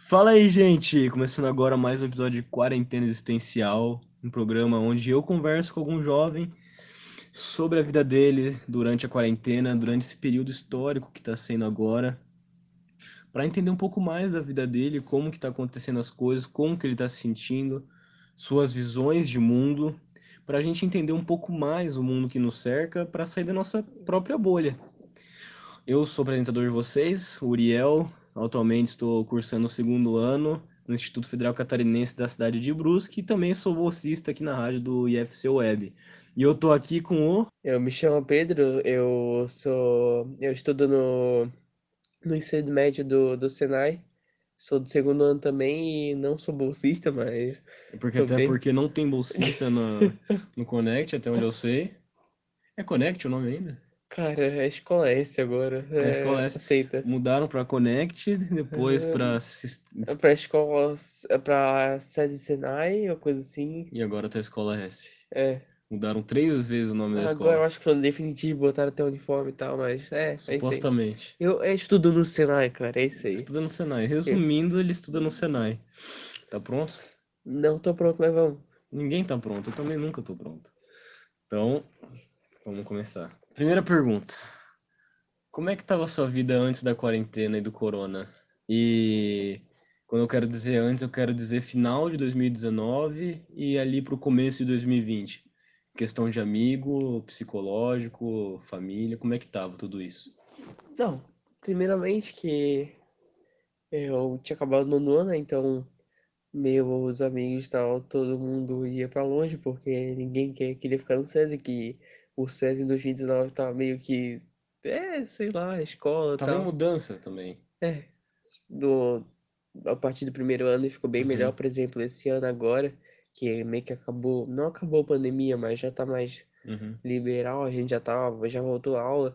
Fala aí, gente! Começando agora mais um episódio de Quarentena Existencial, um programa onde eu converso com algum jovem sobre a vida dele durante a quarentena, durante esse período histórico que está sendo agora, para entender um pouco mais da vida dele, como que está acontecendo as coisas, como que ele está se sentindo, suas visões de mundo, para a gente entender um pouco mais o mundo que nos cerca, para sair da nossa própria bolha. Eu sou o apresentador de vocês, o Uriel. Atualmente estou cursando o segundo ano no Instituto Federal Catarinense da cidade de Brusque e também sou bolsista aqui na rádio do IFC Web. E eu tô aqui com o. Eu me chamo Pedro, eu estudo no ensino médio do Senai, sou do segundo ano também e não sou bolsista, mas Porque tô até bem. porque não tem bolsista no Connect, até onde eu sei. É Connect o nome ainda? Cara, é escola S agora, É a escola S. aceita. Mudaram para Connect, depois para É pra escola, é pra SESI Senai ou coisa assim. e agora tá a escola S. É, Mudaram três vezes o nome da agora escola, eu acho que foi definitivo, botaram até uniforme e tal, mas é isso aí. supostamente. Eu estudo no Senai, cara, é isso aí. Estuda no Senai. Eu Resumindo, ele estuda no Senai. Tá pronto? não tô pronto, mas vamos. Ninguém tá pronto, eu também nunca tô pronto. Então, vamos começar. Primeira pergunta. Como é que tava a sua vida antes da quarentena e do corona? E quando eu quero dizer antes, eu quero dizer final de 2019 e ali pro começo de 2020. Questão de amigo, psicológico, família, como é que tava tudo isso? Não, primeiramente que eu tinha acabado no nono, né? Então meus amigos e tal, todo mundo ia pra longe, porque ninguém queria ficar no SESI, que o SESI em 2019 tava meio que, sei lá, escola e Tava em tal. mudança também. É, do, a partir do primeiro ano ficou bem melhor, Uhum. por exemplo, esse ano agora, que meio que acabou, não acabou a pandemia, mas já tá mais Uhum. liberal, a gente já voltou à aula,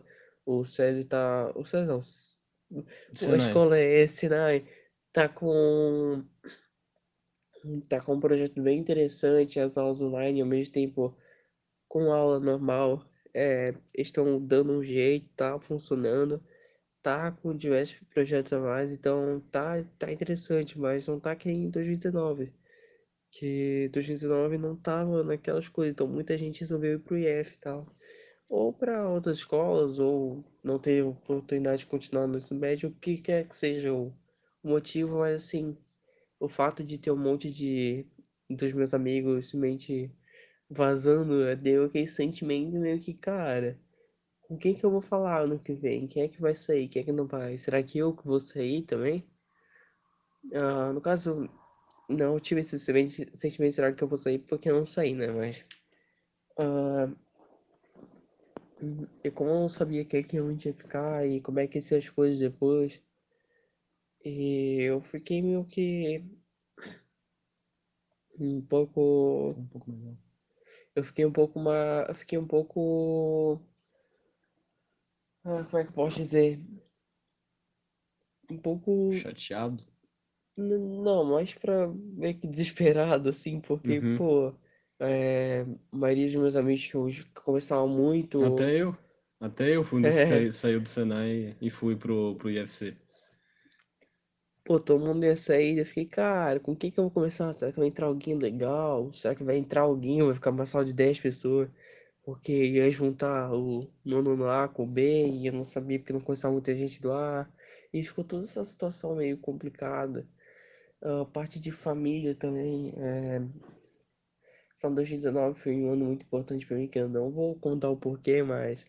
o SESI não, a Senai. escola é Sinai, tá com tá com um projeto bem interessante, as aulas online ao mesmo tempo com aula normal, estão dando um jeito, tá funcionando, tá com diversos projetos a mais, então tá interessante, mas não tá que nem em 2019, que 2019 não tava naquelas coisas, então muita gente resolveu ir pro IF e tal, ou para outras escolas, ou não teve oportunidade de continuar no ensino médio, o que quer que seja o motivo, mas assim, o fato de ter um monte de dos meus amigos simplesmente vazando, deu aquele sentimento meio que, cara, com quem que eu vou falar ano que vem? Quem é que vai sair? Quem é que não vai? Será que eu que vou sair também? No caso, não tive esse sentimento, será que eu vou sair porque eu não saí, né? Mas, ah, e como eu não sabia quem é que onde ia ficar e como é que ia ser as coisas depois, e eu fiquei meio que um pouco. Fala um pouco mais alto. Eu fiquei um pouco. Como é que eu posso dizer? Um pouco. Chateado? Não, mais pra meio que desesperado, assim, porque, Uhum. pô, a maioria dos meus amigos que conversavam muito. Até eu. Até eu fui um desses É, que saiu do Senai e fui pro IFC. pô, todo mundo ia sair, eu fiquei, cara, com quem que eu vou começar? Será que vai entrar alguém legal? Será que vai entrar alguém? Vai ficar uma sala de 10 pessoas? Porque ia juntar o nono no A com o B e eu não sabia porque não conhecia muita gente do A. E ficou toda essa situação meio complicada. A parte de família também. Só 2019 foi um ano muito importante pra mim, que eu não vou contar o porquê, mas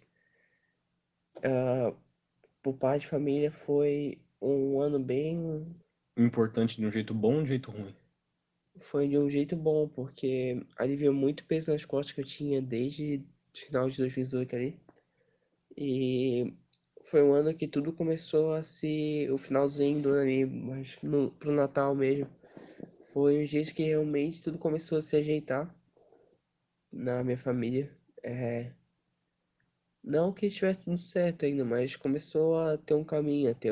por parte de família foi um ano bem. Importante de um jeito bom ou de um jeito ruim? Foi de um jeito bom, porque aliviou muito peso nas costas que eu tinha desde o final de 2018 ali. E foi um ano que tudo começou a se. O finalzinho do ano ali, mas pro Natal mesmo. Foi um jeito que realmente tudo começou a se ajeitar na minha família. Não que estivesse tudo certo ainda, mas começou a ter um caminho, a ter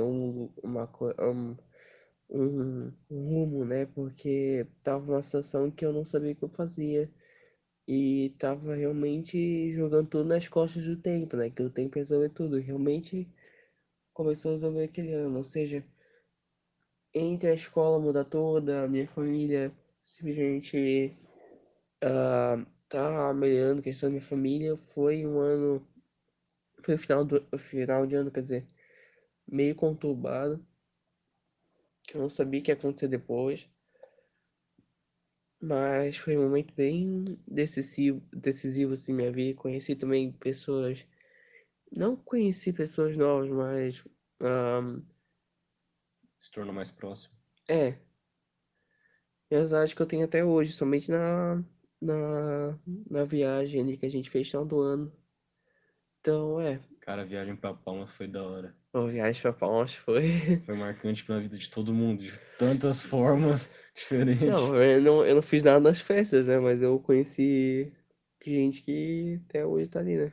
um rumo, né? Porque tava uma situação que eu não sabia o que eu fazia. E tava realmente jogando tudo nas costas do tempo, né? Que o tempo resolve tudo. Realmente começou a resolver aquele ano. Ou seja, entre a escola mudar toda, a minha família simplesmente tá melhorando a questão da minha família, foi um ano, foi o final de ano, quer dizer, meio conturbado, que eu não sabia o que ia acontecer depois, mas foi um momento bem decisivo assim, na minha vida. Conheci também pessoas, não conheci pessoas novas, mas ah, Se tornou mais próximo. é, e amizade que eu tenho até hoje, somente na, na viagem ali que a gente fez no final do ano. Então, Cara, a viagem pra Palmas foi da hora. a viagem pra Palmas foi. Foi marcante pra vida de todo mundo, de tantas formas diferentes. Eu não fiz nada nas festas, né? Mas eu conheci gente que até hoje tá ali, né?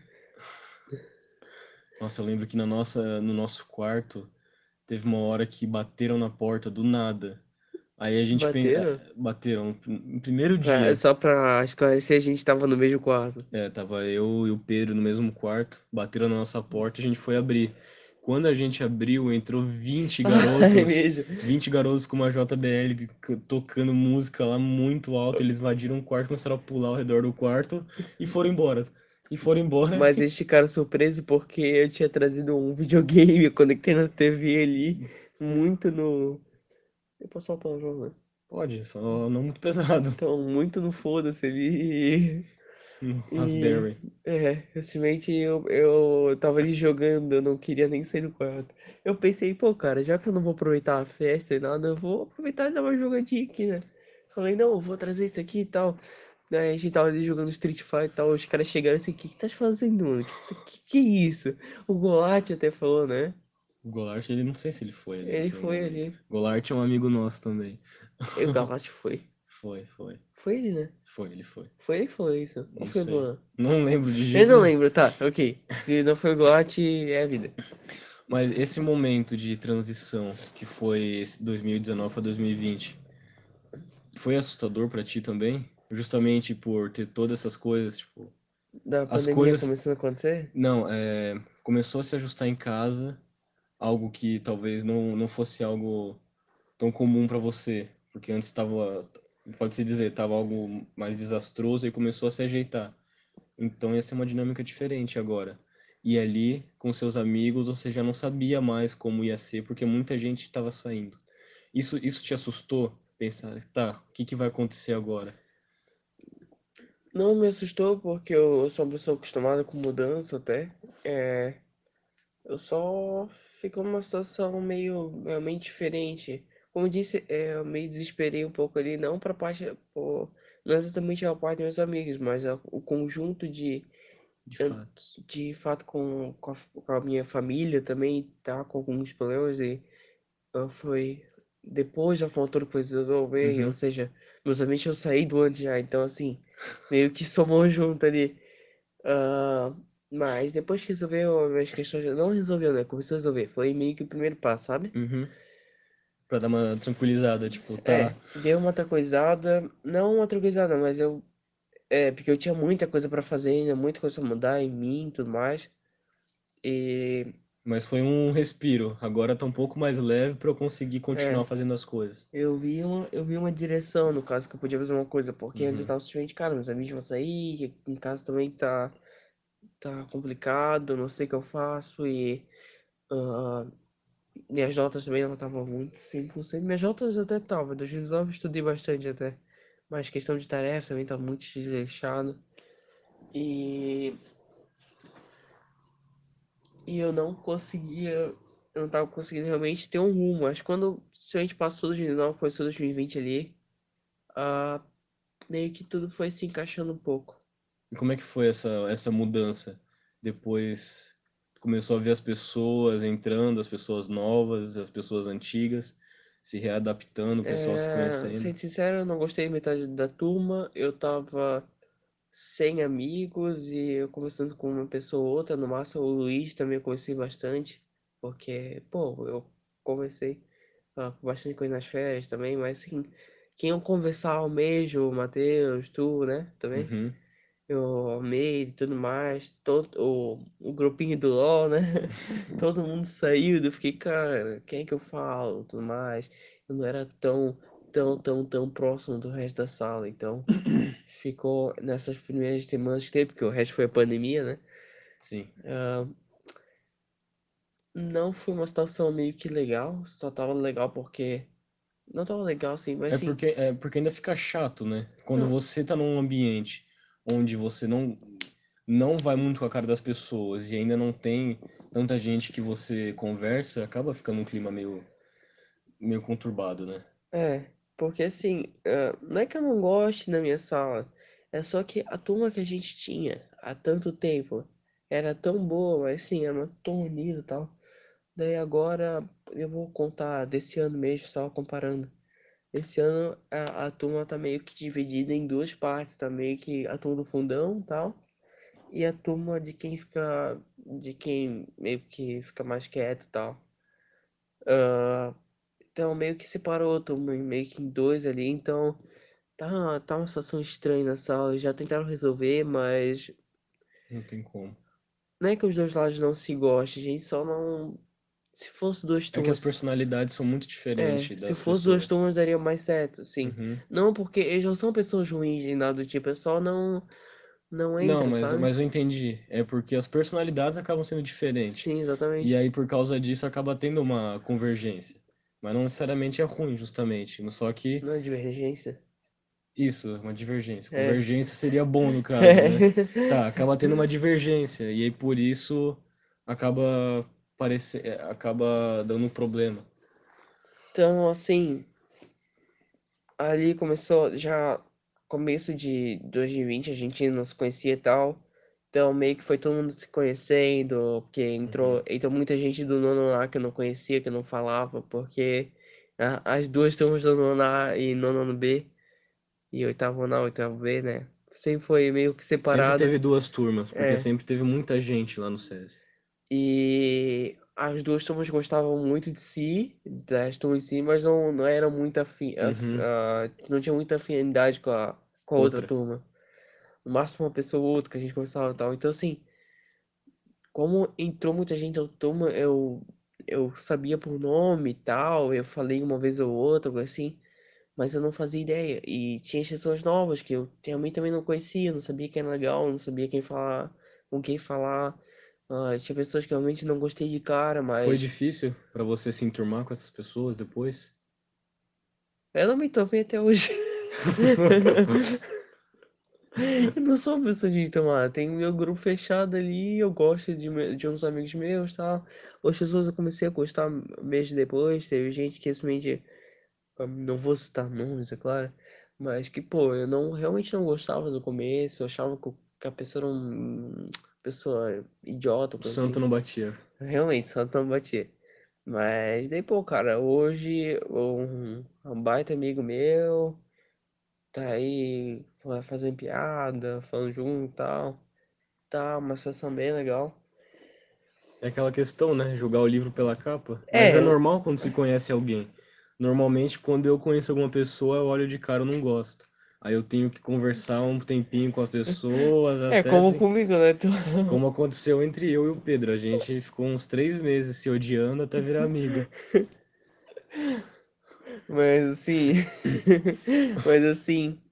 Nossa, eu lembro que no nosso quarto teve uma hora que bateram na porta do nada. Aí a gente Bateram. bateram no primeiro dia. Só pra esclarecer, a gente tava no mesmo quarto. É, tava eu e o Pedro no mesmo quarto, bateram na nossa porta e a gente foi abrir. Quando a gente abriu, entrou 20 É garotos, mesmo. 20 garotos com uma JBL tocando música lá muito alto. Eles invadiram o quarto, começaram a pular ao redor do quarto e foram embora. E foram embora. Mas eles ficaram surpresos porque eu tinha trazido um videogame, eu conectei na TV ali, muito no. Eu posso soltar o jogo, né? Pode, só não muito pesado. Então, muito no foda-se ali. Um E Raspberry. recentemente eu tava ali jogando, eu não queria nem sair do quarto. Eu pensei, pô, cara, já que eu não vou aproveitar a festa e nada, eu vou aproveitar e dar uma jogadinha aqui, né? Falei, não, eu vou trazer isso aqui e tal. Daí a gente tava ali jogando Street Fighter e tal, os caras chegaram assim, o que que tá fazendo, mano? Que é isso? O Golart até falou, né? O Golart, ele não sei se ele foi ali Ele naquele foi momento. ali. Golart é um amigo nosso também. E o Golart foi. Foi, foi. Foi ele, né? Foi, ele foi. Foi ele que falou isso. Ou Não foi o sei. Luan? Não lembro de Eu jeito não nenhum. lembro, tá, ok. Se não foi o Golart, é a vida. Mas esse momento de transição, que foi esse 2019 para 2020, foi assustador pra ti também? Justamente por ter todas essas coisas, tipo, Da as pandemia coisas, começando a acontecer? não, começou a se ajustar em casa, algo que talvez não fosse algo tão comum pra você, porque antes estava, pode-se dizer, estava algo mais desastroso e começou a se ajeitar. Então ia ser uma dinâmica diferente agora. E ali, com seus amigos, você já não sabia mais como ia ser, porque muita gente estava saindo. Isso te assustou? Pensar, tá, o que que vai acontecer agora? Não me assustou porque eu sou uma pessoa acostumada com mudança até. É, eu só fico numa situação meio realmente diferente. Como eu disse, eu me desesperei um pouco ali, não para parte, não exatamente a parte dos meus amigos, mas o conjunto De fatos. de fato com a minha família também tá com alguns problemas e foi depois da formatura que foi se resolver, ou Uhum, seja, meus amigos tinham saído antes já, então assim, meio que somou junto ali. Ah, mas depois que resolveu as questões, não resolveu, né? Começou a resolver, foi meio que o primeiro passo, sabe? uhum. Pra dar uma tranquilizada, tipo, tá. Deu uma tranquilizada, não uma tranquilizada, mas porque eu tinha muita coisa pra fazer ainda, muita coisa pra mudar em mim e tudo mais. E Mas foi um respiro. Agora tá um pouco mais leve pra eu conseguir é, continuar fazendo as coisas. eu vi uma direção, no caso, que eu podia fazer uma coisa, porque antes eu Uhum. tava simplesmente, cara, meus amigos vão sair, aqui em casa também tá complicado, não sei o que eu faço, ah, minhas notas também não estavam muito 100%. Minhas notas até estavam, 2019 eu estudei bastante até, mas questão de tarefa também tá muito desleixado, e, e eu não tava conseguindo realmente ter um rumo, acho que quando, se a gente passou 2019, começou 2020 ali, ah, meio que tudo foi se encaixando um pouco. E como é que foi essa mudança? Depois começou a ver as pessoas entrando, as pessoas novas, as pessoas antigas, se readaptando, o pessoal se conhecendo. Sendo sincero, eu não gostei metade da turma. Eu tava sem amigos e eu conversando com uma pessoa ou outra, no máximo o Luiz também eu conversei bastante, porque, pô, eu conversei com bastante coisa nas férias também, mas assim, quem eu conversar mesmo, o Matheus, tu, né, também. Uhum. Eu amei e tudo mais. Todo, o grupinho do LoL, né? Todo mundo saiu. Eu fiquei, cara, quem é que eu falo? Tudo mais. eu não era tão próximo do resto da sala. Então, ficou nessas primeiras semanas que teve, porque o resto foi a pandemia, né? Sim. Ah, não foi uma situação meio que legal, só tava legal porque. Não tava legal assim, mas sim. É porque ainda fica chato, né? Quando Não, você tá num ambiente onde você não vai muito com a cara das pessoas e ainda não tem tanta gente que você conversa, acaba ficando um clima meio conturbado, né? porque assim, não é que eu não goste da minha sala, é só que a turma que a gente tinha há tanto tempo era tão boa, mas assim, era tão unida e tal. Daí agora eu vou contar desse ano mesmo, estava comparando. Esse ano a turma tá meio que dividida em duas partes, tá meio que a turma do fundão e tal, e a turma de quem meio que fica mais quieto e tal. Ah, então meio que separou a turma meio que em dois ali, então tá uma situação estranha na sala. Já tentaram resolver, mas Não tem como. não é que os dois lados não se gostem, gente, só não. Se fosse duas É que as turmas. personalidades são muito diferentes Se das fosse duas pessoas. turmas daria mais certo, sim. Uhum. Não porque eles não são pessoas ruins nem nada do tipo, é só não Não, entra, sabe? mas eu entendi. É porque as personalidades acabam sendo diferentes. Sim, E exatamente. aí, por causa disso, acaba tendo uma convergência. Mas não necessariamente é ruim, justamente. Só que Não é divergência. isso, uma divergência. É. Convergência seria bom no caso, né? Tá, acaba tendo uma divergência. E aí, por isso, acaba acaba dando um problema. Então, assim, ali começou já começo de 2020, a gente não se conhecia e tal. Então meio que foi todo mundo se conhecendo, porque Uhum. entrou muita gente do nono lá que eu não conhecia, que eu não falava, porque as duas turmas do nono A e nono B, e oitavo A, oitavo B, né? Sempre foi meio que Sempre separado. teve duas turmas, porque É. sempre teve muita gente lá no SESI. E as duas turmas gostavam muito de si, das turmas em si, mas não eram muito Uhum. não tinha muita afinidade com a outra Outra. turma. No máximo uma pessoa ou outra que a gente conversava e tal. Então, assim, como entrou muita gente na turma, eu sabia por nome e tal, eu falei uma vez ou outra, algo assim, mas eu não fazia ideia. E tinha pessoas novas que eu realmente também não conhecia, não sabia quem era legal, não sabia quem falar, com quem falar. Tinha pessoas que eu realmente não gostei de cara, Foi mas difícil pra você se enturmar com essas pessoas depois? eu não me enturmei até hoje. Eu não sou uma pessoa de tomar. Tem meu grupo fechado ali, eu gosto de uns amigos meus, tal. Outras pessoas eu comecei a gostar meses depois. Teve gente que simplesmente, não vou citar nomes, é claro, mas que, pô, eu não realmente não gostava no começo. Eu achava que a pessoa era pessoa idiota, O coisa santo assim. não batia. Realmente, só não batia. Mas daí, pô, cara, hoje um baita amigo meu. Tá aí fazendo piada, falando junto e tal. Tá uma sensação bem legal. É aquela questão, né? Julgar o livro pela capa. Mas é É, normal quando se conhece alguém. Normalmente, quando eu conheço alguma pessoa, eu olho de cara, eu não gosto. Aí eu tenho que conversar um tempinho com as pessoas, como comigo, né? como aconteceu entre eu e o Pedro. A gente ficou uns 3 meses se odiando até virar amigo. Mas assim. Mas assim.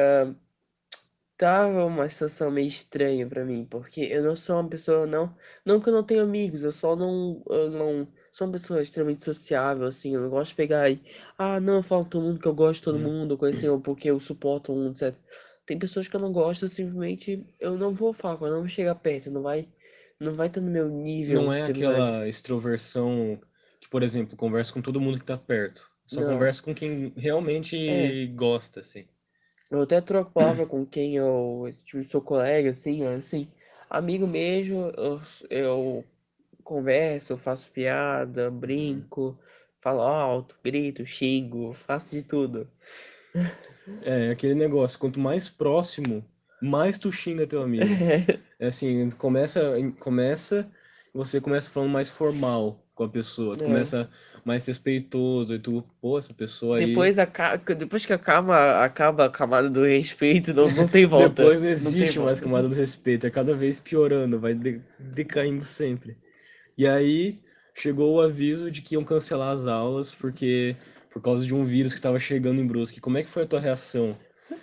Tava uma situação meio estranha pra mim, porque eu não sou uma pessoa, não que eu não tenho amigos, eu não sou uma pessoa extremamente sociável, assim, eu não gosto de pegar e, não, eu falo com todo mundo que eu gosto de todo Uhum. mundo, coisa assim, ou porque eu suporto todo mundo, etc. Tem pessoas que eu não gosto, simplesmente eu não vou falar, eu não vou chegar perto, não vai estar no meu Não nível é de amizade. aquela extroversão que, por exemplo, conversa com todo mundo que tá perto. Só Não, conversa com quem é, realmente gosta, assim. eu até troco palavra com quem eu, tipo, sou colega, assim, mas, assim, amigo mesmo, eu converso, faço piada, Uhum. brinco, falo alto, grito, xingo, faço de tudo. É aquele negócio, quanto mais próximo, mais tu xinga teu amigo. É assim, você começa falando mais formal com a pessoa, tu É. começa mais respeitoso, e tu, pô, essa pessoa aí. Depois que acaba a camada do respeito, não tem volta. Depois não Não tem existe mais volta. camada do respeito, é cada vez piorando, vai decaindo sempre. E aí chegou o aviso de que iam cancelar as aulas porque por causa de um vírus que estava chegando em Brusque. Como é que foi a tua reação?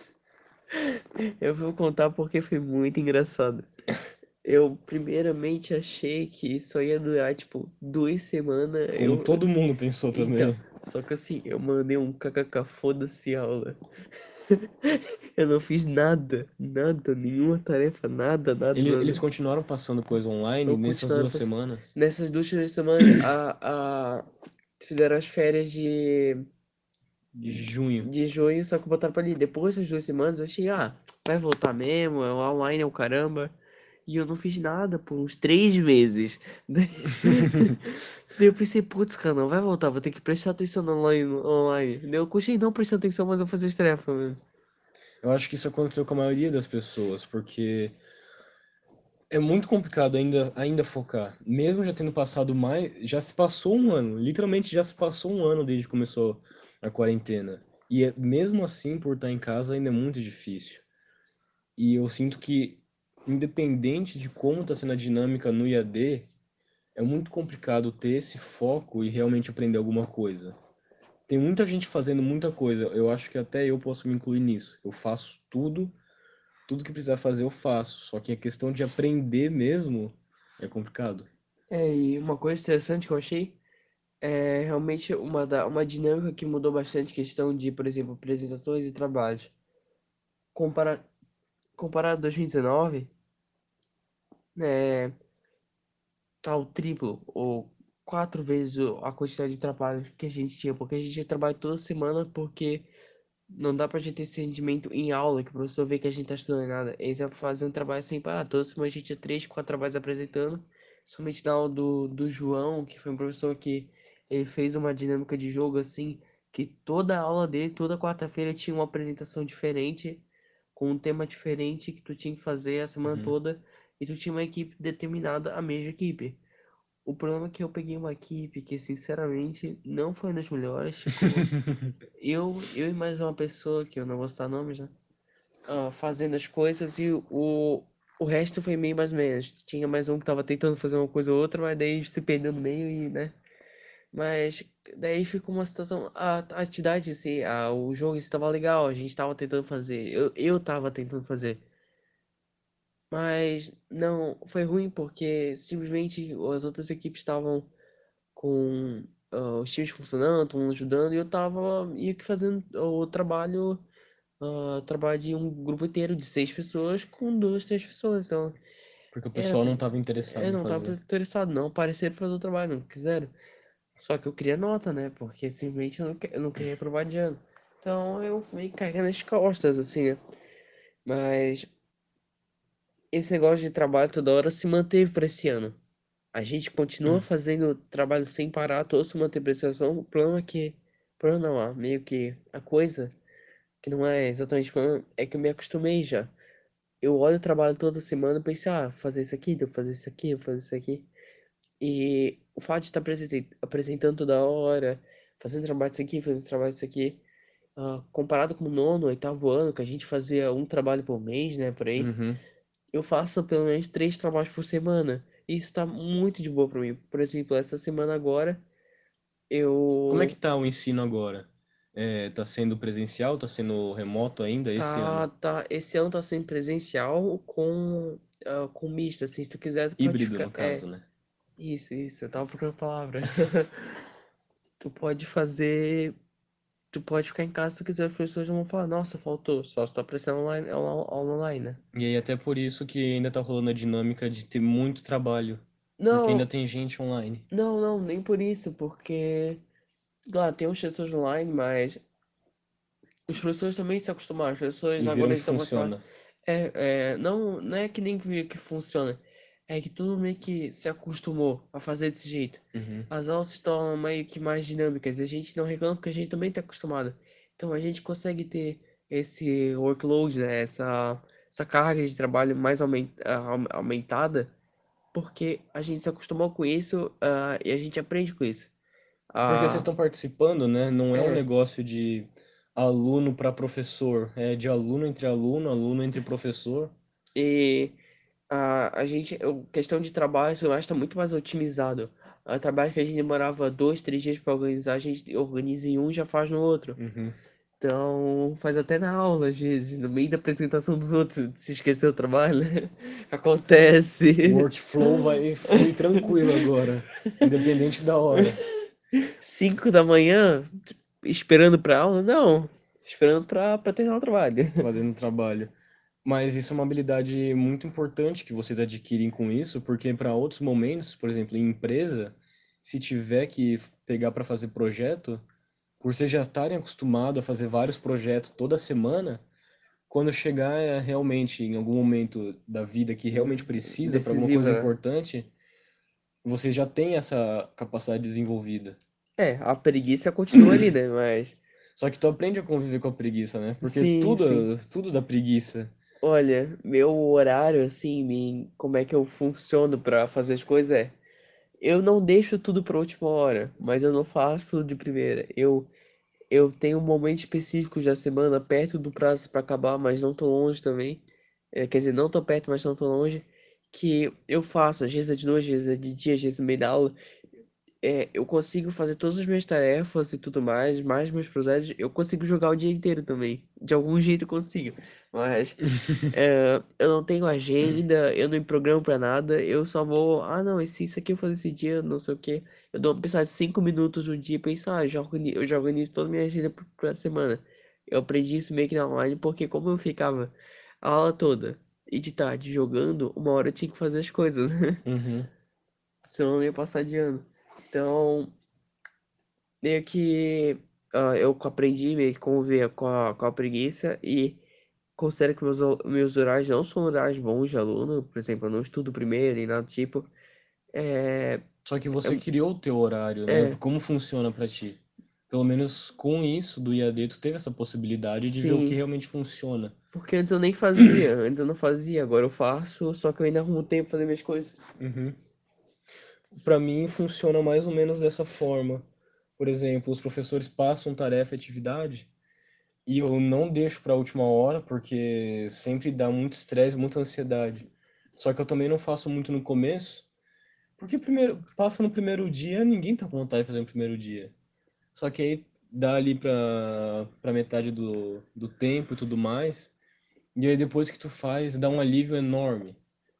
Eu vou contar porque foi muito engraçado. Eu primeiramente achei que só ia durar, tipo, 2 semanas. Como todo mundo pensou Então, também. só que assim, eu mandei um kkk, foda-se aula. Eu não fiz nada, nada, nenhuma tarefa, nada, nada, Eles nada. continuaram passando coisa online Eu nessas continuaram 2 semanas? Nessas 2 semanas, fizeram as férias De junho. de junho, só que botaram pra ali. Depois dessas 2 semanas, eu achei, vai voltar mesmo, é online, é o caramba. E eu não fiz nada por uns 3 meses. Daí eu pensei, putz, cara, não vai voltar, vou ter que prestar atenção no online. Daí eu continuei não prestando atenção, mas eu fazia as tarefas mesmo. Eu acho que isso aconteceu com a maioria das pessoas, porque é muito complicado ainda focar. Mesmo já tendo passado mais. Já se passou um ano. Literalmente já se passou um ano desde que começou a quarentena. E mesmo assim, por estar em casa, ainda é muito difícil. E eu sinto que, independente de como está sendo a dinâmica no IAD, é muito complicado ter esse foco e realmente aprender alguma coisa. Tem muita gente fazendo muita coisa. Eu acho que até eu posso me incluir nisso. Eu faço tudo que precisar fazer eu faço. Só que a questão de aprender mesmo é complicado. E uma coisa interessante que eu achei é realmente uma dinâmica que mudou bastante, questão de, por exemplo, apresentações e trabalhos. Compara, comparado a 2019, é, tá o triplo ou 4 vezes a quantidade de trabalho que a gente tinha, porque a gente trabalha toda semana, porque não dá pra gente ter esse rendimento em aula, que o professor vê que a gente tá estudando nada. Eles vão fazer um trabalho sem parar. Toda semana a gente tinha 3, 4 trabalhos apresentando. Somente na aula do João, que foi um professor que ele fez uma dinâmica de jogo assim, que toda a aula dele, toda quarta-feira tinha uma apresentação diferente, com um tema diferente que tu tinha que fazer a semana Uhum. toda, e tu tinha uma equipe determinada, a mesma equipe. O problema é que eu peguei uma equipe que, sinceramente, não foi das melhores. Ficou eu e mais uma pessoa, que eu não vou citar nomes, né? Fazendo as coisas e o resto foi meio mais ou menos. Tinha mais um que tava tentando fazer uma coisa ou outra, mas daí se perdeu no meio e, né? Mas daí ficou uma situação. A atividade, assim, o jogo estava legal, a gente tava tentando fazer. Eu tava tentando fazer. Mas não, foi ruim porque simplesmente as outras equipes estavam com os times funcionando, todo mundo ajudando, e eu tava meio que fazendo o trabalho de um grupo inteiro de 6 pessoas com 2, 3 pessoas. Então, Porque o era, pessoal não estava interessado em não tava fazer. interessado, não apareceram para fazer o trabalho, não quiseram. Só que eu queria nota, né? Porque simplesmente eu não queria provar de ano. Então eu meio que carreguei nas costas, assim, né? Mas esse negócio de trabalho toda hora se manteve para esse ano. A gente continua fazendo trabalho sem parar, toda semana tem prestação. O problema é que. O problema não, meio que a coisa, que não é exatamente problema, é que eu me acostumei já. Eu olho o trabalho toda semana e penso, fazer isso aqui, devo fazer isso aqui, devo fazer isso aqui. E o fato de estar apresentando toda hora, fazendo trabalho disso aqui, fazendo trabalho disso aqui, comparado com o nono, oitavo ano, que a gente fazia um trabalho por mês, né, por aí, Uhum. eu faço pelo menos 3 trabalhos por semana. E isso tá muito de boa pra mim. Por exemplo, essa semana agora, Como é que eu tá o ensino agora? Tá sendo presencial? Tá sendo remoto ainda esse ano? esse ano tá sendo presencial com misto, assim, se tu quiser, tu pode Híbrido, ficar. no caso, né? Isso, eu tava procurando a palavra. Tu pode fazer. Tu pode ficar em casa se tu quiser, as pessoas não vão falar, nossa, faltou. Só se tu aparecer online, aula online, né? E aí até por isso que ainda tá rolando a dinâmica de ter muito trabalho. Porque ainda Não, tem gente online. não, nem por isso, porque. Lá tem os professores online, mas os professores também se acostumaram. Os professores E agora viram que eles estão acostumados. funciona. Não é que nem que funciona. É que tudo meio que se acostumou a fazer desse jeito. Uhum. As aulas se tornam meio que mais dinâmicas. E a gente não reclama porque a gente também está acostumado. Então a gente consegue ter esse workload, né? Essa carga de trabalho mais aumentada. Porque a gente se acostumou com isso, e a gente aprende com isso. Porque vocês Ah, estão participando, né? Não é um é, negócio de aluno para professor. É de aluno entre aluno, aluno entre professor. Questão de trabalho, eu acho que tá muito mais otimizado. O trabalho que a gente demorava 2, 3 dias para organizar, a gente organiza em um e já faz no outro. Uhum. Então, faz até na aula, às vezes, no meio da apresentação dos outros, se esquecer o trabalho, né? O Acontece. workflow vai fluir tranquilo agora, independente da hora, 5 da manhã, esperando pra aula? Não. Esperando pra terminar o trabalho. fazendo trabalho. Mas isso é uma habilidade muito importante que vocês adquirem com isso, porque para outros momentos, por exemplo, em empresa, se tiver que pegar para fazer projeto, por vocês já estarem acostumados a fazer vários projetos toda semana, quando chegar realmente em algum momento da vida que realmente precisa para alguma coisa Decisiva, né? importante, você já tem essa capacidade desenvolvida. É, a preguiça continua ali, né? Mas, Só que tu aprende a conviver com a preguiça, né? Porque sim, sim. tudo dá preguiça. Olha, meu horário, assim, como é que eu funciono pra fazer as coisas é. Eu não deixo tudo pra última hora, mas eu não faço tudo de primeira. Eu tenho momentos específicos da semana perto do prazo pra acabar, mas não tô longe também. Quer dizer, não tô perto, mas não tô longe. Que eu faço, às vezes é de noite, às vezes é de dia, às vezes no meio da aula. Eu consigo fazer todas as minhas tarefas e tudo mais meus projetos. Eu consigo jogar o dia inteiro também. De algum jeito eu consigo. Mas eu não tenho agenda, eu não me programo pra nada. Eu só vou. Ah, não, isso aqui eu vou fazer esse dia, não sei o quê. Eu dou uma pensada de 5 minutos no dia e penso, eu já organizo toda a minha agenda pra semana. Eu aprendi isso meio que na online, porque como eu ficava a aula toda e de tarde jogando, uma hora eu tinha que fazer as coisas, né? Uhum. Senão eu ia passar de ano. Então, meio que eu aprendi meio que conviver com a preguiça e considero que meus horários não são horários bons de aluno. Por exemplo, eu não estudo primeiro e nada do tipo. É, Só que é, você criou o teu horário, né? é, Como funciona pra ti? Pelo menos com isso do IAD, tu teve essa possibilidade de ver o que sim. realmente funciona. Porque antes eu nem fazia, antes eu não fazia, agora eu faço, só que eu ainda arrumo tempo pra fazer minhas coisas. Uhum. Para mim funciona mais ou menos dessa forma. Por exemplo, os professores passam tarefa e atividade e eu não deixo para a última hora porque sempre dá muito estresse, muita ansiedade. Só que eu também não faço muito no começo, porque primeiro passa no primeiro dia, ninguém tá com vontade de fazer no primeiro dia. Só que aí dá ali para metade do tempo e tudo mais. E aí depois que tu faz, dá um alívio enorme.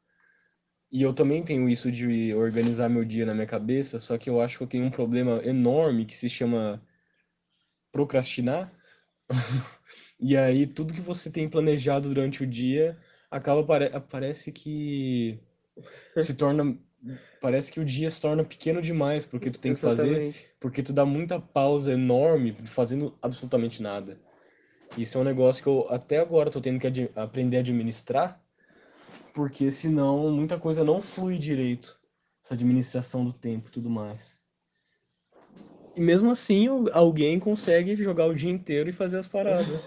E eu também tenho isso de organizar meu dia na minha cabeça, só que eu acho que eu tenho um problema enorme que se chama procrastinar. E aí tudo que você tem planejado durante o dia acaba parece que se torna parece que o dia se torna pequeno demais porque tu tem que fazer, Exatamente. porque tu dá muita pausa enorme fazendo absolutamente nada. Isso é um negócio que eu até agora tô tendo que aprender a administrar, porque senão muita coisa não flui direito. Essa administração do tempo e tudo mais. E mesmo assim, alguém consegue jogar o dia inteiro e fazer as paradas.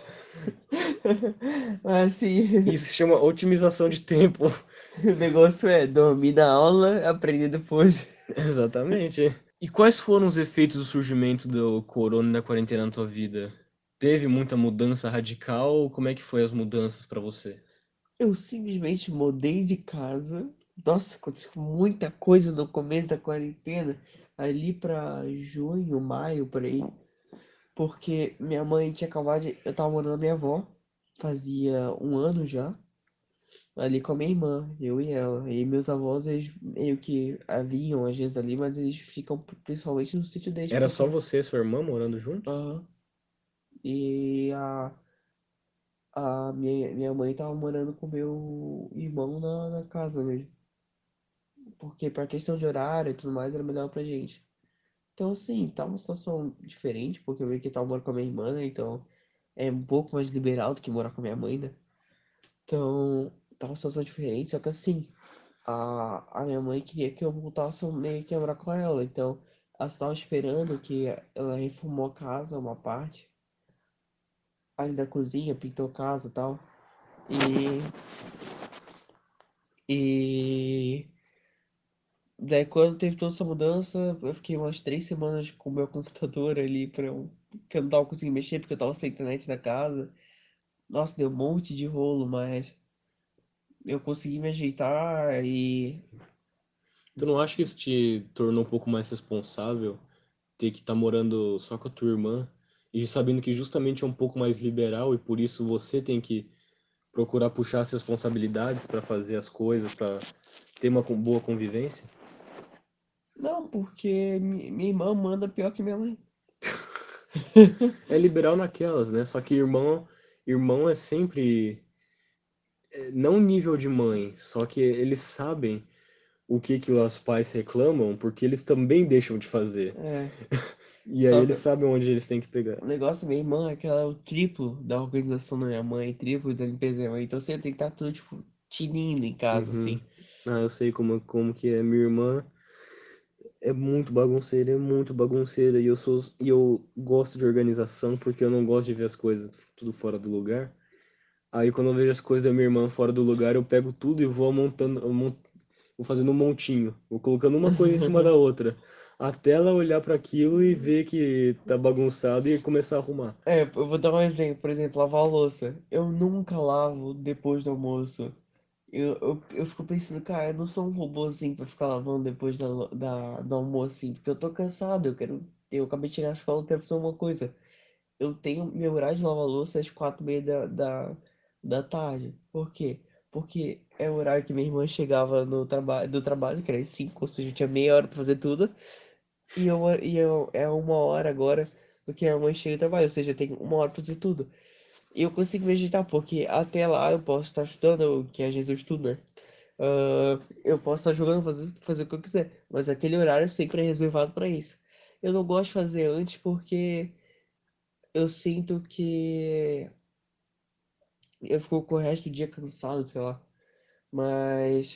Mas assim, Isso se chama otimização de tempo. o negócio é dormir na aula, aprender depois. Exatamente. E quais foram os efeitos do surgimento do corona na quarentena na tua vida? Teve muita mudança radical? Como é que foi as mudanças pra você? Eu simplesmente mudei de casa. Nossa, aconteceu muita coisa no começo da quarentena, ali pra junho, maio, por aí. Porque minha mãe tinha acabado de. Eu tava morando com a minha avó, fazia um ano já, ali com a minha irmã, eu e ela. E meus avós, eles meio que haviam às vezes ali, mas eles ficam principalmente no sítio deles, Era só porque. você e sua irmã morando juntos? Aham. E minha mãe tava morando com meu irmão na casa mesmo. Porque pra questão de horário e tudo mais era melhor pra gente. Então, sim, tá uma situação diferente, porque eu vejo que tava morando com a minha irmã, né? Então é um pouco mais liberal do que morar com a minha mãe, né? Então, tá uma situação diferente, só que assim, a minha mãe queria que eu voltasse meio que a morar com ela. Então, ela estava esperando que ela reformou a casa, uma parte, ainda a cozinha, pintou a casa e tal. E, e daí quando teve toda essa mudança, eu fiquei umas 3 semanas com o meu computador ali que eu não tava conseguindo mexer porque eu tava sem internet na casa. Nossa, deu um monte de rolo, mas eu consegui me ajeitar e Tu não acha que isso te tornou um pouco mais responsável? Ter que estar morando só com a tua irmã e sabendo que justamente é um pouco mais liberal e por isso você tem que procurar puxar as responsabilidades para fazer as coisas, para ter uma boa convivência? não, porque minha irmã manda pior que minha mãe. É liberal naquelas, né? Só que irmão é sempre não nível de mãe, só que eles sabem o que que os pais reclamam, porque eles também deixam de fazer. É, E aí só que eles sabem onde eles têm que pegar. o negócio da minha irmã é que ela é o triplo da organização da minha mãe, triplo da limpeza da minha mãe. Então você tem que estar tudo, tipo, tinindo em casa, Uhum. assim. Ah, eu sei como que é. Minha irmã é muito bagunceira e eu gosto de organização porque eu não gosto de ver as coisas tudo fora do lugar. Aí quando eu vejo as coisas da minha irmã fora do lugar, eu pego tudo e vou montando, vou fazendo um montinho, vou colocando uma coisa em cima da outra, até ela olhar para aquilo e ver que tá bagunçado e começar a arrumar. É, eu vou dar um exemplo, por exemplo, lavar a louça. Eu nunca lavo depois do almoço. Eu fico pensando, cara, eu não sou um robôzinho pra ficar lavando depois do almoço, assim, porque eu tô cansado, eu acabei de chegar na escola, eu quero fazer uma coisa. Eu tenho meu horário de lavar louça às 4h30 da tarde. Por quê? Porque é o horário que minha irmã chegava do trabalho, que era às 5, ou seja, eu tinha meia hora pra fazer tudo. É 1 hora agora, porque a mãe chega do trabalho, ou seja, eu tenho 1 hora pra fazer tudo. E eu consigo vegetar, porque até lá eu posso estar estudando, que às vezes eu estudo, né? Eu posso estar jogando, fazer o que eu quiser, mas aquele horário sempre é reservado para isso. Eu não gosto de fazer antes porque eu sinto que eu fico com o resto do dia cansado, sei lá. Mas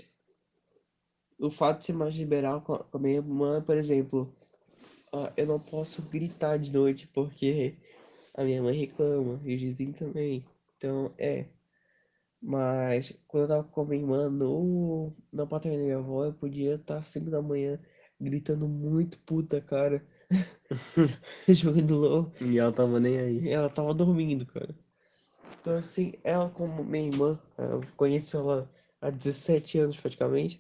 o fato de ser mais liberal com a minha irmã, por exemplo, eu não posso gritar de noite porque a minha mãe reclama e o vizinho também. Então, é. Mas quando eu tava com a minha irmã no apartamento da minha avó, eu podia estar às 5 da manhã gritando muito puta, cara, jogando LOL. E ela tava nem aí. E ela tava dormindo, cara. Então, assim, ela como minha irmã, eu conheço ela há 17 anos praticamente.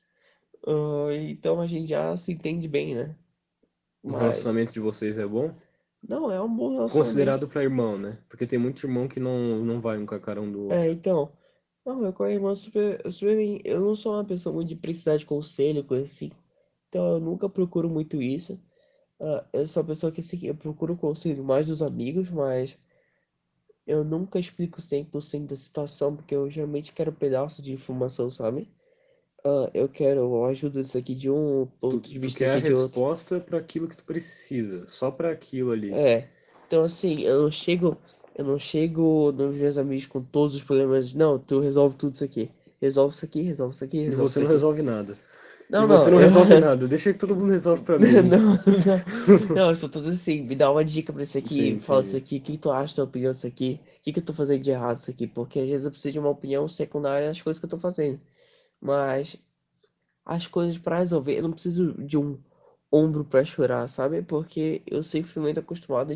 Então a gente já se entende bem, né? O Mas, relacionamento de vocês é bom? não, é um bom relacionamento. Considerado para irmão, né? Porque tem muito irmão que não vai um com a cara um do É, outro. então. Não, eu com a irmã super bem. Eu não sou uma pessoa muito de precisar de conselho, coisa assim. Então eu nunca procuro muito isso. Eu sou uma pessoa que assim, eu procuro conselho mais dos amigos, mas eu nunca explico 100% da situação, porque eu geralmente quero pedaços de informação, sabe? Eu quero ajuda disso aqui de um, ponto de Tu vista quer a aqui de outro. resposta para aquilo que tu precisa, só para aquilo ali. É. Então assim, eu não chego nos meus amigos com todos os problemas. Não, tu resolve tudo isso aqui. Resolve isso aqui, resolve isso aqui, E resolve você isso não aqui. resolve nada. E Não, você não, não resolve nada. Deixa que todo mundo resolve pra Não, mim. não, não, eu só tô dizendo assim, me dá uma dica pra isso Sim, aqui, fala disso entendi. aqui, o que tu acha da opinião disso aqui, o que que eu tô fazendo de errado isso aqui, porque às vezes eu preciso de uma opinião secundária nas coisas que eu tô fazendo, mas as coisas pra resolver, eu não preciso de um ombro pra chorar, sabe, porque eu sempre fui muito acostumado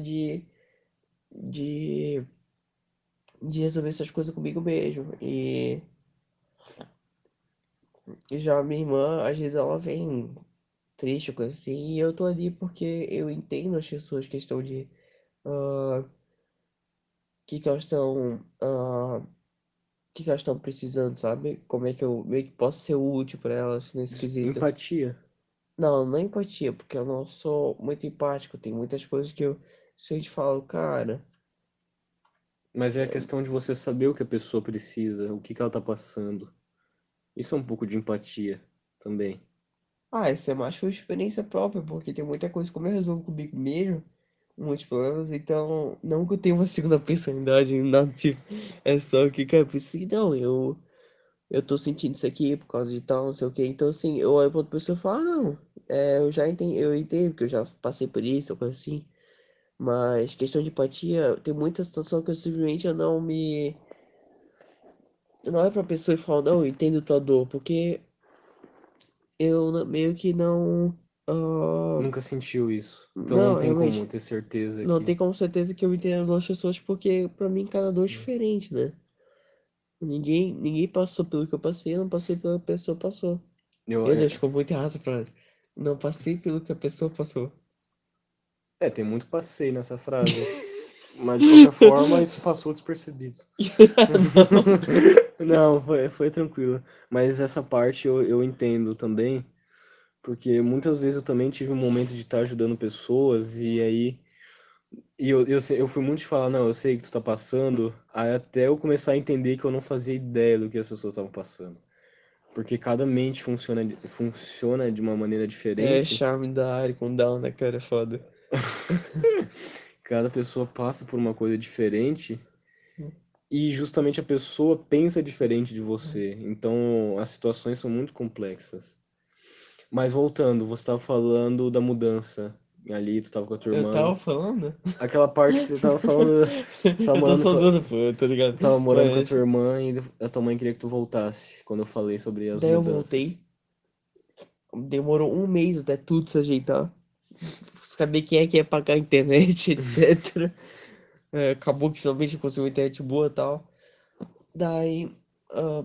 de, de resolver essas coisas comigo mesmo, e já a minha irmã, às vezes ela vem triste, coisa assim, e eu tô ali porque eu entendo as pessoas que estão ah, que elas estão, que elas estão precisando, sabe? Como é que eu meio que posso ser útil para elas nesse quesito. Empatia. Não, não é empatia, porque eu não sou muito empático. Tem muitas coisas que eu sempre falo, cara. Mas é a questão de você saber o que a pessoa precisa, o que que ela tá passando. Isso é um pouco de empatia também. Essa é mais por experiência própria, porque tem muita coisa como eu resolvo comigo mesmo, muitos problemas, então não que eu tenha uma segunda personalidade, nada tipo, é só que, cara, eu preciso, não, eu tô sentindo isso aqui por causa de tal, não sei o quê. Então, assim, eu olho pra outra pessoa e falo, ah, não, eu já entendi, eu entendo, porque eu já passei por isso, ou coisa assim. Mas questão de empatia, tem muita situação que eu simplesmente eu não me. Não é pra pessoa e falar, não, eu entendo tua dor, porque meio que não. Nunca sentiu isso. Então não Não, tem como realmente, ter certeza não que. tem como certeza que eu entendo duas pessoas, porque pra mim cada dor é diferente, né? Ninguém passou pelo que eu passei, eu não passei pelo que a pessoa passou. Eu, Meu é, Deus, ficou muito errada essa frase. Não passei pelo que a pessoa passou. tem muito passeio nessa frase. Mas de qualquer forma, isso passou despercebido. Não. Não, foi tranquilo. Mas essa parte eu entendo também, porque muitas vezes eu também tive um momento de estar ajudando pessoas, e aí. Eu fui muito de falar, não, eu sei que tu tá passando, aí até eu começar a entender que eu não fazia ideia do que as pessoas estavam passando. Porque cada mente funciona de uma maneira É diferente, charme da área com down, né, cara? É foda. cada pessoa passa por uma coisa diferente, e justamente a pessoa pensa diferente de você. Então as situações são muito complexas. Mas voltando, você estava falando da mudança. Ali, tu estava com a tua Eu irmã. tava falando? Aquela parte que você estava falando, você estava Eu tô morando só com zoando, pô, tá ligado? tava morando com a tua Mas irmã e a tua mãe queria que tu voltasse, quando eu falei sobre as daí eu mudanças. voltei. Demorou um mês até tudo se ajeitar. Saber quem é que ia pagar a internet, etc. É, acabou que finalmente eu consegui uma internet boa e tal. Daí. ah,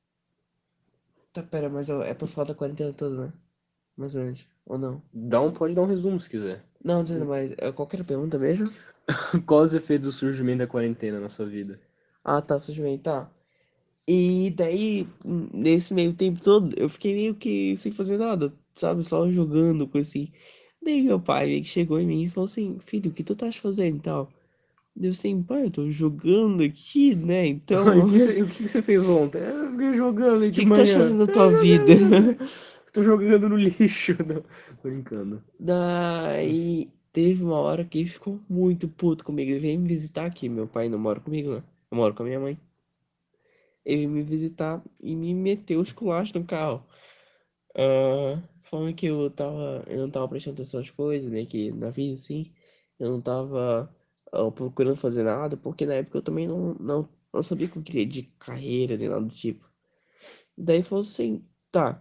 tá, pera, mas é pra falar da quarentena toda, né? Mais ou menos. Ou não? Pode dar um resumo se quiser. Não, dizendo mais. Qual que era a pergunta mesmo? Quais os efeitos do surgimento da quarentena na sua vida? Ah, tá, sujeito, tá. E daí, nesse meio tempo todo, eu fiquei meio que sem fazer nada, sabe? Só jogando, coisa assim. Daí meu pai meio que chegou em mim e falou assim, filho, o que tu estás fazendo e tal? Deu assim, pai, eu tô jogando aqui, né? E Então, o o que você fez ontem? Eu fiquei jogando aí de que que tu estás manhã. fazendo na Tá tua vida? jogando. Tô jogando no lixo. Não, tô brincando. Daí, teve uma hora que ele ficou muito puto comigo. Ele veio me visitar aqui, meu pai não mora comigo, né? Eu moro com a minha mãe. Ele veio me visitar e me meteu os culachos no carro. Falando que eu não tava prestando atenção às coisas, meio que na vida, assim. Eu não tava procurando fazer nada, porque na época eu também não sabia o que eu queria de carreira, nem nada do tipo. Daí falou assim, tá,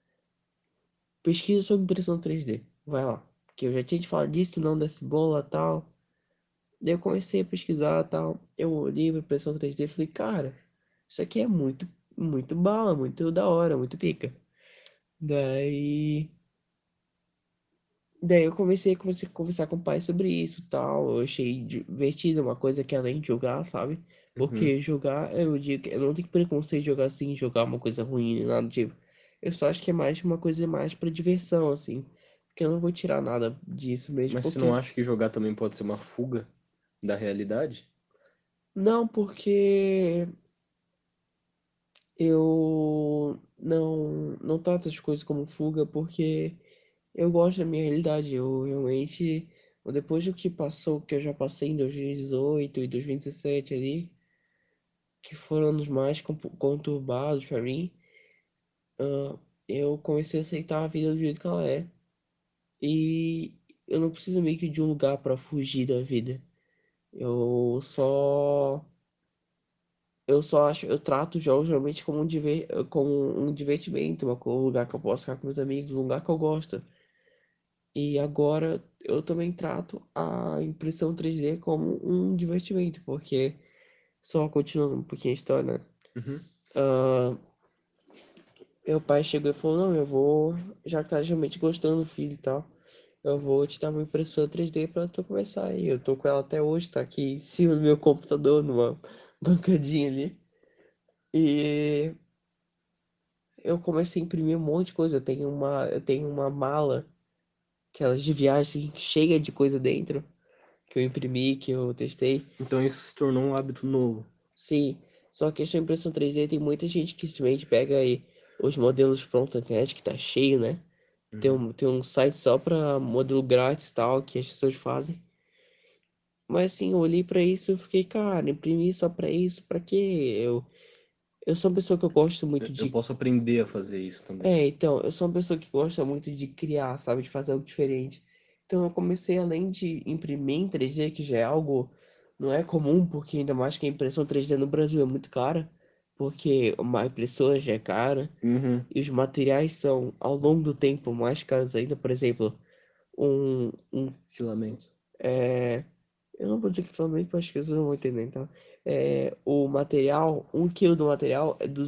pesquisa sobre impressão 3D, vai lá. Porque eu já tinha te falado disso, não desse bola tal. Daí eu comecei a pesquisar tal. Eu olhei pra impressão 3D e falei, cara, isso aqui é muito bala, muito da hora, muito pica. Daí. Daí eu comecei a conversar com o pai sobre isso e tal. Eu achei divertido, uma coisa que além de jogar, sabe? Uhum. Porque jogar, eu digo que eu não tenho preconceito de jogar assim, jogar uma coisa ruim, nem nada do tipo. Eu só acho que é mais uma coisa mais pra diversão, assim. Porque eu não vou tirar nada disso mesmo, Mas você não porque. acha que jogar também pode ser uma fuga da realidade? Não, porque eu não trato as coisas como fuga, porque eu gosto da minha realidade. Eu realmente, depois do que passou, que eu já passei em 2018 e 2017 ali, que foram os mais conturbados pra mim, eu comecei a aceitar a vida do jeito que ela é. E eu não preciso meio que de um lugar pra fugir da vida. Eu só eu trato jogos realmente como como um divertimento, um lugar que eu posso ficar com meus amigos, um lugar que eu gosto. E agora eu também trato a impressão 3D como um divertimento, porque só continuando um pouquinho a história, né? Uhum. Ah, meu pai chegou e falou, não, eu vou, já que tá realmente gostando do filho e tal, eu vou te dar uma impressora 3D pra tu começar aí. Eu tô com ela até hoje, tá aqui em cima do meu computador, numa bancadinha ali. E eu comecei a imprimir um monte de coisa. Eu tenho uma mala, aquelas de viagem cheia de coisa dentro, que eu imprimi, que eu testei. Então isso se tornou um hábito novo. Sim, só que essa impressão 3D tem muita gente que simplesmente pega aí os modelos prontos na internet, que tá cheio, né? Uhum. Tem um site só pra modelo grátis e tal, que as pessoas fazem. Mas assim, eu olhei pra isso e fiquei, cara, imprimir só pra isso, pra quê? Eu sou uma pessoa que eu gosto muito Eu de. posso aprender a fazer isso também. É, então, eu sou uma pessoa que gosta muito de criar, sabe? De fazer algo diferente. Então eu comecei, além de imprimir em 3D, que já é algo não é comum, porque ainda mais que a impressão 3D no Brasil é muito cara, porque uma impressora já é cara, Uhum. e os materiais são, ao longo do tempo, mais caros ainda. Por exemplo, um Filamento. Eu não vou dizer que finalmente, porque acho que vocês não vão entender, então. O material, 1 quilo do material é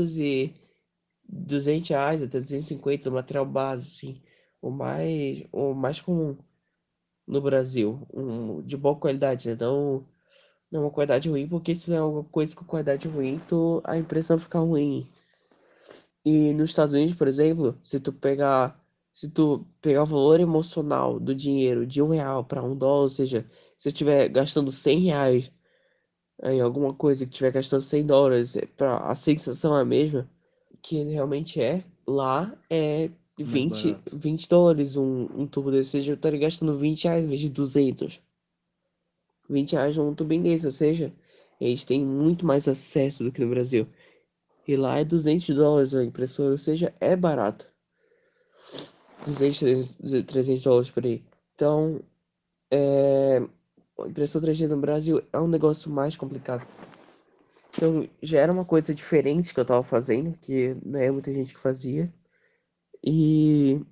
200 reais até 250 do material base, assim. O mais comum no Brasil. De boa qualidade, né? Não uma qualidade ruim, porque se não é alguma coisa com qualidade ruim, a impressão fica ruim. E nos Estados Unidos, por exemplo, se tu pegar o valor emocional do dinheiro de R$ 1 para US$ 1, ou seja, se eu estiver gastando R$ 100 em alguma coisa que estiver gastando US$ 100, a sensação é a mesma, que realmente é, lá é Mais vinte barato. 20 dólares um tubo desse, ou seja, eu estaria gastando R$ 20 em vez de 200. R$ 20 num tubo desse, ou seja, eles têm muito mais acesso do que no Brasil. E lá é US$ 200 a impressora, ou seja, é barato. 200, US$ 300 por aí. Então, a impressora 3D no Brasil é um negócio mais complicado. Então, já era uma coisa diferente que eu tava fazendo, que não é muita gente que fazia. E,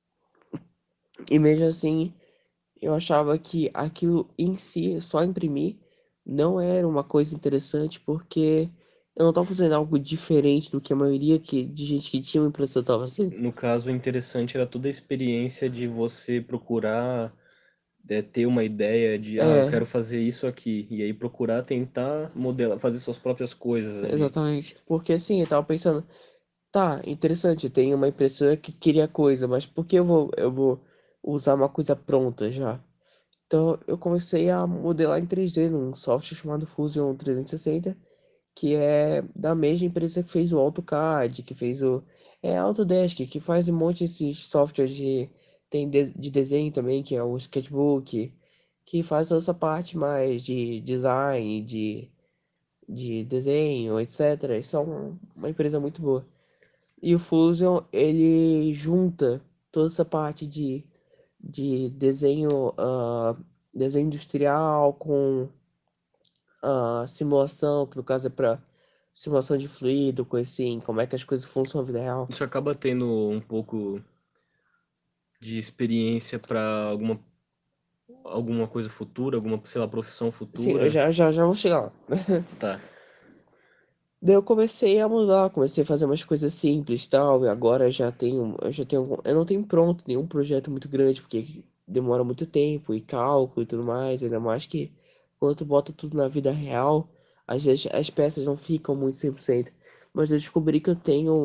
e mesmo assim, eu achava que aquilo em si, só imprimir, não era uma coisa interessante, porque eu não tava fazendo algo diferente do que a maioria de gente que tinha uma impressora tava fazendo. No caso, o interessante era toda a experiência de você procurar ter uma ideia de, eu É, quero fazer isso aqui. E aí procurar tentar modelar, fazer suas próprias coisas ali. exatamente. Porque assim, eu tava pensando, tá, interessante, tem uma impressora que cria coisa, mas por que eu vou usar uma coisa pronta já? Então, eu comecei a modelar em 3D num software chamado Fusion 360, que é da mesma empresa que fez o AutoCAD, que fez o Autodesk, que faz um monte desses softwares de desenho também, que é o Sketchbook, que faz toda essa parte mais de design, de desenho, etc. E são uma empresa muito boa. E o Fusion, ele junta toda essa parte de desenho industrial com simulação, que no caso é para simulação de fluido, coisa assim, como é que as coisas funcionam na vida real. Isso acaba tendo um pouco de experiência para alguma coisa futura, alguma, sei lá, profissão Sim, eu futura. já vou chegar lá. Tá. Daí eu comecei a mudar, comecei a fazer umas coisas simples e tal, e agora eu não tenho pronto nenhum projeto muito grande, porque demora muito tempo e cálculo e tudo mais, ainda mais que quando tu bota tudo na vida real, às vezes as peças não ficam muito 100%. Mas eu descobri que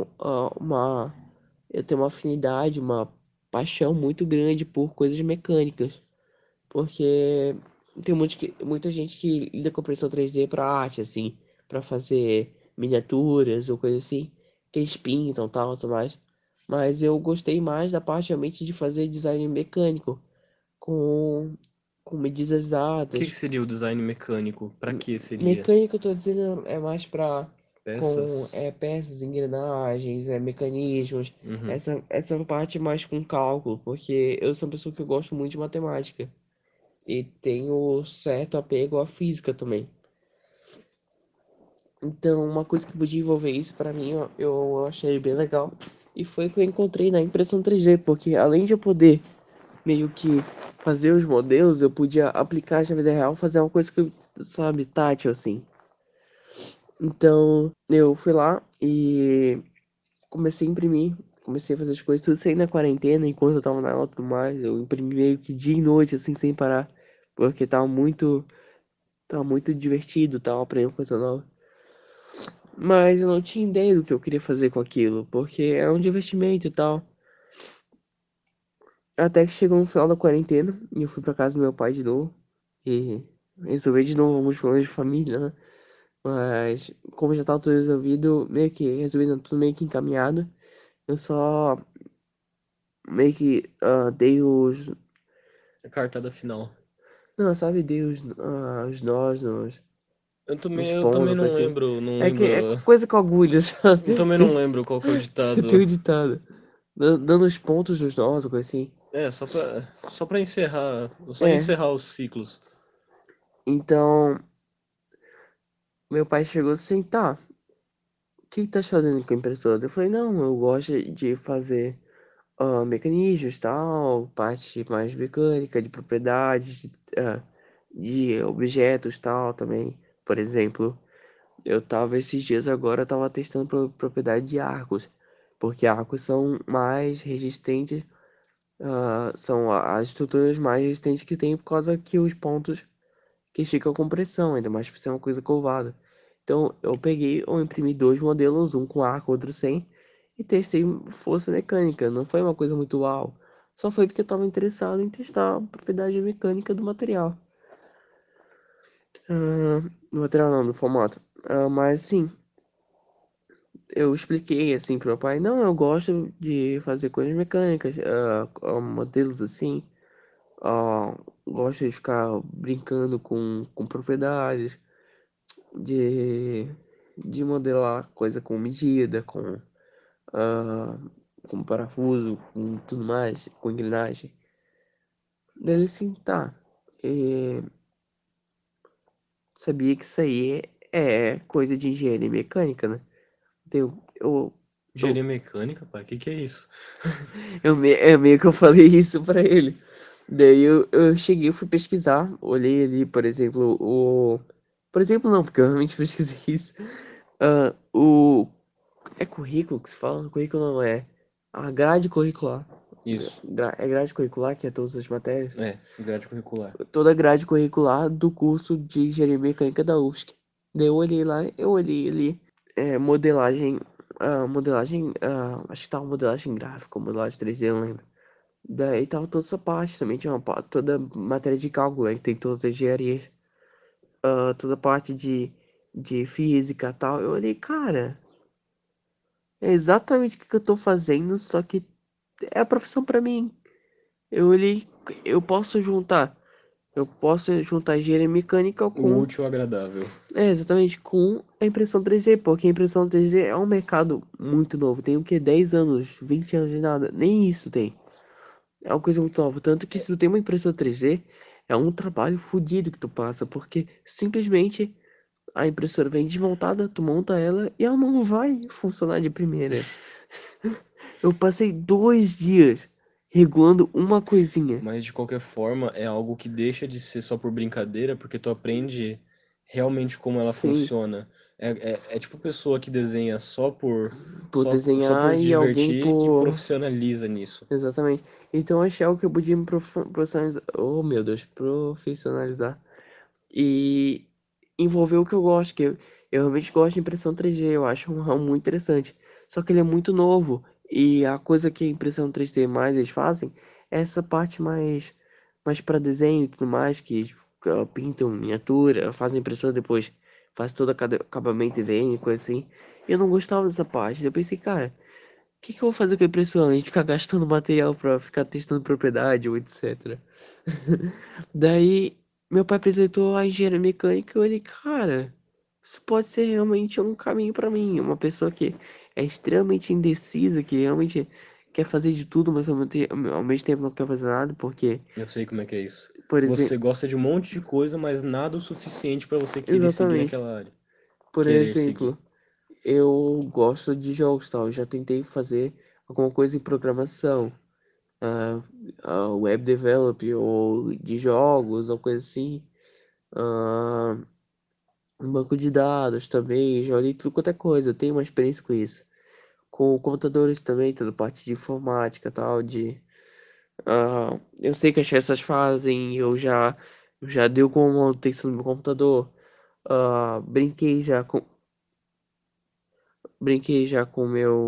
eu tenho uma afinidade, uma paixão muito grande por coisas mecânicas. Porque tem muita gente que lida com impressão 3D pra arte, assim, pra fazer miniaturas ou coisa assim, que eles pintam tal, tudo mais. Mas eu gostei mais da parte realmente de fazer design mecânico, com, com medidas O que exatas. seria o design mecânico? Para que seria? Mecânico, eu tô dizendo, é mais com Peças? peças, engrenagens, mecanismos, Uhum. essa parte mais com cálculo, porque eu sou uma pessoa que eu gosto muito de matemática. E tenho certo apego à física também. Então, uma coisa que podia envolver isso pra mim, eu achei bem legal. E foi o que eu encontrei na impressão 3D, porque além de eu poder meio que fazer os modelos, eu podia aplicar na vida real, fazer uma coisa que, sabe, tátil assim. Então, eu fui lá e comecei a imprimir, comecei a fazer as coisas, tudo sem na quarentena, enquanto eu tava na aula e tudo mais. Eu imprimi meio que dia e noite, assim, sem parar, porque tava muito divertido, tava aprendendo coisa nova. Mas eu não tinha ideia do que eu queria fazer com aquilo, porque é um divertimento e tal. Até que chegou no final da quarentena e eu fui pra casa do meu pai de novo. E resolvi de novo alguns problemas de família, né? Mas como já tava tudo resolvido, meio que resolvido tudo meio que encaminhado. Eu só meio que dei os. A cartada final. Não, sabe, dei os nós nos Eu também pontos, não coisa assim. lembro, não É que lembro. é coisa com agulha, sabe? Eu também Tem, não lembro qual que é o tem ditado. um ditado. Dando os pontos nos nós, coisa assim. É, só pra encerrar, só É, encerrar os ciclos. então, meu pai chegou assim, tá, o que tá fazendo com a impressora? Eu falei, não, eu gosto de fazer mecanismos, tal, parte mais mecânica, de propriedades, de objetos tal também. Por exemplo, eu tava esses dias agora, eu tava testando propriedade de arcos, porque arcos são mais resistentes, são as estruturas mais resistentes que tem por causa que os pontos que ficam com pressão, ainda mais por ser uma coisa curvada. Então eu peguei, eu imprimi dois modelos, um com arco, outro sem, e testei força mecânica. Não foi uma coisa muito uau, só foi porque eu estava interessado em testar a propriedade mecânica do material. Do material não, do formato. Mas sim, eu expliquei assim pro meu pai, não, eu gosto de fazer coisas mecânicas, modelos assim, gosto de ficar brincando com propriedades, de, de modelar coisa com medida, ah, com parafuso, com tudo mais, com engrenagem. Daí assim, tá. E sabia que isso aí é coisa de engenharia mecânica, né? Deu, eu, Engenharia mecânica, pai, o que que é isso? meio que eu falei isso pra ele. Daí eu cheguei, eu fui pesquisar, olhei ali, por exemplo, Por exemplo, não, porque eu realmente pesquisei isso. O É currículo que se fala? Currículo não é. A grade curricular. Isso. É grade curricular, que é todas as matérias. É, grade curricular. Toda a grade curricular do curso de Engenharia Mecânica da UFSC. Daí eu olhei lá, eu olhei ali. Modelagem. Acho que tava modelagem gráfica, modelagem 3D, eu não lembro. Daí tava toda essa parte também. Tinha toda matéria de cálculo, aí tem todas as engenharias. Toda a parte de física e tal. Eu olhei, cara. É exatamente o que eu tô fazendo, só que é a profissão pra mim. Eu olhei, eu posso juntar, eu posso juntar engenharia mecânica O com, útil ao agradável. exatamente, com a impressão 3D, porque a impressão 3D é um mercado muito novo. Tem o que, 10 anos, 20 anos de nada, nem isso tem. É uma coisa muito nova, tanto que se tu tem uma impressora 3D, é um trabalho fodido que tu passa, porque simplesmente a impressora vem desmontada, tu monta ela e ela não vai funcionar de primeira. Eu passei 2 dias regulando uma coisinha. Mas de qualquer forma, é algo que deixa de ser só por brincadeira, porque tu aprende realmente como ela Sim, funciona. É tipo pessoa que desenha por só por desenhar e alguém divertir que por. profissionaliza nisso. Exatamente. Então eu achei algo que eu podia me profissionalizar. Oh, meu Deus, profissionalizar. E envolver o que eu gosto, eu realmente gosto de impressão 3D. Eu acho um ramo muito interessante. Só que ele é muito novo. E a coisa que a impressão 3D mais eles fazem é essa parte mais para desenho e tudo mais, que pintam miniatura, fazem impressora depois, faz todo acabamento e vende, coisa assim. E eu não gostava dessa parte. Daí eu pensei, cara, o que que eu vou fazer com a impressora? A gente ficar gastando material pra ficar testando propriedade ou etc. Daí, meu pai apresentou a engenharia mecânica e eu falei, cara, isso pode ser realmente um caminho pra mim. Uma pessoa que é extremamente indecisa, que realmente quer fazer de tudo, mas ao mesmo tempo não quer fazer nada, porque, Eu sei como é que é isso. por Você exemplo, gosta de um monte de coisa, mas nada o suficiente pra você querer seguir exatamente, naquela área. por Querer seguir. exemplo, eu gosto de jogos, tal, eu já tentei fazer alguma coisa em programação, ah, web develop ou de jogos ou coisa assim. ah, Um banco de dados também, já olhei tudo quanto é coisa, eu tenho uma experiência com isso. Com computadores também, toda parte de informática tal, eu sei que as peças fazem, eu já dei com manutenção no meu computador. Ah, brinquei já com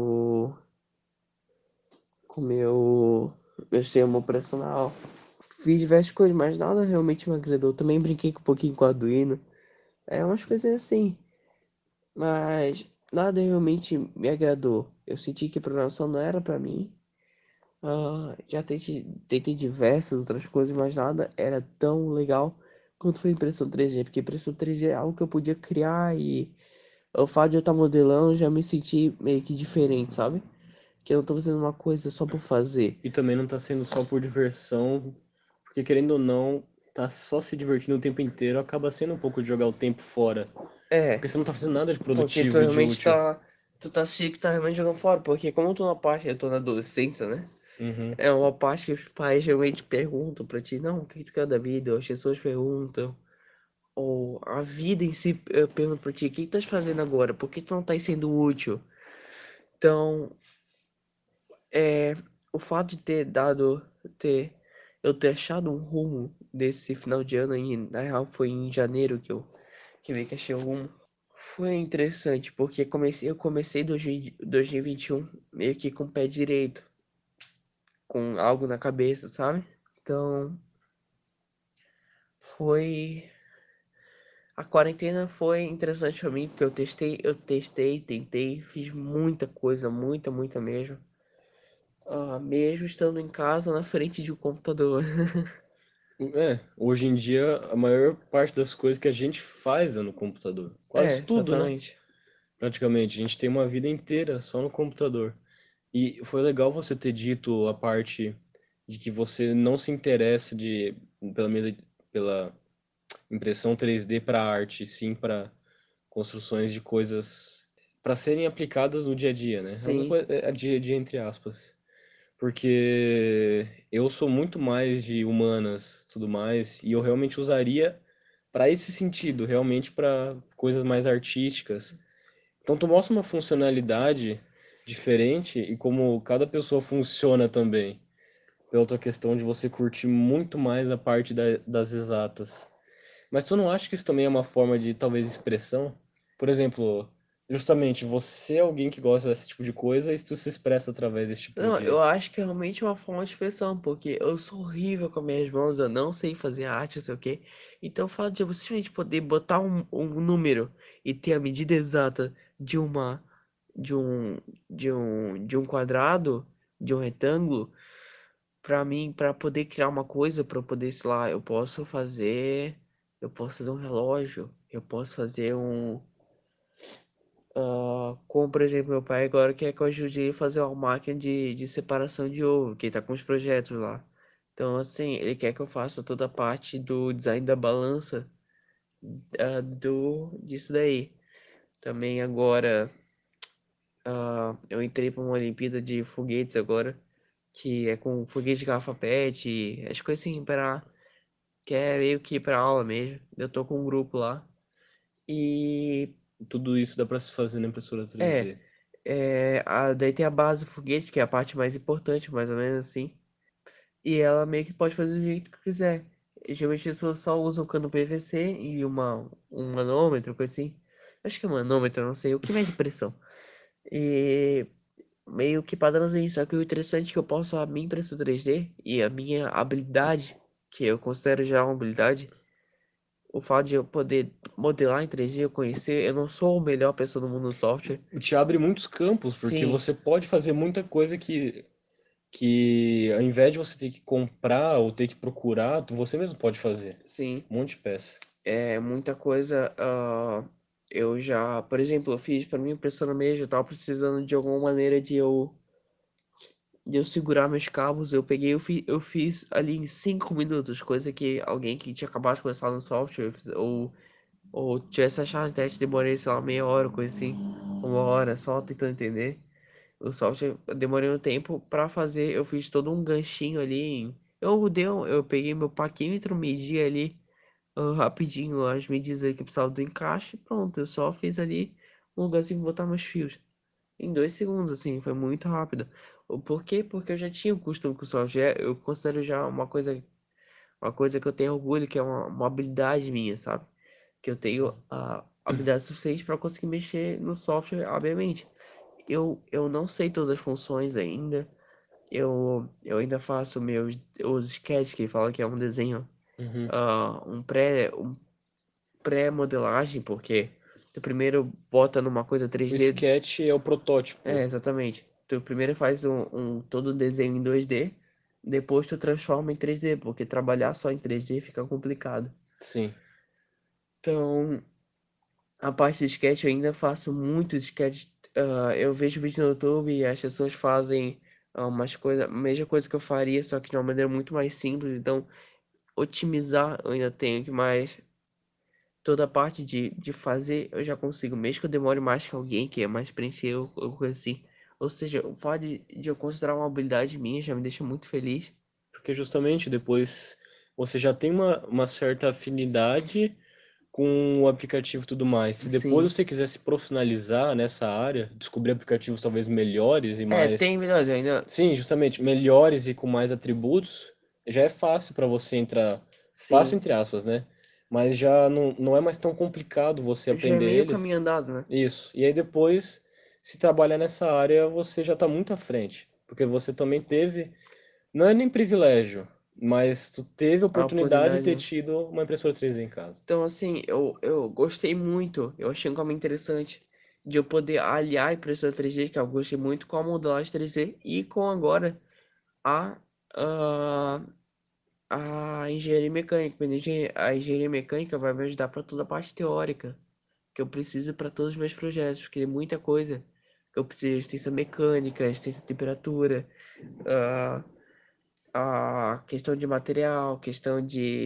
meu sistema operacional. Fiz diversas coisas, mas nada realmente me agradou. Também brinquei com um pouquinho com o Arduino. É umas coisas assim. Mas nada realmente me agradou. Eu senti que programação não era pra mim. Já tentei diversas outras coisas, mas nada era tão legal quanto foi impressão 3D, porque impressão 3D é algo que eu podia criar e o fato de eu estar modelando já me senti meio que diferente, sabe? Que eu não tô fazendo uma coisa só por fazer. E também não tá sendo só por diversão, porque querendo ou não, tá só se divertindo o tempo inteiro, acaba sendo um pouco de jogar o tempo fora. É, Porque você não tá fazendo nada de porque produtivo e de útil. tu tá achando que tá realmente jogando fora, porque como eu tô na parte, eu tô na adolescência, né? Uhum. É uma parte que os pais realmente perguntam pra ti, não, o que tu quer da vida? Ou as pessoas perguntam. Ou a vida em si pergunta pra ti, o que tu estás fazendo agora? Por que tu não estás sendo útil? Então, é, o fato de ter, eu ter achado um rumo desse final de ano, e na real foi em janeiro que meio que achei o rumo. Foi interessante, porque eu comecei 2021 meio que com o pé direito, com algo na cabeça, sabe? Então, foi. A quarentena foi interessante pra mim, porque tentei, fiz muita coisa, muita mesmo. Mesmo estando em casa na frente de um computador. Hoje em dia, a maior parte das coisas que a gente faz é no computador. É, Quase tudo, né? exatamente. Praticamente. A gente tem uma vida inteira só no computador. E foi legal você ter dito a parte de que você não se interessa pela, pela impressão 3D para arte, sim para construções de coisas para serem aplicadas no dia a dia, né? Alguma Sim. coisa, dia a dia entre aspas. Porque eu sou muito mais de humanas, tudo mais, e eu realmente usaria para esse sentido, realmente para coisas mais artísticas. Então tu mostra uma funcionalidade diferente e como cada pessoa funciona também, pela tua questão de você curtir muito mais a parte das exatas. Mas tu não acha que isso também é uma forma de talvez expressão? Por exemplo, justamente você é alguém que gosta desse tipo de coisa e tu se expressa através desse tipo Não, de. eu acho que é realmente uma forma de expressão, porque eu sou horrível com minhas mãos, eu não sei fazer arte, não sei o quê. Então, o fato de eu simplesmente poder botar um número e ter a medida exata de uma, de um quadrado, de um retângulo, pra mim, pra poder criar uma coisa, pra eu poder, sei lá, eu posso fazer um relógio, eu posso fazer como, por exemplo, meu pai agora quer que eu ajude ele a fazer uma máquina de separação de ovo, que ele tá com os projetos lá. Então, assim, ele quer que eu faça toda a parte do design da balança, disso daí. Também agora, eu entrei para uma Olimpíada de foguetes agora, que é com foguete de garrafa PET, as coisas assim, que é meio que pra aula mesmo. Eu tô com um grupo lá. E Tudo isso dá pra se fazer na impressora É, 3D. daí tem a base do foguete, que é a parte mais importante, mais ou menos assim. E ela meio que pode fazer do jeito que quiser. Geralmente as pessoas só usam cano PVC e um manômetro, coisa assim. Acho que é manômetro, não sei, o que mede pressão. E meio que padrãozinho, só que o interessante é que eu posso a minha impressora 3D e a minha habilidade, que eu considero já uma habilidade, o fato de eu poder modelar em 3D, eu conhecer, eu não sou a melhor pessoa do mundo no software. Te abre muitos campos, porque Sim, você pode fazer muita coisa que ao invés de você ter que comprar ou ter que procurar, você mesmo pode fazer. sim. Um monte de peça. É muita coisa. Eu já, por exemplo, eu fiz para minha impressora mesmo, eu tava precisando de alguma maneira de eu segurar meus cabos. Eu fiz ali em 5 minutos, coisa que alguém que tinha acabado de começar no software ou tivesse achado o teste, demorei, sei lá, meia hora, coisa assim, uma hora só tentando entender. O software, eu demorei um tempo pra fazer, eu fiz todo um ganchinho ali. Eu peguei meu paquímetro, medi ali rapidinho as medidas ali que eu precisava do encaixe, pronto, eu só fiz ali um lugarzinho pra botar meus fios. Em 2 segundos, assim, foi muito rápido. Por quê? Porque eu já tinha o costume com o software, eu considero já uma coisa que eu tenho orgulho, que é uma habilidade minha, sabe? Que eu tenho a habilidade suficiente para conseguir mexer no software, obviamente. Eu não sei todas as funções ainda, eu ainda faço os sketches, que fala que é um desenho, Uhum. um pré-modelagem, porque tu primeiro bota numa coisa O 3D. sketch é o protótipo. É, exatamente. Tu primeiro faz todo o desenho em 2D, depois tu transforma em 3D, porque trabalhar só em 3D fica complicado. Sim. Então, a parte de sketch eu ainda faço muitos sketches. Eu vejo vídeo no YouTube e as pessoas fazem umas coisas, a mesma coisa que eu faria, só que de uma maneira muito mais simples. Então, otimizar eu ainda tenho que mais. Toda a parte de fazer eu já consigo, mesmo que eu demore mais que alguém que é mais preencher ou coisa assim. Ou seja, o fato de eu considerar uma habilidade minha já me deixa muito feliz. Porque justamente depois você já tem uma certa afinidade com o aplicativo e tudo mais. Se depois Sim. você quiser se profissionalizar nessa área, descobrir aplicativos talvez melhores e É, mais. tem melhores, eu ainda. Sim, justamente, melhores e com mais atributos, já é fácil para você entrar. Fácil Sim. entre aspas, né? Mas já não é mais tão complicado você Já é aprender meio eles. caminho andado, né? Isso. E aí depois, se trabalhar nessa área, você já está muito à frente. Porque você também teve, não é nem privilégio, mas tu teve a A oportunidade de oportunidade, ter né? tido uma impressora 3D em casa. Então, assim, eu gostei muito. Eu achei um caminho interessante de eu poder aliar a impressora 3D, que eu gostei muito, com a modelagem 3D e com agora a, a, a engenharia mecânica. A engenharia mecânica vai me ajudar para toda a parte teórica que eu preciso para todos os meus projetos, porque tem muita coisa que eu preciso de assistência mecânica, assistência de temperatura, ah, a questão de material, questão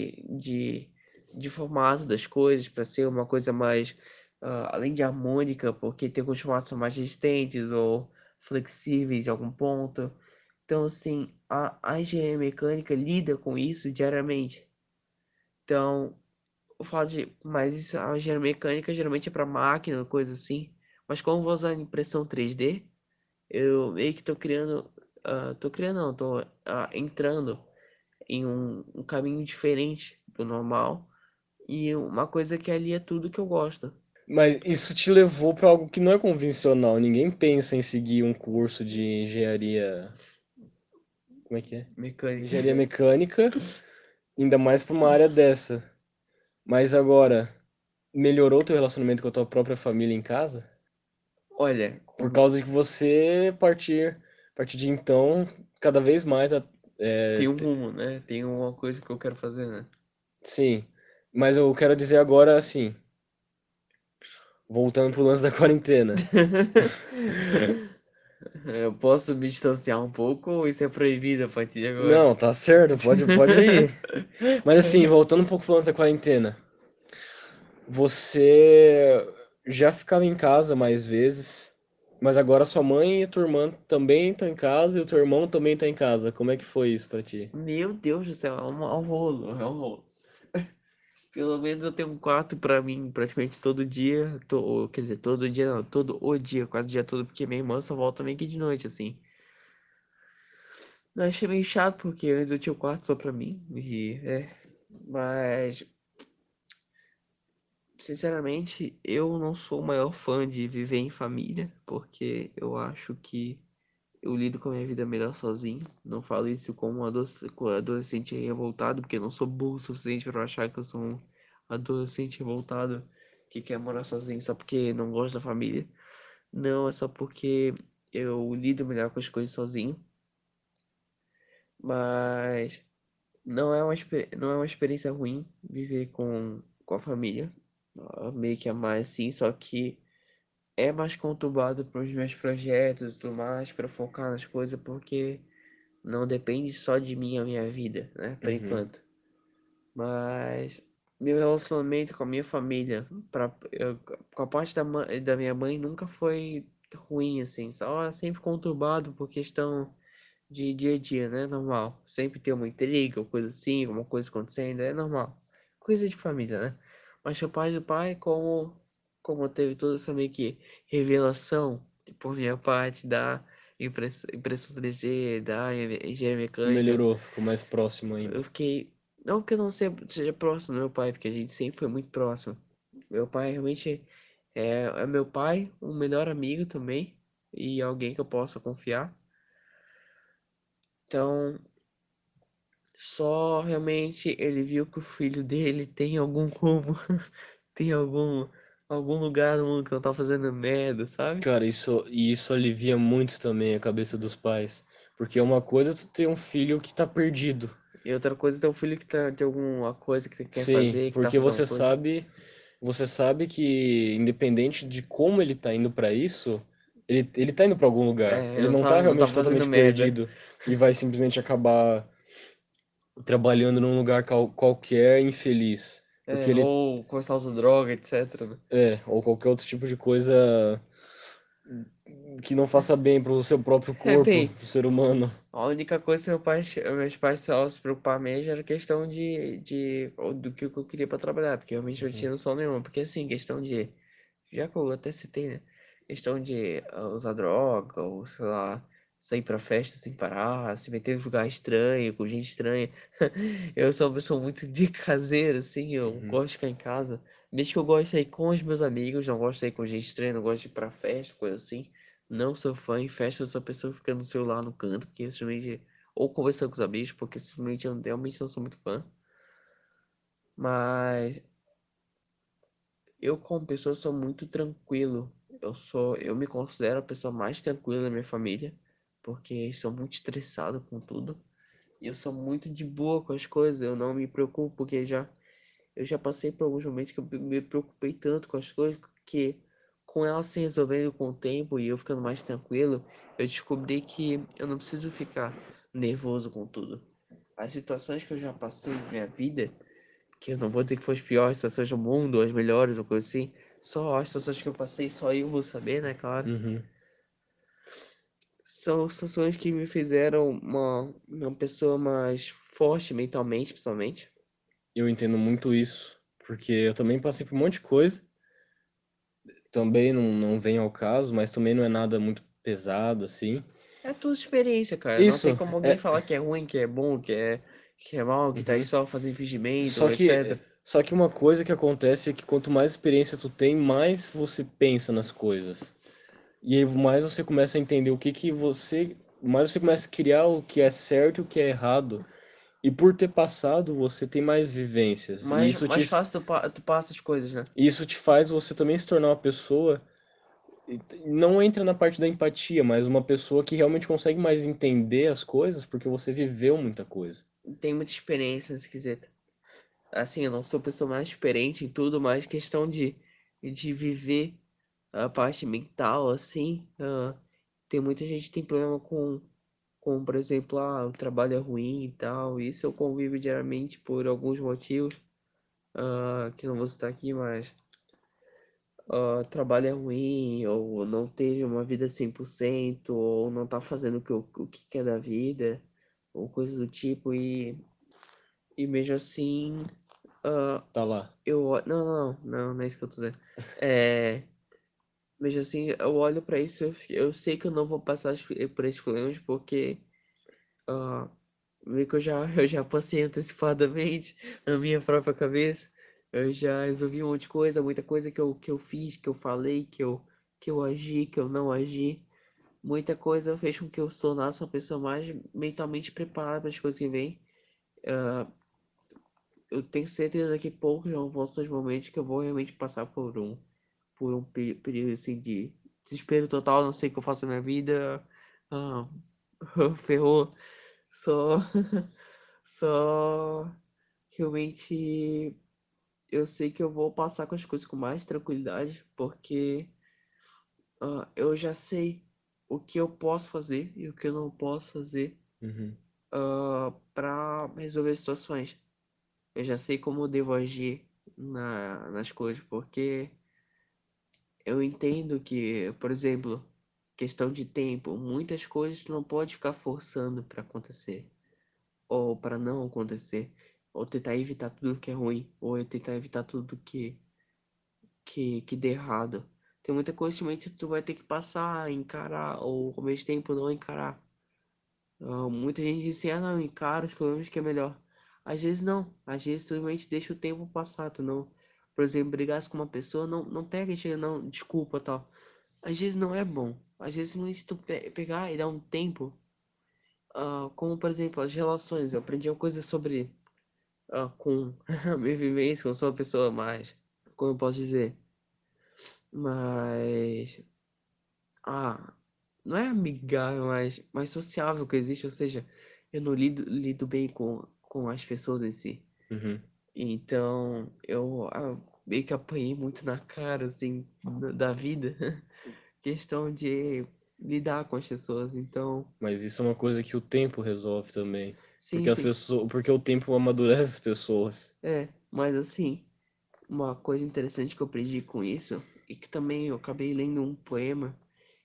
de formato das coisas, para ser uma coisa mais, além de harmônica, porque tem alguns formatos que são mais resistentes ou flexíveis em algum ponto. Então, assim, a engenharia mecânica lida com isso diariamente. Então, eu falo de, mas isso, a engenharia mecânica geralmente é para máquina, coisa assim. Mas como eu vou usar impressão 3D, eu meio que tô criando não, tô entrando em um caminho diferente do normal e uma coisa que ali é tudo que eu gosto. Mas isso te levou para algo que não é convencional. Ninguém pensa em seguir um curso de engenharia. Como é que é? Mecânica. Engenharia mecânica, ainda mais para uma área dessa. Mas agora, melhorou teu relacionamento com a tua própria família em casa? Olha, Por causa de que você a partir de então, cada vez mais, tem um rumo, né? Tem uma coisa que eu quero fazer, né? sim. Mas eu quero dizer agora, assim, voltando pro lance da quarentena. Eu posso me distanciar um pouco ou isso é proibido a partir de agora? Não, tá certo, pode ir. Mas assim, voltando um pouco pro lance da quarentena. Você já ficava em casa mais vezes, mas agora sua mãe e tua irmã também estão em casa e o teu irmão também tá em casa. Como é que foi isso pra ti? Meu Deus do céu, é um rolo, é um rolo. Pelo menos eu tenho um quarto pra mim praticamente todo dia. Quer dizer, todo dia não, todo o dia, quase o dia todo, porque minha irmã só volta meio que de noite, assim. Eu achei meio chato, porque antes eu tinha o quarto só pra mim. Mas, sinceramente, eu não sou o maior fã de viver em família, porque eu acho que eu lido com a minha vida melhor sozinho. Não falo isso como com um adolescente revoltado, porque eu não sou burro o suficiente para achar que eu sou um adolescente revoltado que quer morar sozinho só porque não gosta da família. Não, é só porque eu lido melhor com as coisas sozinho. Mas não é uma experiência ruim viver com a família. Meio que é mais assim, só que é mais conturbado para os meus projetos e tudo mais, para focar nas coisas, porque não depende só de mim a minha vida, né? Por Uhum. enquanto. Mas meu relacionamento com a minha família, com a parte da minha mãe, nunca foi ruim, assim. Só sempre conturbado por questão de dia a dia, né? Normal. Sempre tem uma intriga, ou coisa assim, alguma coisa acontecendo, é normal. Coisa de família, né? Mas o pai do pai, como teve toda essa meio que revelação por minha parte da impressão 3D, da engenharia mecânica, Melhorou, ficou mais próximo eu ainda. fiquei. Não que eu não seja próximo do meu pai, porque a gente sempre foi muito próximo. Meu pai realmente é meu pai, um melhor amigo também, e alguém que eu possa confiar. Então, só realmente ele viu que o filho dele tem algum rumo, tem algum lugar no mundo que não tá fazendo merda, sabe? Cara, isso alivia muito também a cabeça dos pais. Porque é uma coisa tu ter um filho que tá perdido. E outra coisa, tem um filho que tem alguma coisa que quer Sim, fazer, que tá porque fazendo uma coisa. você sabe que independente de como ele tá indo pra isso, ele tá indo pra algum lugar. É, Ele não tá não tá realmente fazendo totalmente merda. perdido e vai simplesmente acabar trabalhando num lugar qualquer infeliz. Porque ele Ou começar a usar droga, etc, né? ou qualquer outro tipo de coisa que não faça bem pro seu próprio É corpo, bem, pro ser humano. a única coisa que meus pais só se preocupar mesmo era questão do que eu queria pra trabalhar, porque realmente eu não tinha noção nenhuma. Porque assim, questão de, já que eu até citei, né? Questão de usar droga, ou sei lá, sair pra festa sem parar, se meter em lugar estranho, com gente estranha. Eu sou uma pessoa muito de caseira, assim, eu Uhum. gosto de ficar em casa. Desde que eu gosto de sair com os meus amigos, não gosto de sair com gente estranha, não gosto de ir pra festa, coisa assim. Não sou fã em festa, eu sou a pessoa que fica no celular no canto, porque eu simplesmente. Ou conversando com os amigos, porque simplesmente eu realmente não sou muito fã. Mas eu, como pessoa, sou muito tranquilo. Eu me considero a pessoa mais tranquila da minha família, porque sou muito estressado com tudo. E eu sou muito de boa com as coisas, eu não me preocupo, porque eu já passei por alguns momentos que eu me preocupei tanto com as coisas que, com elas se resolvendo com o tempo e eu ficando mais tranquilo, eu descobri que eu não preciso ficar nervoso com tudo. As situações que eu já passei na minha vida, que eu não vou dizer que foram as piores situações do mundo, ou as melhores, ou coisa assim, só as situações que eu passei, só eu vou saber, né, claro. Uhum. São situações que me fizeram uma pessoa mais forte mentalmente, principalmente. Eu entendo muito isso, porque eu também passei por um monte de coisa. Também não vem ao caso, mas também não é nada muito pesado assim. É a tua experiência, cara. Não tem Isso, como alguém é. falar que é ruim, que é bom, que é mal, que tá aí Uhum. só fazendo fingimento, Só que, etc. só que uma coisa que acontece é que quanto mais experiência tu tem, mais você pensa nas coisas. E aí mais você começa a entender o que que você, mais você começa a criar o que é certo e o que é errado. E por ter passado, você tem mais vivências. E Mais fácil tu passa as coisas, né? isso te faz você também se tornar uma pessoa, não entra na parte da empatia, mas uma pessoa que realmente consegue mais entender as coisas porque você viveu muita coisa. Tem muita experiência nesse quesito. Assim, eu não sou a pessoa mais experiente em tudo, mas questão de viver a parte mental, assim. Tem muita gente que tem problema com, por exemplo, o trabalho é ruim e tal. Isso eu convivo diariamente por alguns motivos, que não vou citar aqui, mas trabalho é ruim, ou não teve uma vida 100% ou não tá fazendo o que quer da vida, ou coisas do tipo, e mesmo assim, ah, Tá lá. não é isso que eu tô dizendo. É, mesmo assim, eu olho pra isso, eu sei que eu não vou passar por esses problemas, porque ah, meio que eu já passei antecipadamente na minha própria cabeça. Eu já resolvi um monte de coisa, muita coisa que eu fiz, que eu falei, que eu agi, que eu não agi. Muita coisa fez com que eu se tornasse uma pessoa mais mentalmente preparada para as coisas que vêm. Eu tenho certeza que poucos vão ser os momentos que eu vou realmente passar por um período assim de desespero total, não sei o que eu faço na minha vida. Ah, ferrou. Só, só realmente eu sei que eu vou passar com as coisas com mais tranquilidade, porque eu já sei o que eu posso fazer e o que eu não posso fazer Uhum. para resolver situações. Eu já sei como eu devo agir nas coisas, porque eu entendo que, por exemplo, questão de tempo, muitas coisas tu não pode ficar forçando para acontecer, ou para não acontecer, ou tentar evitar tudo que é ruim, ou tentar evitar tudo que dê errado. Tem muita coisa que tu vai ter que passar, encarar, ou ao mesmo tempo não encarar. Muita gente diz assim, não, encara os problemas que é melhor. Às vezes não, às vezes simplesmente deixa o tempo passar, tu não, por exemplo, brigasse com uma pessoa, não pega e chega, não, desculpa, tal. Às vezes não é bom, às vezes simplesmente tu pegar e dar um tempo, como por exemplo, as relações, eu aprendi uma coisa sobre, com a minha vivência, eu sou uma pessoa mais, como eu posso dizer, mais, ah, não é amigável, mas mais sociável que existe, ou seja, eu não lido bem com as pessoas em si. Uhum. Então, eu meio que apanhei muito na cara, assim, da vida, questão de lidar com as pessoas. Então, Mas isso é uma coisa que o tempo resolve também. sim, Porque as sim, pessoas, porque o tempo amadurece as pessoas. mas assim, uma coisa interessante que eu aprendi com isso, e que também eu acabei lendo um poema,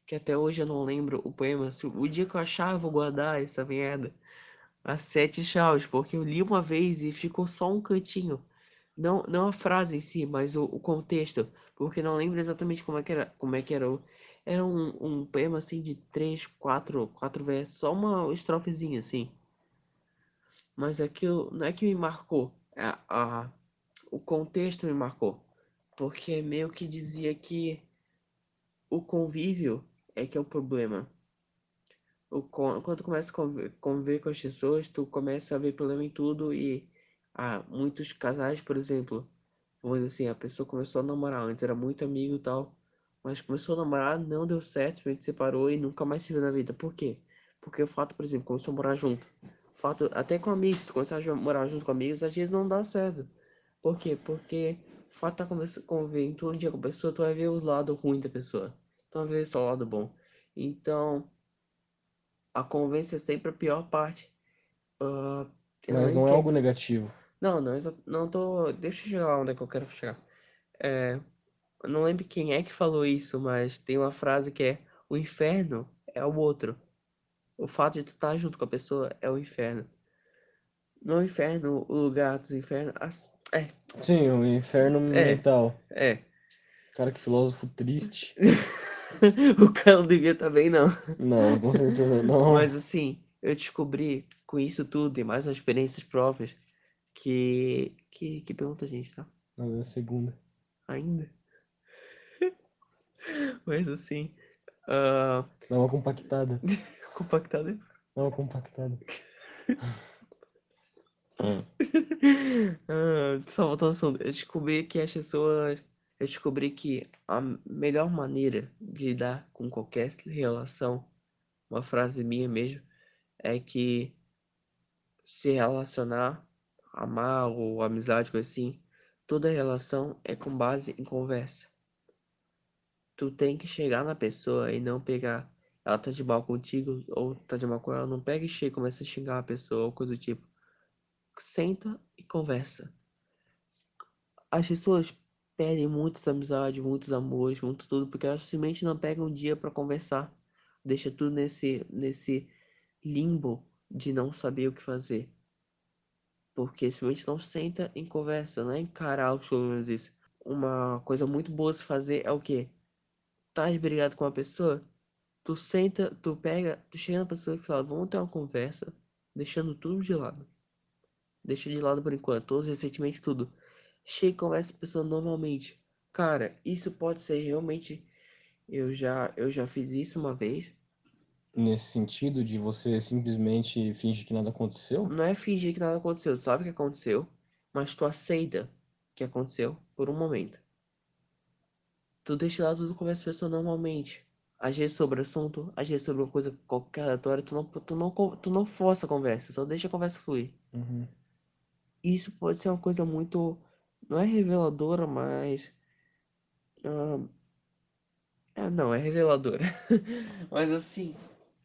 que até hoje eu não lembro o poema. Se o dia que eu achar, eu vou guardar essa merda. As sete chaves, porque eu li uma vez e ficou só um cantinho. Não a frase em si, mas o contexto. Porque não lembro exatamente como é que era. Era um poema assim de três, quatro versos, só uma estrofezinha assim. Mas aquilo não é que me marcou, o contexto me marcou. Porque meio que dizia que o convívio é que é o problema. Quando tu começa a conviver com as pessoas, tu começa a ver problema em tudo e muitos casais, por exemplo, vamos dizer assim, a pessoa começou a namorar, antes era muito amigo e tal, mas começou a namorar, não deu certo, a gente separou e nunca mais se viu na vida. Por quê? Porque o fato, por exemplo, começou a morar junto. O fato, até com amigos, se tu começar a morar junto com amigos, às vezes não dá certo. Por quê? Porque o fato de tá começando a conviver todo dia com a pessoa, tu vai ver o lado ruim da pessoa. Tu vai ver só o lado bom. Então, a convivência é sempre a pior parte. Ah, eu não Mas lembro não é quem é algo que... negativo. Não, não, não tô... Deixa eu chegar lá onde é que eu quero chegar. É, eu não lembro quem é que falou isso, mas tem uma frase que é: o inferno é o outro. O fato de tu estar junto com a pessoa é o inferno. Não o inferno, o lugar dos infernos. Sim, o inferno É, mental. é. Cara, que filósofo triste. O cara não devia estar bem, não. Não, com certeza não. Mas assim, eu descobri com isso tudo e mais as experiências próprias que pergunta a gente, tá? Mas é a segunda. Ainda. Mas assim, ah, Dá uma compactada. compactado. Dá uma compactada. Só voltando ao assunto, eu descobri que a melhor maneira de lidar com qualquer relação, uma frase minha mesmo, é que se relacionar, amar ou amizade, coisa assim, toda relação é com base em conversa. Tu tem que chegar na pessoa e não pegar. Ela tá de mal contigo ou tá de mal com ela, não pega e chega, e começa a xingar a pessoa ou coisa do tipo. Senta e conversa. As pessoas perdem muitas amizades, muitos amores, muito tudo, porque elas simplesmente não pegam um dia pra conversar. Deixa tudo nesse limbo de não saber o que fazer. Porque simplesmente não senta em conversa, não é encarar os problemas isso. Uma coisa muito boa de se fazer é o quê? Tá brigado com uma pessoa? Tu senta, tu pega, tu chega na pessoa e fala, vamos ter uma conversa, deixando tudo de lado. Deixa de lado por enquanto, todos os ressentimentos, tudo. Chega e conversa com a pessoa normalmente. Cara, isso pode ser realmente. Eu já fiz isso uma vez. Nesse sentido de você simplesmente fingir que nada aconteceu? Não é fingir que nada aconteceu, sabe o que aconteceu, mas tu aceita que aconteceu por um momento. Tu deixa de lado, tudo conversa com a pessoa normalmente. Às vezes sobre assunto, às vezes sobre uma coisa qualquer aleatória, tu não força a conversa, só deixa a conversa fluir. Uhum. Isso pode ser uma coisa muito, não é reveladora, mas, ah, não, é reveladora. Mas assim,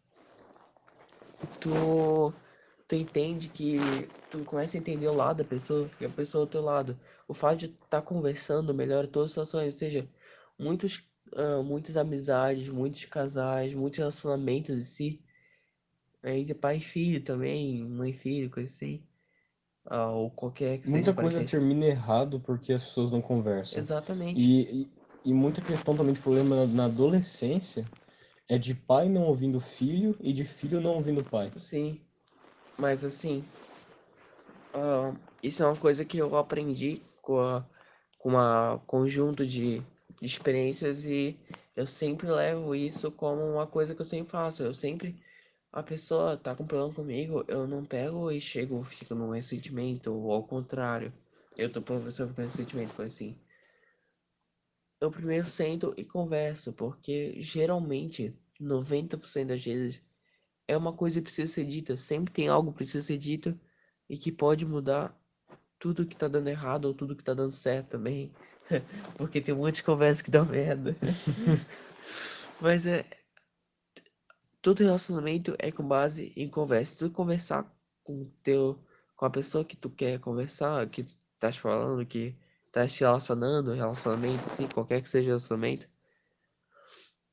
tu, tu entende que tu começa a entender o lado da pessoa e a pessoa do teu lado. O fato de estar conversando melhora todas as situações, ou seja, muitas amizades, muitos casais, muitos relacionamentos em si, entre pai e filho também, mãe e filho, coisa assim, ou qualquer que seja Muita coisa parecente. termina errado porque as pessoas não conversam. Exatamente, E muita questão também de problema na adolescência é de pai não ouvindo filho e de filho não ouvindo pai. sim, mas assim. Isso é uma coisa que eu aprendi com um conjunto de experiências e eu sempre levo isso como uma coisa que eu sempre faço. A pessoa tá com problema comigo, eu não pego e chego, fico num ressentimento, ou ao contrário, eu tô professor com ressentimento, foi assim. Eu primeiro sento e converso, porque geralmente, 90% das vezes, é uma coisa que precisa ser dita, sempre tem algo que precisa ser dito e que pode mudar tudo que tá dando errado ou tudo que tá dando certo também. Porque tem um monte de conversa que dá merda. Mas todo relacionamento é com base em conversa. Se tu conversar com a pessoa que tu quer conversar, que tu estás falando, que tá se relacionando, relacionamento, sim, qualquer que seja o relacionamento,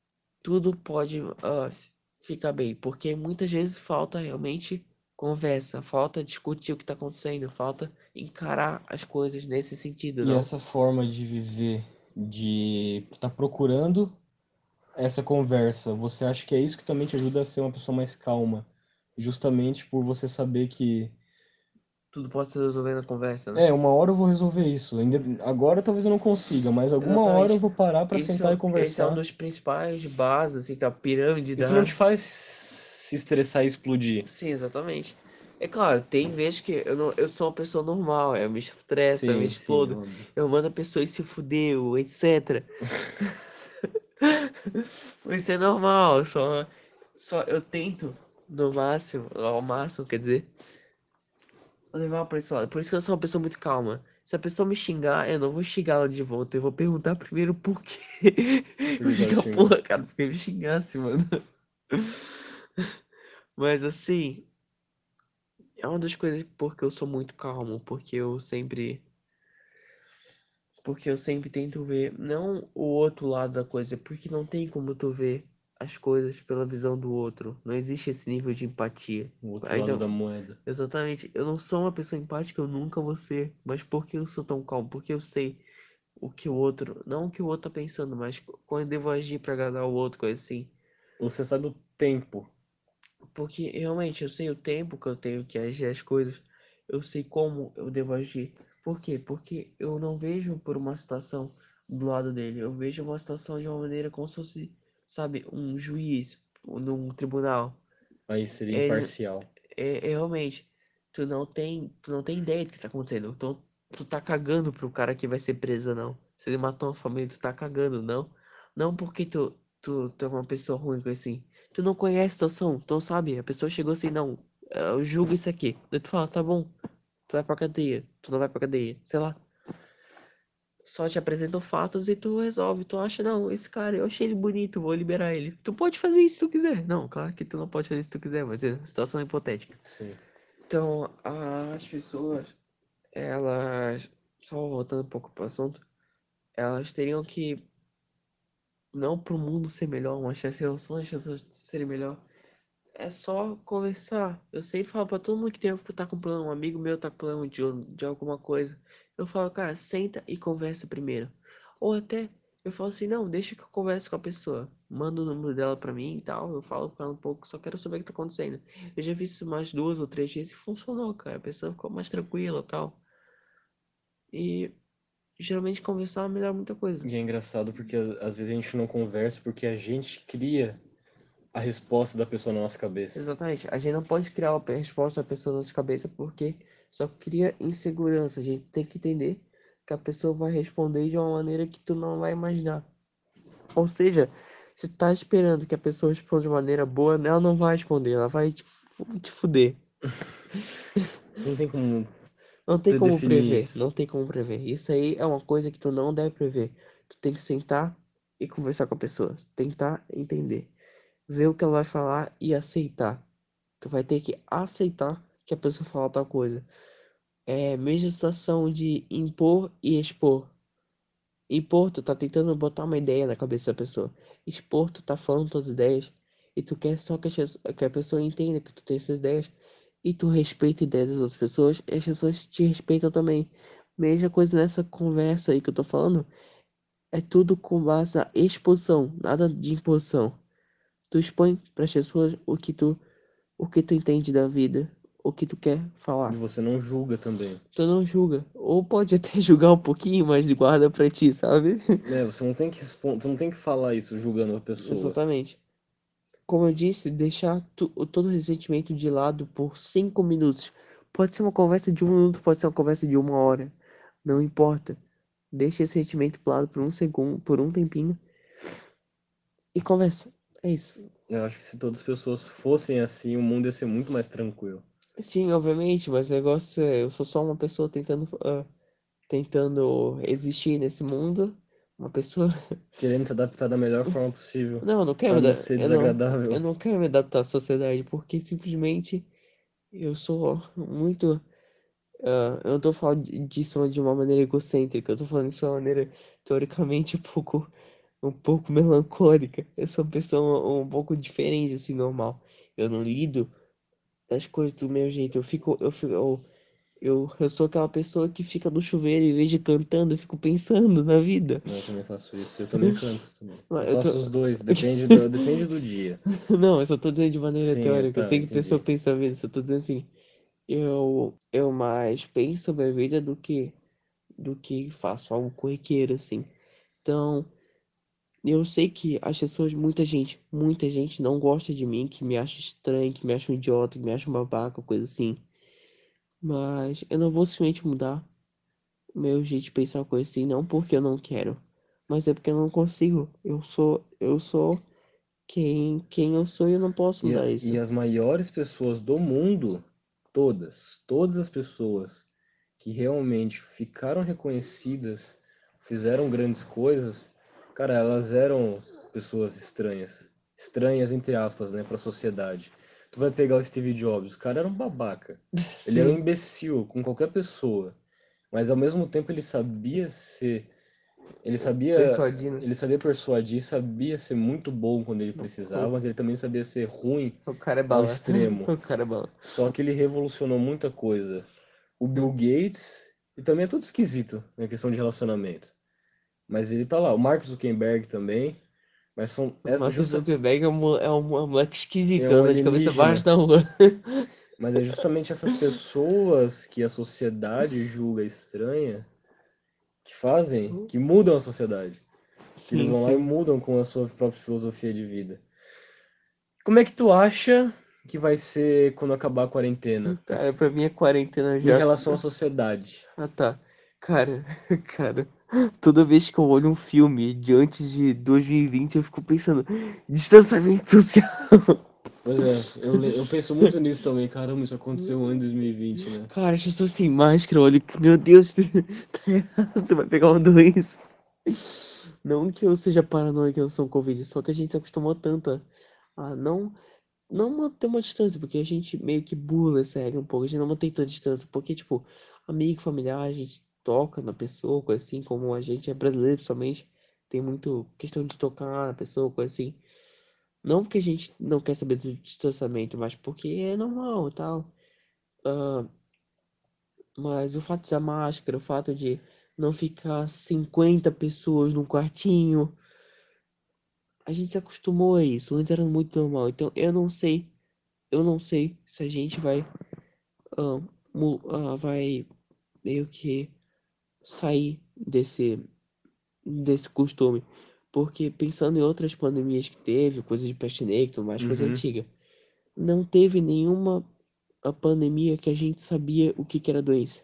tudo pode ficar bem, porque muitas vezes falta realmente conversa, falta discutir o que tá acontecendo, falta encarar as coisas nesse sentido, E não? essa forma de viver, de estar procurando essa conversa, você acha que é isso que também te ajuda a ser uma pessoa mais calma? Justamente por você saber que, Tudo pode se resolver na conversa, né? uma hora eu vou resolver isso. Agora talvez eu não consiga, mas alguma hora eu Exatamente. vou parar pra sentar e Esse é um conversar. dos principais bases, assim, da pirâmide Isso não da... te faz se estressar e explodir. Sim, exatamente. É claro, tem vezes que eu sou uma pessoa normal, eu me estresso, eu me Sim, explodo, óbvio. eu mando a pessoa e se fudeu, etc. Isso é normal, só eu tento, no máximo, ao máximo, quer dizer, levar pra esse lado. Por isso que eu sou uma pessoa muito calma. Se a pessoa me xingar, eu não vou xingar ela de volta, eu vou perguntar primeiro por quê. Por Eu que que ela fico, xingou? porra, cara, porque me xingasse, mano. Mas assim, é uma das coisas porque eu sou muito calmo, porque eu sempre tento ver não o outro lado da coisa, porque não tem como tu ver as coisas pela visão do outro. Não existe esse nível de empatia. O outro lado Ainda, da moeda. exatamente, eu não sou uma pessoa empática, eu nunca vou ser, mas por que eu sou tão calmo? Porque eu sei o que o outro, não o que o outro tá pensando, mas quando eu devo agir pra agradar o outro, coisa assim. Você sabe o tempo. Porque realmente eu sei o tempo que eu tenho que agir as coisas, eu sei como eu devo agir. Por quê? Porque eu não vejo por uma situação do lado dele, eu vejo uma situação de uma maneira como se fosse, sabe, um juiz num tribunal. Aí seria Ele imparcial. é realmente, tu não tem ideia do que tá acontecendo. Então, tu tá cagando pro cara que vai ser preso ou não. Se ele matou uma família, tu tá cagando, não. Não porque tu é uma pessoa ruim, coisa assim. Tu não conhece a situação, tu não sabe. A pessoa chegou assim, não, eu julgo isso aqui. Daí tu fala, tá bom, tu vai pra cadeia, tu não vai pra cadeia, sei lá. Só te apresentam fatos e tu resolve. Tu acha, não, esse cara, eu achei ele bonito, vou liberar ele. Tu pode fazer isso se tu quiser. Não, claro que tu não pode fazer isso se tu quiser, mas é situação hipotética. Sim. Então, as pessoas, elas, só voltando um pouco pro assunto, elas teriam que, não pro mundo ser melhor, mas as relações das pessoas serem melhor, é só conversar. Eu sempre falo pra todo mundo que tá com problema, um amigo meu tá com problema de alguma coisa. Eu falo, cara, senta e conversa primeiro. Ou até, eu falo assim, não, deixa que eu converse com a pessoa. Manda o número dela pra mim e tal. Eu falo com ela um pouco, só quero saber o que tá acontecendo. Eu já fiz isso mais 2 ou 3 vezes e funcionou, cara. A pessoa ficou mais tranquila e tal. E geralmente conversar melhora muita coisa. E é engraçado porque às vezes a gente não conversa porque a gente cria a resposta da pessoa na nossa cabeça. Exatamente. A gente não pode criar uma resposta da pessoa na nossa cabeça porque só cria insegurança. A gente tem que entender que a pessoa vai responder de uma maneira que tu não vai imaginar. Ou seja, se tu tá esperando que a pessoa responda de maneira boa, ela não vai responder, ela vai te fuder. Não tem como Não tem como predefinir prever, isso. não tem como prever. Isso aí é uma coisa que tu não deve prever. Tu tem que sentar e conversar com a pessoa, tentar entender, ver o que ela vai falar e aceitar. Tu vai ter que aceitar que a pessoa fala tal coisa. É a mesma situação de impor e expor. Impor, tu tá tentando botar uma ideia na cabeça da pessoa. Expor, tu tá falando tuas ideias e tu quer só que a pessoa entenda que tu tem essas ideias e tu respeita a ideia das outras pessoas e as pessoas te respeitam também. Mesma coisa nessa conversa aí que eu tô falando, é tudo com base na exposição, nada de imposição. Tu expõe para as pessoas o que tu entende da vida, o que tu quer E falar. você não julga também. Tu não julga. Ou pode até julgar um pouquinho, mas guarda pra ti, sabe? Você não tem que você não tem que falar isso julgando a pessoa. Exatamente. Como eu disse, deixar todo o ressentimento de lado por 5 minutos. Pode ser uma conversa de 1 minuto, pode ser uma conversa de 1 hora. Não importa. Deixa esse sentimento pro lado por 1 segundo, por um tempinho e conversa. É isso. Eu acho que se todas as pessoas fossem assim, o mundo ia ser muito mais tranquilo. Sim, obviamente, mas o negócio é, eu sou só uma pessoa tentando existir nesse mundo. Uma pessoa. Querendo se adaptar da melhor forma possível, Não, eu não quero pra me não dar, ser eu desagradável. não quero me adaptar à sociedade, porque simplesmente eu sou muito. Eu não tô falando disso de uma maneira egocêntrica, eu tô falando isso de uma maneira teoricamente um pouco. um pouco melancólica. Eu sou uma pessoa um pouco diferente, assim, normal. Eu não lido as coisas do meu jeito. Eu sou aquela pessoa que fica no chuveiro em vez de cantando, eu fico pensando na vida. Eu também faço isso. Eu também canto também. Eu Mas eu tô... faço os dois, depende do dia. Não, eu só tô dizendo de maneira Sim, teórica. Eu tá, sei que a pessoa entendi. pensa a vida, só tô dizendo assim. Eu mais penso sobre a vida do que faço algo corriqueiro, assim. Então, eu sei que as pessoas, muita gente não gosta de mim, que me acha estranho, que me acha um idiota, que me acha um babaca, coisa assim. Mas eu não vou simplesmente mudar o meu jeito de pensar coisa assim, não porque eu não quero, mas é porque eu não consigo. Eu sou quem eu sou e eu não posso mudar E isso. as maiores pessoas do mundo, todas as pessoas que realmente ficaram reconhecidas, fizeram grandes coisas, cara, elas eram pessoas estranhas. Estranhas, entre aspas, né, pra sociedade. Tu vai pegar o Steve Jobs, o cara era um babaca. Ele era um Sim, imbecil com qualquer pessoa. Mas ao mesmo tempo ele sabia, persuadindo. ele sabia persuadir, sabia ser muito bom quando ele precisava, mas ele também sabia ser ruim O cara é ao bala. extremo. O cara é bala. Só que ele revolucionou muita coisa. O Bill Gates, e também é tudo esquisito na questão de relacionamento. Mas ele tá lá. O Mark Zuckerberg também. Mas são O Mark Zuckerberg é um moleque é esquisito, um anda de cabeça alienígena. baixa na rua. Mas é justamente essas pessoas que a sociedade julga estranha que mudam a sociedade. Que eles Sim, vão lá e sim. mudam com a sua própria filosofia de vida. Como é que tu acha que vai ser quando acabar a quarentena? Cara, pra mim é quarentena Em já. relação à sociedade. Ah, tá. Cara, cara, toda vez que eu olho um filme de antes de 2020, eu fico pensando, distanciamento social. Pois é, eu penso muito nisso também. Caramba, isso aconteceu antes de 2020, né? Cara, as pessoas sem máscara, olha, meu Deus, tá errado, tu vai pegar uma doença. Não que eu seja paranoico em relação ao Covid, só que a gente se acostumou tanto a não manter uma distância, porque a gente meio que burla essa regra um pouco, a gente não mantém tanta distância, porque, tipo, amigo, familiar, a gente toca na pessoa, coisa assim, como a gente é brasileiro, principalmente, tem muito questão de tocar na pessoa, coisa assim. Não porque a gente não quer saber do distanciamento, mas porque é normal e tal. Mas o fato de usar máscara, o fato de não ficar 50 pessoas num quartinho, a gente se acostumou a isso. Antes era muito normal. Então eu não sei se a gente vai meio que sair desse costume. Porque pensando em outras pandemias que teve, coisa de peste negra, e tudo mais coisa Uhum. antiga, não teve nenhuma a pandemia que a gente sabia o que que era doença.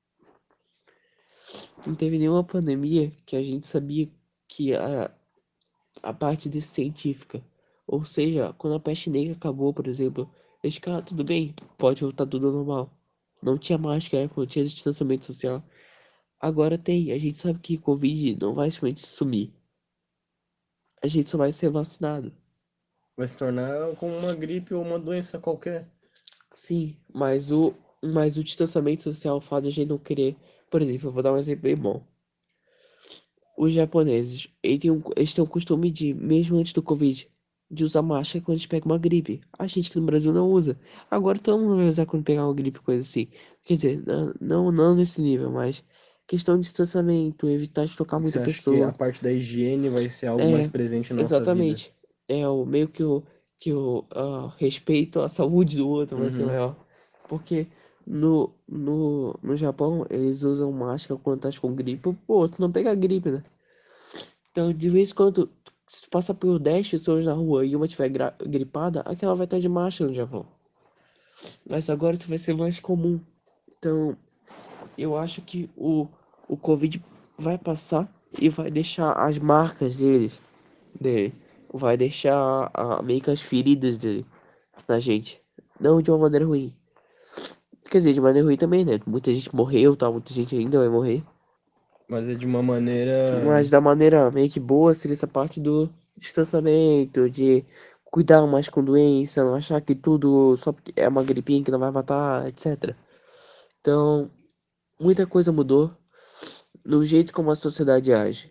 Não teve nenhuma pandemia que a gente sabia que a parte de científica. Ou seja, quando a peste negra acabou, por exemplo, eles ficaram, tudo bem, pode voltar tudo ao normal. Não tinha máscara, não tinha distanciamento social. Agora tem, a gente sabe que Covid não vai simplesmente sumir. A gente só vai ser vacinado. Vai se tornar como uma gripe ou uma doença qualquer. Sim, mas o distanciamento social, o fato de a gente não querer. Por exemplo, eu vou dar um exemplo bem bom. Os japoneses, eles têm o costume de, mesmo antes do Covid, de usar máscara quando eles pegam uma gripe. A gente aqui no Brasil não usa. Agora todo mundo vai usar quando pegar uma gripe, coisa assim. Quer dizer, não nesse nível, mas questão de distanciamento, evitar de tocar Você muita acha que a pessoa. parte da higiene vai ser algo mais É, presente na nossa vida? exatamente. É o meio que o respeito à saúde do outro vai ser Uhum. maior. Porque no Japão, eles usam máscara quando tá com gripe, pro outro não pegar gripe, né? Então, de vez em quando, se tu passar por 10 pessoas na rua e uma tiver gripada, aquela vai estar de máscara no Japão. Mas agora isso vai ser mais comum. Então, eu acho que o Covid vai passar e vai deixar as marcas dele. Vai deixar meio que as feridas dele na gente. Não de uma maneira ruim. Quer dizer, de maneira ruim também, né? Muita gente morreu, tá? Muita gente ainda vai morrer. Mas é de uma maneira. Mas da maneira meio que boa seria essa parte do distanciamento, de cuidar mais com doença, não achar que tudo só porque é uma gripinha que não vai matar, etc. Então, muita coisa mudou no jeito como a sociedade age.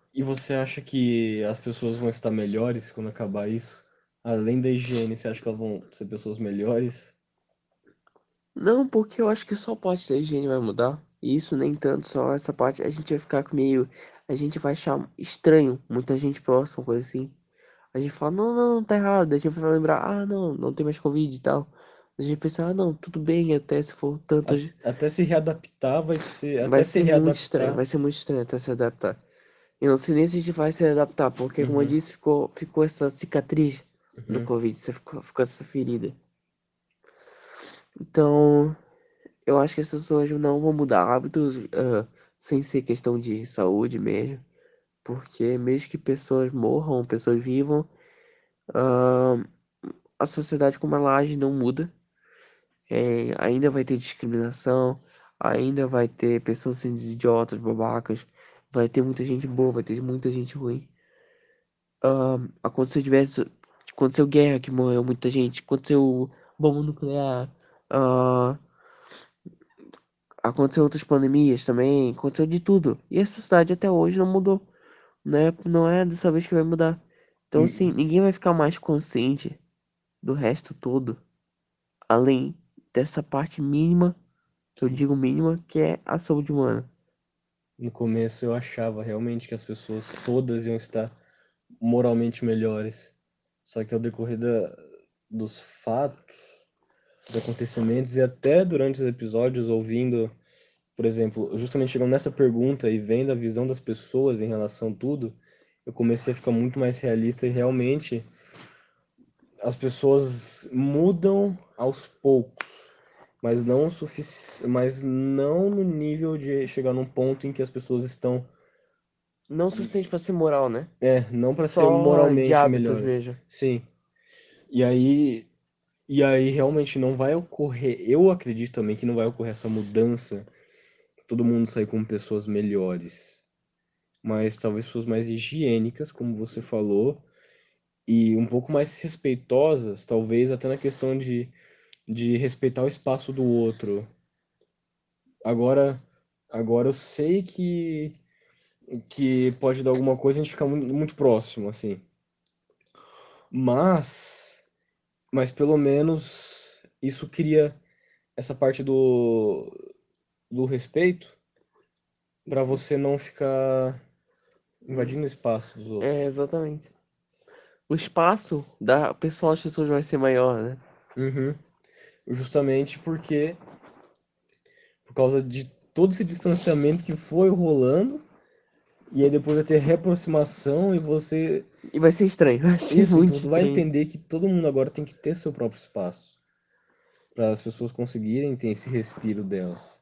E você acha que as pessoas vão estar melhores quando acabar isso? Além da higiene, você acha que elas vão ser pessoas melhores? Não, porque eu acho que só a parte da higiene vai mudar. E isso nem tanto, só essa parte a gente vai ficar com meio. A gente vai achar estranho, muita gente próxima, coisa assim. A gente fala, não, não, não, tá errado. A gente vai lembrar, ah, não, não tem mais Covid e tal. A gente pensa, ah, não, tudo bem, até se for tanto. Até se readaptar vai ser. Vai Até se ser muito estranho, readaptar. vai ser muito estranho até se adaptar. Eu não sei nem se a gente vai se adaptar, porque, como eu Uhum, disse, ficou essa cicatriz do uhum. Covid, ficou essa ferida. Então, eu acho que as pessoas não vão mudar hábitos, sem ser questão de saúde mesmo. Porque mesmo que pessoas morram, pessoas vivam, ah, a sociedade como ela age não muda. Ainda vai ter discriminação, ainda vai ter pessoas sendo idiotas, babacas, vai ter muita gente boa, vai ter muita gente ruim. Aconteceu diversos, aconteceu guerra que morreu muita gente, aconteceu bomba nuclear, ah, aconteceu outras pandemias também, aconteceu de tudo. E essa cidade até hoje não mudou, né? Não é dessa vez que vai mudar. Então, assim, Hum, ninguém vai ficar mais consciente do resto todo, além dessa parte mínima, que eu que digo mínima, que é a saúde humana. no começo eu achava realmente que as pessoas todas iam estar moralmente melhores. Só que ao decorrer dos fatos, dos acontecimentos e até durante os episódios, ouvindo, por exemplo, justamente chegando nessa pergunta e vendo a visão das pessoas em relação a tudo, eu comecei a ficar muito mais realista e realmente as pessoas mudam aos poucos, mas não no nível de chegar num ponto em que as pessoas estão, Não o suficiente pra ser moral, né? não para ser Só de moralmente hábitos melhores. mesmo. Sim. E aí realmente não vai ocorrer, eu acredito também que não vai ocorrer essa mudança, todo mundo sair como pessoas melhores, mas talvez pessoas mais higiênicas, como você falou, e um pouco mais respeitosas, talvez até na questão de respeitar o espaço do outro. Agora, agora eu sei que pode dar alguma coisa e a gente ficar muito, muito próximo, assim. Mas, mas pelo menos isso cria essa parte do respeito para você não ficar invadindo o espaço dos É, outros. exatamente. O espaço da pessoa, as pessoas vai ser maior, né? Uhum. Justamente porque, por causa de todo esse distanciamento que foi rolando, e aí depois vai ter reaproximação e você. E vai ser estranho, vai ser Isso, muito então tu vai estranho. entender que todo mundo agora tem que ter seu próprio espaço, para as pessoas conseguirem ter esse respiro delas.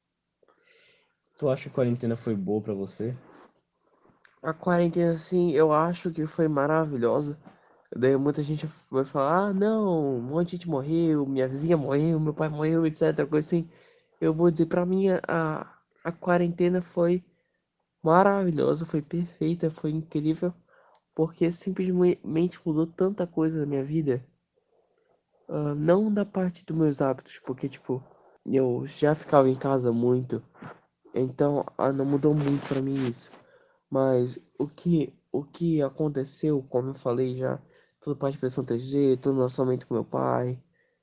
Tu acha que a quarentena foi boa pra você? A quarentena, assim, eu acho que foi maravilhosa. Daí muita gente vai falar, ah, não, um monte de gente morreu, minha vizinha morreu, meu pai morreu, etc. Coisa assim. Eu vou dizer, pra mim, a quarentena foi maravilhosa, foi perfeita, foi incrível, porque simplesmente mudou tanta coisa na minha vida. Não da parte dos meus hábitos, porque, tipo, eu já ficava em casa muito, então não mudou muito pra mim isso. Mas o que aconteceu, como eu falei já, toda parte de pressão 3G, todo relacionamento com meu pai,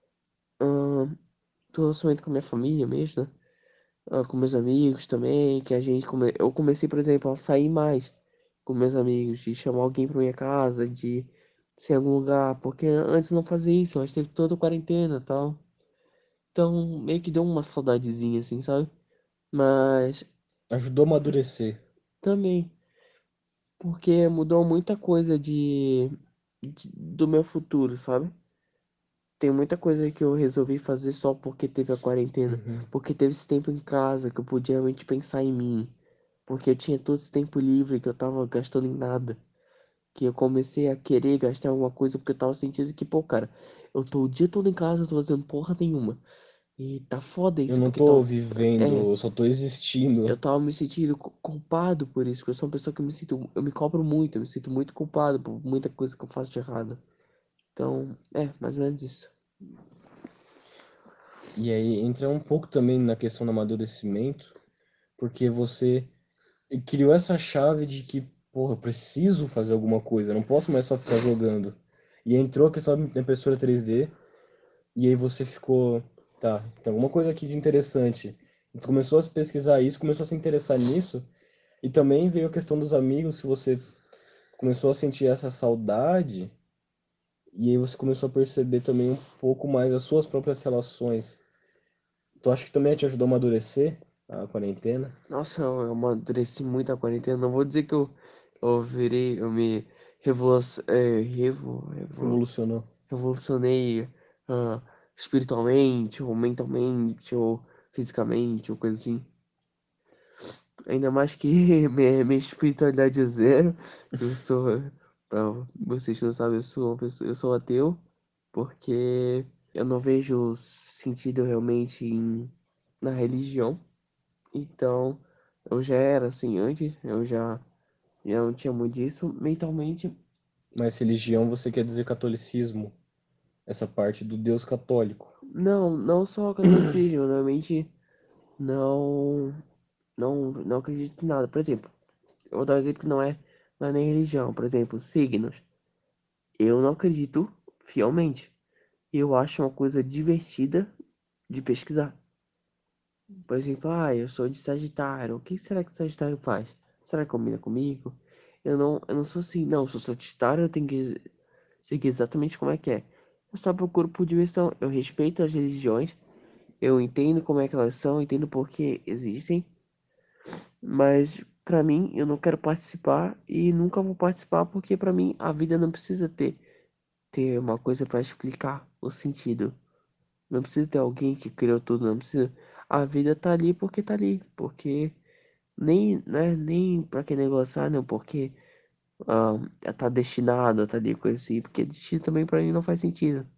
todo relacionamento com minha família mesmo, né? Com meus amigos também, que eu comecei, por exemplo, a sair mais com meus amigos, de chamar alguém pra minha casa, de ser em algum lugar, porque antes não fazia isso, mas teve toda a quarentena e tal. Então, meio que deu uma saudadezinha, assim, sabe? Mas Ajudou a amadurecer. também, porque mudou muita coisa do meu futuro, sabe? Tem muita coisa que eu resolvi fazer só porque teve a quarentena, Uhum. porque teve esse tempo em casa que eu podia realmente pensar em mim, porque eu tinha todo esse tempo livre que eu tava gastando em nada, que eu comecei a querer gastar alguma coisa porque eu tava sentindo que, pô, cara, eu tô o dia todo em casa, eu tô fazendo porra nenhuma. E tá foda Eu isso, não porque tô tô. vivendo, É, eu só tô existindo. eu tava me sentindo culpado por isso, porque eu sou uma pessoa que eu me cobro muito, eu me sinto muito culpado por muita coisa que eu faço de errado. Então, mais ou menos isso. E aí entra um pouco também na questão do amadurecimento, porque você criou essa chave de que, porra, eu preciso fazer alguma coisa, eu não posso mais só ficar jogando. E entrou a questão da impressora 3D, e aí você ficou, tá, tem alguma coisa aqui de interessante. E tu começou a pesquisar isso, começou a se interessar nisso, e também veio a questão dos amigos, se você começou a sentir essa saudade, e aí você começou a perceber também um pouco mais as suas próprias relações. Tu acha que também te ajudou a amadurecer a quarentena? Nossa, eu amadureci muito a quarentena. Não vou dizer que eu virei, eu me revolu Revolucionou. revolucionei ah, espiritualmente, ou mentalmente, ou fisicamente, ou coisa assim. Ainda mais que minha espiritualidade é zero. Eu sou, pra vocês que não sabem, eu sou ateu, porque eu não vejo sentido realmente na religião. Então, eu já era assim antes, já não tinha muito disso. Mentalmente, Mas religião você quer dizer catolicismo, essa parte do Deus católico. não só catolicismo, realmente não, não acredito em nada. Por exemplo, eu vou dar um exemplo que não é nem religião. Por exemplo, signos. Eu não acredito fielmente. Eu acho uma coisa divertida de pesquisar. Por exemplo, eu sou de Sagitário. O que será que Sagitário faz? Será que combina comigo? Eu não sou assim. Não, eu sou Sagitário, eu tenho que seguir exatamente como é que é. Eu só procuro por diversão. Eu respeito as religiões. Eu entendo como é que elas são, entendo por que existem. Mas pra mim, eu não quero participar e nunca vou participar porque pra mim a vida não precisa ter uma coisa pra explicar o sentido. Não precisa ter alguém que criou tudo, não precisa. A vida tá ali porque tá ali. Porque nem, né, nem pra que negociar, não, porque tá destinado, tá ali, coisa assim. Porque destino também pra mim não faz sentido.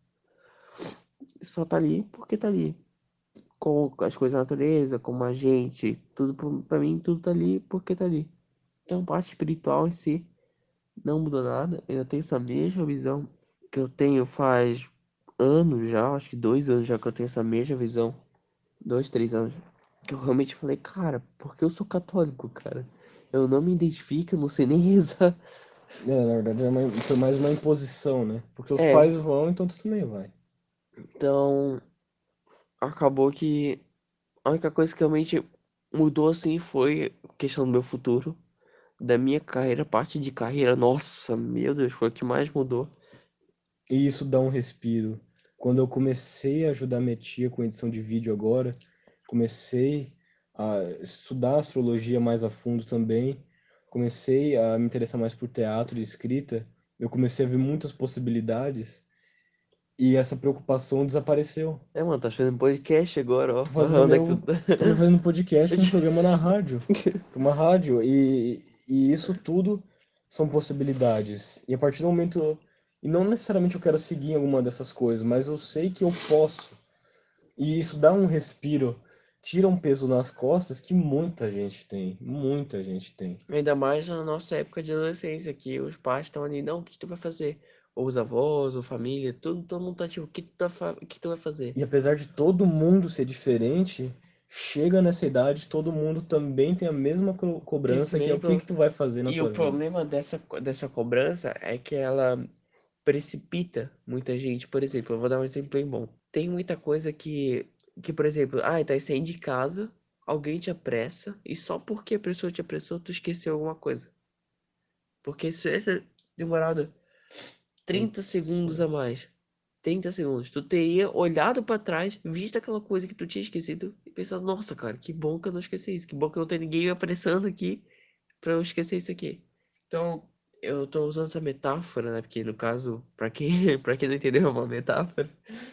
Só tá ali porque tá ali. Com as coisas da natureza, como a gente, tudo pra mim, tudo tá ali porque tá ali. Então, parte espiritual em si não mudou nada. Eu tenho essa mesma visão que eu tenho faz anos já, acho que 2 anos já que eu tenho essa mesma visão. 2, 3 anos. Que eu realmente falei, cara, porque eu sou católico, cara. Eu não me identifico, eu não sei nem rezar. É, na verdade foi mais uma imposição, né? Porque os É, pais vão, então tu também vai. então acabou que a única coisa que realmente mudou assim foi a questão do meu futuro, da minha carreira, parte de carreira. Nossa, meu Deus, foi o que mais mudou. E isso dá um respiro. Quando eu comecei a ajudar minha tia com edição de vídeo agora, comecei a estudar astrologia mais a fundo também, comecei a me interessar mais por teatro e escrita, eu comecei a ver muitas possibilidades e essa preocupação desapareceu. É, mano, tá fazendo podcast agora, ó. Tô fazendo Onde é que tu meu, tá? também fazendo um podcast para um programa na rádio, pra uma rádio e isso tudo são possibilidades. E a partir do momento, e não necessariamente eu quero seguir em alguma dessas coisas, mas eu sei que eu posso. E isso dá um respiro, tira um peso nas costas que muita gente tem. Ainda mais na nossa época de adolescência, que os pais estão ali, não, o que tu vai fazer? Ou os avós, ou família, tudo, todo mundo tá tipo, o que tu vai fazer? E apesar de todo mundo ser diferente, chega nessa idade, todo mundo também tem a mesma Esse cobrança que é o que mesmo. que tu vai fazer na E o tua vida. problema dessa cobrança é que ela precipita muita gente. Por exemplo, eu vou dar um exemplo bem bom. Tem muita coisa que por exemplo, tá saindo de casa, alguém te apressa, e só porque a pessoa te apressou, tu esqueceu alguma coisa. Porque se tivesse demorado 30 segundos a mais, 30 segundos, tu teria olhado pra trás, visto aquela coisa que tu tinha esquecido e pensado, nossa, cara, que bom que eu não esqueci isso, que bom que não tem ninguém me apressando aqui pra eu esquecer isso aqui. Então, eu tô usando essa metáfora, né? Porque no caso, para quem não entendeu, é uma metáfora.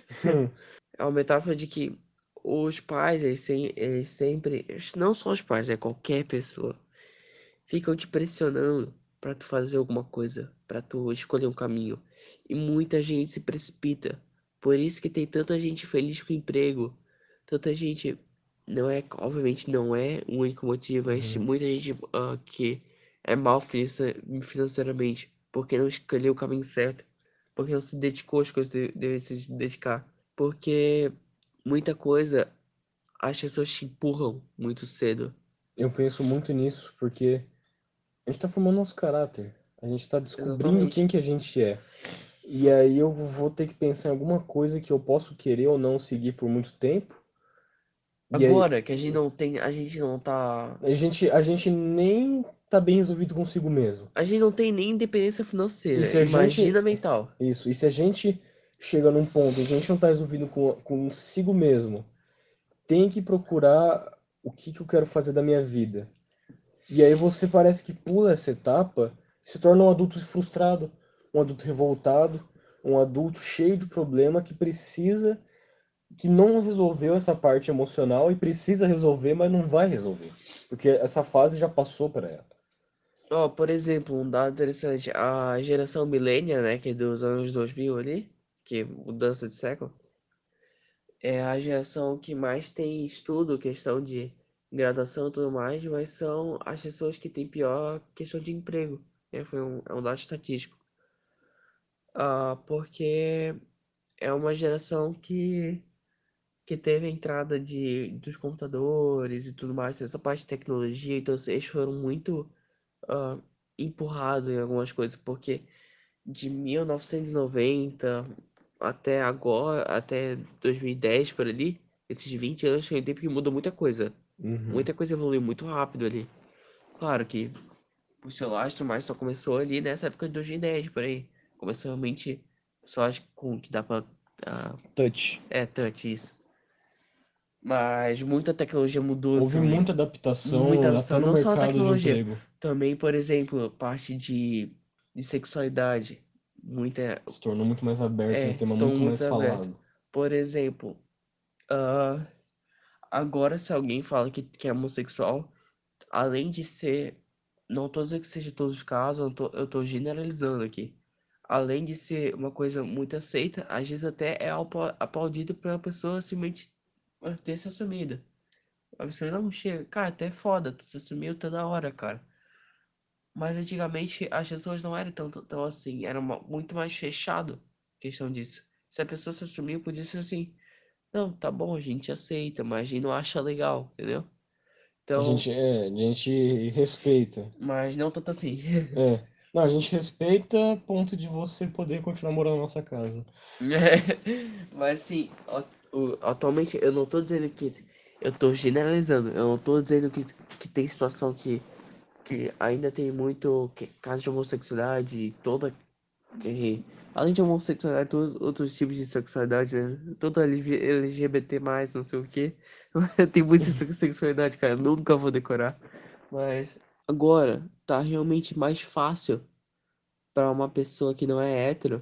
É uma metáfora de que os pais, eles sempre, não só os pais, é qualquer pessoa, ficam te pressionando pra tu fazer alguma coisa, pra tu escolher um caminho. E muita gente se precipita. Por isso que tem tanta gente feliz com o emprego, tanta gente, não é, obviamente não é o único motivo, mas Uhum. muita gente que é mal financeiramente, porque não escolheu o caminho certo, porque não se dedicou às coisas que deve se dedicar, porque muita coisa as pessoas te empurram muito cedo. Eu penso muito nisso, porque A gente tá formando nosso caráter. A gente tá descobrindo quem Exatamente. que a gente é. E aí eu vou ter que pensar em alguma coisa que eu posso querer ou não seguir por muito tempo. E aí Agora que a gente não tem, a gente não tá, a gente nem tá bem resolvido consigo mesmo. a gente não tem nem independência E financeira, se a gente. imagina mental. Isso. E se a gente chega num ponto em que a gente não tá resolvido consigo mesmo, tem que procurar o que que eu quero fazer da minha vida. E aí você parece que pula essa etapa e se torna um adulto frustrado, um adulto revoltado, um adulto cheio de problema que não resolveu essa parte emocional e precisa resolver, mas não vai resolver, porque essa fase já passou para ela. Ó, por exemplo, um dado interessante, a geração millennial, né, que é dos anos 2000 ali, que é mudança de século, é a geração que mais tem estudo, questão de graduação e tudo mais, mas são as pessoas que têm pior questão de emprego, né? É um dado estatístico. Porque é uma geração que teve a entrada dos computadores e tudo mais, essa parte de tecnologia, então eles foram muito ah, empurrados em algumas coisas, porque de 1990 até agora, até 2010 por ali, esses 20 anos foi um tempo que muda muita coisa. Uhum. Muita coisa evoluiu muito rápido ali. Claro que o celular e tudo mais só começou ali nessa época de 2010, por aí. Começou realmente o celular com que dá pra. ah, Touch. touch, isso. Mas muita tecnologia mudou Houve também. muita Muita adaptação até opção, no não só a mercado de tecnologia. emprego. Também, por exemplo, parte de sexualidade. Muita. Se tornou muito mais aberto, um tema Estão muito muito mais abertos. falado. Por exemplo, ah, agora se alguém fala que é homossexual, além de ser. Não tô dizendo que seja todos os casos, eu tô generalizando aqui. Além de ser uma coisa muito aceita, às vezes até é aplaudido pra pessoa simplesmente ter se assumido. A pessoa não chega, cara, até é foda, tu se assumiu, tá da hora, cara. Mas antigamente as pessoas não eram tão assim, era muito mais fechado questão disso. Se a pessoa se assumiu, podia ser assim, não, tá bom, a gente aceita, mas a gente não acha legal, entendeu? Então, A gente respeita. mas não tanto assim. É. Não, a gente respeita a ponto de você poder continuar morando na nossa casa. Mas assim, atualmente eu não tô dizendo que. Eu tô generalizando. Eu não tô dizendo que tem situação que ainda tem muito caso de homossexualidade, além de homossexualidade, todos outros tipos de sexualidade, né? Toda LGBT, não sei o quê. Tem muita sexualidade, cara. Eu nunca vou decorar. Mas agora tá realmente mais fácil pra uma pessoa que não é hétero.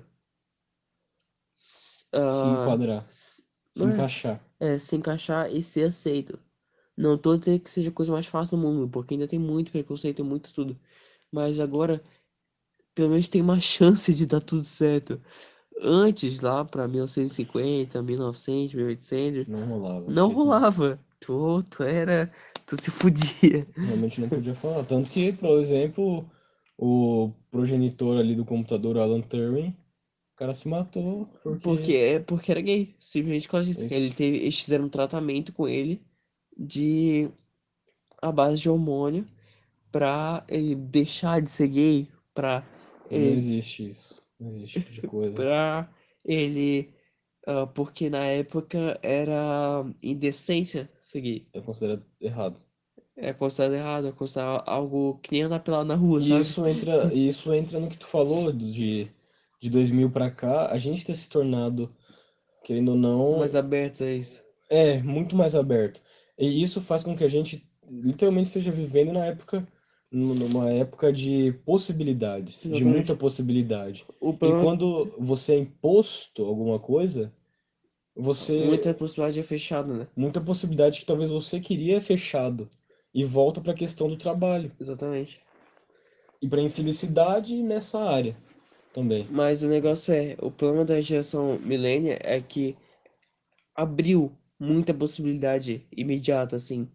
s- Se ah, enquadrar, se não é, encaixar. se encaixar e ser aceito. Não tô dizendo que seja a coisa mais fácil do mundo, porque ainda tem muito preconceito, muito tudo. Mas agora, pelo menos tem uma chance de dar tudo certo. Antes, lá pra 1950, 1900, 1800, Não rolava, de não jeito nenhum. rolava. Tu se fudia. Realmente não podia falar. Tanto que, por exemplo, o progenitor ali do computador, Alan Turing, o cara se matou porque. Porque era gay. Simplesmente por causa disso. Isso. Eles fizeram um tratamento com ele de a base de hormônio pra ele deixar de ser gay, Não ele, existe isso. Não existe esse tipo de coisa. pra ele, porque na época era indecência ser gay. É considerado errado. É considerado errado, é considerado algo que nem andar pelado na rua, E sabe? isso entra no que tu falou de 2000 pra cá, a gente ter se tornado, querendo ou Mais não, abertos a isso. muito mais aberto. E isso faz com que a gente literalmente esteja vivendo numa época de possibilidades, de muita Exatamente. possibilidade. O E plano, quando você é imposto alguma coisa, muita você possibilidade é fechado, né? muita possibilidade que talvez você queria é fechado e volta para a questão do trabalho Exatamente. e para infelicidade nessa área também. Mas o negócio o problema da geração millennial é que abriu muita possibilidade imediata, assim.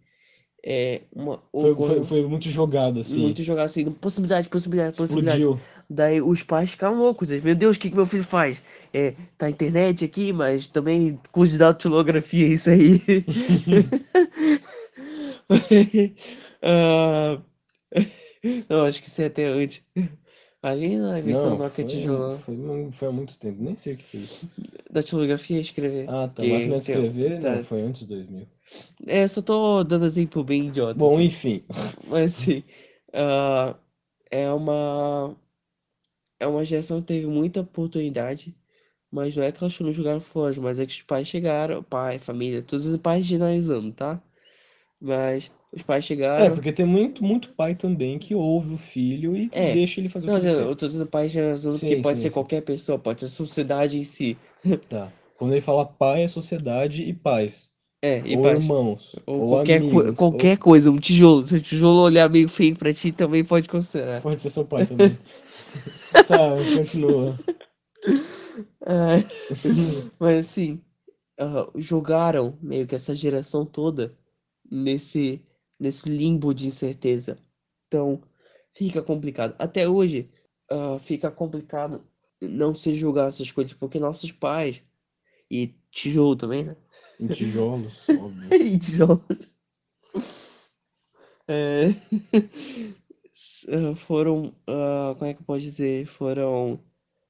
Foi, Ocorreu foi muito jogado assim, muito jogar assim, possibilidade, possibilidade, possibilidade. explodiu. Daí os pais ficaram loucos. Meu Deus, o que que meu filho faz? Tá a internet aqui, mas também curso de datilografia, isso aí. Ah, Não, acho que isso é até antes. Ali na versão Não, Nokia tijolão. foi há muito tempo, nem sei o que que é isso. Datilografia, escrever. Ah, tá, Que máquina de tem, escrever? Não, tá. foi antes de 2000. É, só tô dando exemplo bem idiota, Bom, assim. enfim. Mas, assim, ah, é uma, é uma geração que teve muita oportunidade, mas não é que elas não jogaram fora, mas é que os pais chegaram, pai, família, todos os pais generalizando, tá? Mas os pais É, chegaram, porque tem muito pai também que ouve o filho e é. deixa ele fazer o Não, que ele eu quer. tô dizendo pais generalizando porque Sim, pode sim, ser sim. qualquer pessoa, pode ser a sociedade em si. Tá. Quando ele fala pai, é sociedade e pais. É, e Ou pais. irmãos, Ou ou amigos, ou qualquer coisa, um tijolo. Se o tijolo olhar meio feio pra ti, também pode considerar. pode ser seu pai também. Tá, mas continua. É, mas assim, jogaram meio que essa geração toda nesse, nesse limbo de incerteza. Então, fica complicado. Até hoje, fica complicado não se julgar essas coisas, porque nossos pais, e tijolo também, né? Em tijolos, óbvio. E tijolo, é, foram, como é que eu posso dizer? Foram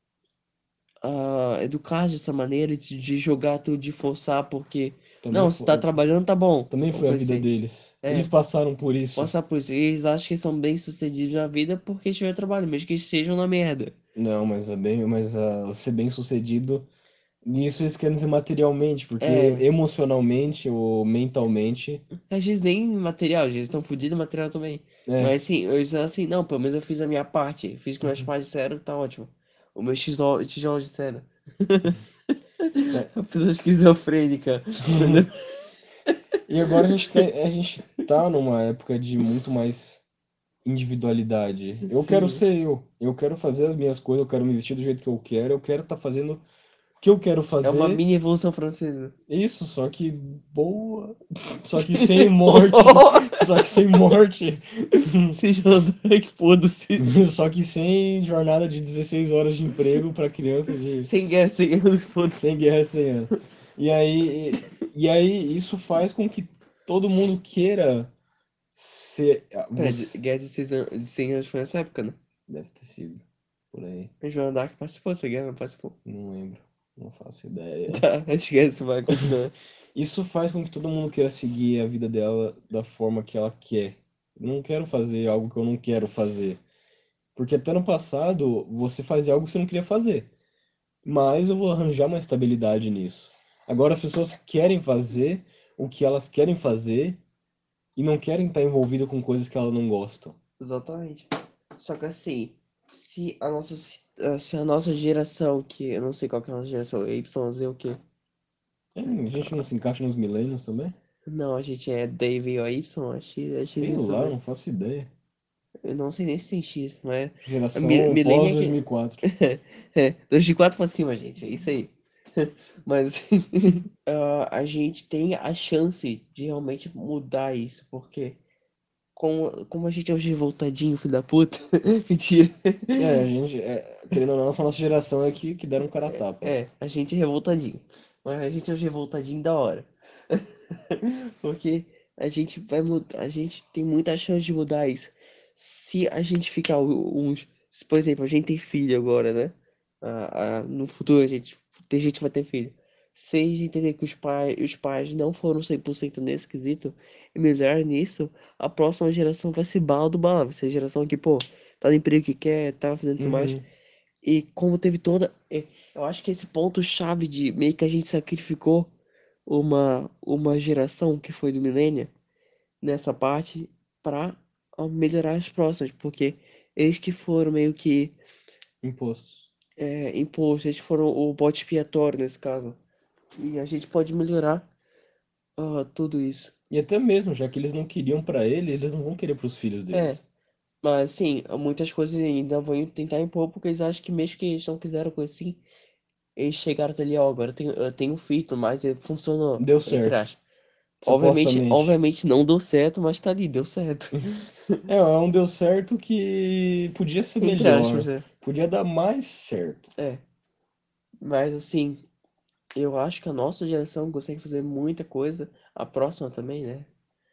educados dessa maneira de jogar tudo, de forçar, porque, Também não, se tá foi, trabalhando, tá bom. também Ou foi a coisa vida assim. deles. Eles É, passaram por isso. passar por isso. Eles acham que são bem-sucedidos na vida porque tiveram trabalho, mesmo que estejam na merda. Não, mas ser bem-sucedido, nisso eles querem dizer materialmente, porque É, emocionalmente ou mentalmente, às vezes nem material, às vezes estão fodidos material também. é. Mas assim, eles dizem assim, não, pelo menos eu fiz a minha parte, fiz o que meus pais disseram, tá ótimo. O meu tijolos disseram. É. Eu fiz uma esquizofrênica, entendeu? E agora a gente tá numa época de muito mais individualidade. Eu quero Sim. ser eu. Eu quero fazer as minhas coisas, eu quero me vestir do jeito que eu quero, eu quero estar fazendo o que eu quero É uma fazer. mini evolução francesa. Isso, só que boa. Só que sem morte. Só que sem morte. Seja andar que foda-se. Só que sem jornada de 16 horas de emprego para crianças de Sem guerra, foda-se. sem guerra, sem anos. E aí isso faz com que todo mundo queira ser Pera, você. Guerra de 100 anos foi nessa época, né? Deve ter sido por aí. A Joana d'Arc participou dessa guerra, não participou. Não lembro. Não faço ideia. Tá, esquece, vai continuar. Isso faz com que todo mundo queira seguir a vida dela da forma que ela quer. Eu não quero fazer algo que eu não quero fazer. Porque até no passado você fazia algo que você não queria fazer. Mas eu vou arranjar uma estabilidade nisso. Agora as pessoas querem fazer o que elas querem fazer e não querem estar envolvidas com coisas que elas não gostam. Exatamente. Só que assim, se a nossa geração, que eu não sei qual que é a nossa geração, Y, Z o quê? É, a gente não se encaixa nos milênios também? Não, a gente é Dave ou Y, é X, Sei Y, lá, Z. não faço ideia. Eu não sei nem se tem X, mas a Geração pós milênio é dois mil que... e quatro. É, 2004 pra cima, gente, é isso aí. Mas assim, a gente tem a chance de realmente mudar isso, porque como a gente é um revoltadinho, filho da puta, mentira. É, a gente, querendo ou não, essa nossa geração é que deram um cara a tapa. A gente é revoltadinho. Mas a gente é um revoltadinho da hora. Porque a gente vai mudar, a gente tem muita chance de mudar isso. Se a gente ficar por exemplo, a gente tem filho agora, né? No futuro a gente tem gente que vai ter filho. Se a gente entender que os pais não foram 100% nesse quesito e melhorar nisso, a próxima geração vai ser bala do bala. Vai ser a geração que, pô, tá no emprego que quer, tá fazendo tudo mais. Uhum. E como teve eu acho que esse ponto-chave de meio que a gente sacrificou uma geração que foi do milênio nessa parte pra melhorar as próximas, porque eles que foram meio que Impostos. impostos, eles foram o bode expiatório nesse caso. E a gente pode melhorar tudo isso. E até mesmo, já que eles não queriam pra ele, eles não vão querer pros filhos É, deles. mas assim, muitas coisas ainda vão tentar impor, porque eles acham que mesmo que eles não quiseram coisa assim, eles chegaram ali, ó, agora eu tenho um filho, mas ele funcionou, Deu entre certo. aspas. Obviamente, Supostamente. obviamente não deu certo, mas tá ali, deu certo. É um deu certo que podia ser Entre aspas, melhor. né? Podia dar mais certo. É. Mas assim, eu acho que a nossa geração consegue fazer muita coisa, a próxima também, né?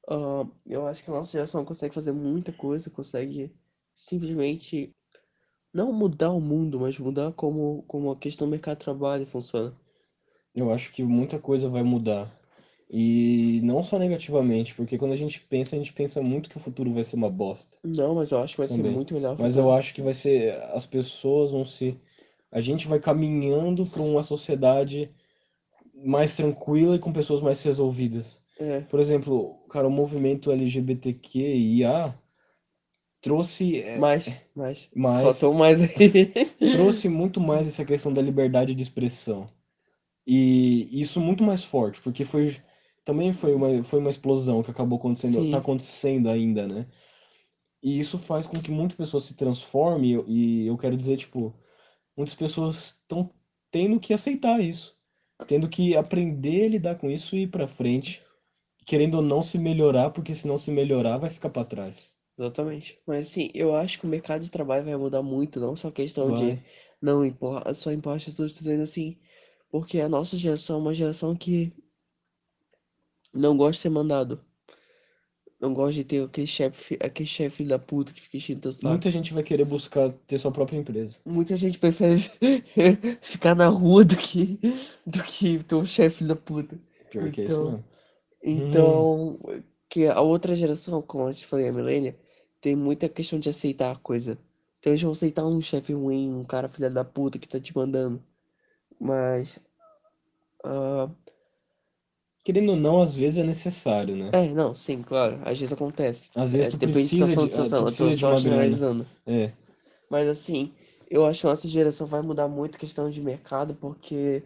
Eu acho que a nossa geração consegue fazer muita coisa, consegue simplesmente não mudar o mundo, mas mudar como a questão do mercado de trabalho funciona. Eu acho que muita coisa vai mudar. E não só negativamente, porque quando a gente pensa muito que o futuro vai ser uma bosta Não, mas eu acho que vai ser também. muito melhor o Mas eu futuro. acho que vai ser, as pessoas vão se, a gente vai caminhando para uma sociedade mais tranquila e com pessoas mais resolvidas. É, Por exemplo, cara, o movimento LGBTQIA trouxe mais, faltou mais aí. trouxe muito mais essa questão da liberdade de expressão. E isso muito mais forte, porque foi uma explosão que acabou acontecendo, tá Sim, acontecendo ainda, né? E isso faz com que muitas pessoas se transformem, e eu quero dizer, tipo, muitas pessoas estão tendo que aceitar isso, tendo que aprender a lidar com isso e ir pra frente, querendo ou não se melhorar, porque se não se melhorar, vai ficar pra trás. exatamente. Mas assim, eu acho que o mercado de trabalho vai mudar muito, não só questão de Vai. não importa, só importa, estou dizendo assim, porque a nossa geração é uma geração que não gosta de ser mandado. Não gosta de ter aquele chefe filho da puta que fica enchendo teu Muita saco. gente vai querer buscar ter sua própria empresa. Muita gente prefere ficar na rua do que ter um chefe filho da puta. Pior que é isso Então, mesmo. Hum, então, que a outra geração, como eu te falei, a milênia, tem muita questão de aceitar a coisa. Então eles vão aceitar um chefe ruim, um cara filha da puta que tá te mandando. Mas, ah, querendo ou não, às vezes é necessário, né? não, sim, claro, às vezes acontece. Às vezes É, depende de tu situação, eu tô precisa de só uma grana. generalizando. É, Mas assim, eu acho que a nossa geração vai mudar muito a questão de mercado, porque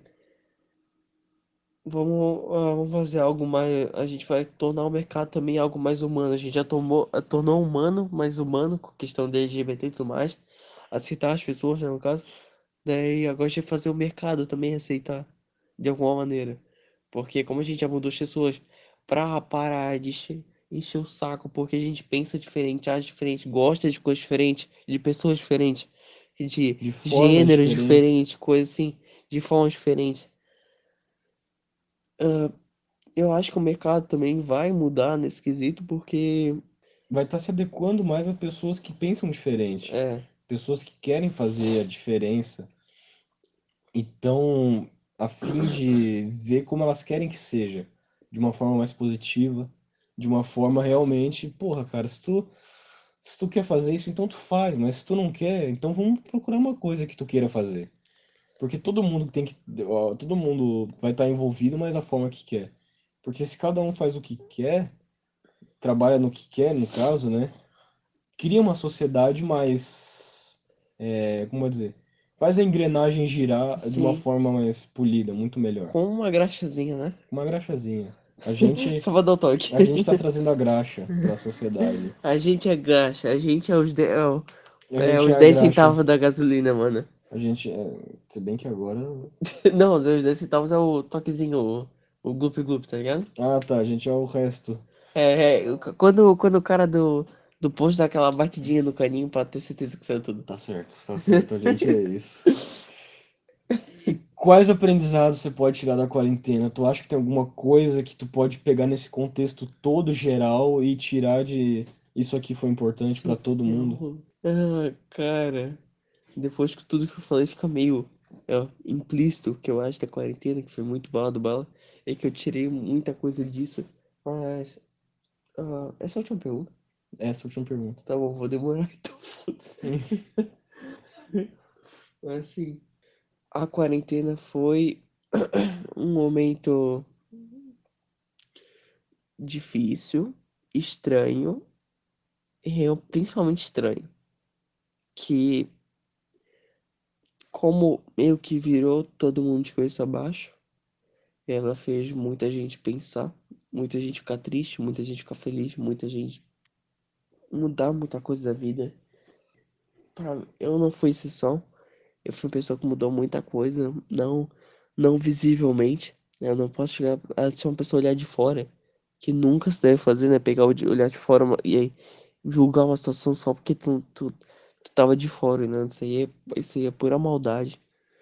vamos fazer algo mais. A gente vai tornar o mercado também algo mais humano. A gente já tornou humano mais humano, com questão de LGBT e tudo mais. Aceitar as pessoas, né, no caso. Daí agora a gente vai fazer o mercado também aceitar, de alguma maneira. Porque como a gente já mudou as pessoas pra parar de encher o saco, porque a gente pensa diferente, age diferente, gosta de coisas diferentes, de pessoas diferentes, de de formas gêneros diferentes. diferentes, coisas assim, de formas diferentes. Eu acho que o mercado também vai mudar nesse quesito, porque Vai estar se adequando mais a pessoas que pensam diferente, é, pessoas que querem fazer a diferença e estão a fim de ver como elas querem que seja, de uma forma mais positiva, de uma forma realmente, porra, cara, se tu quer fazer isso, então tu faz, mas se tu não quer, então vamos procurar uma coisa que tu queira fazer. Porque todo mundo tem que, ó, todo mundo vai estar envolvido, mas da forma que quer. Porque se cada um faz o que quer, trabalha no que quer, no caso, né? Cria uma sociedade mais, como eu dizer, faz a engrenagem girar de uma sim, forma mais polida, muito melhor. com uma graxazinha, né? Uma graxazinha. A gente, Só pra dar o toque. a gente tá trazendo a graxa para a sociedade. A gente é graxa, a gente é A gente é os a 10 graxa. centavos da gasolina, mano. A gente, se bem que agora, Não, os 10 centavos é o toquezinho, o glup glup, tá ligado? ah, tá, a gente é o resto. Quando o cara do posto dá aquela batidinha no caninho pra ter certeza que saiu tudo. Tá certo, tá certo. A gente é isso. E quais aprendizados você pode tirar da quarentena? Tu acha que tem alguma coisa que tu pode pegar nesse contexto todo geral e tirar de isso aqui foi importante pra Sim, todo mundo? cara. Depois que tudo que eu falei fica meio implícito, que eu acho da quarentena, que foi muito bala do bala, é que eu tirei muita coisa disso. Mas, essa é a última pergunta. Essa é a última pergunta. Tá bom, vou demorar então, foda-se. Hum. Mas assim, a quarentena foi um momento difícil, estranho, principalmente estranho, que como meio que virou todo mundo de cabeça abaixo, ela fez muita gente pensar, muita gente ficar triste, muita gente ficar feliz, muita gente mudar muita coisa da vida. Eu não fui exceção, eu fui uma pessoa que mudou muita coisa, não visivelmente, né? Eu não posso chegar a ser uma pessoa olhar de fora, que nunca se deve fazer, né? Pegar olhar de fora e aí julgar uma situação só porque tu tava de fora, né? Isso aí é pura maldade.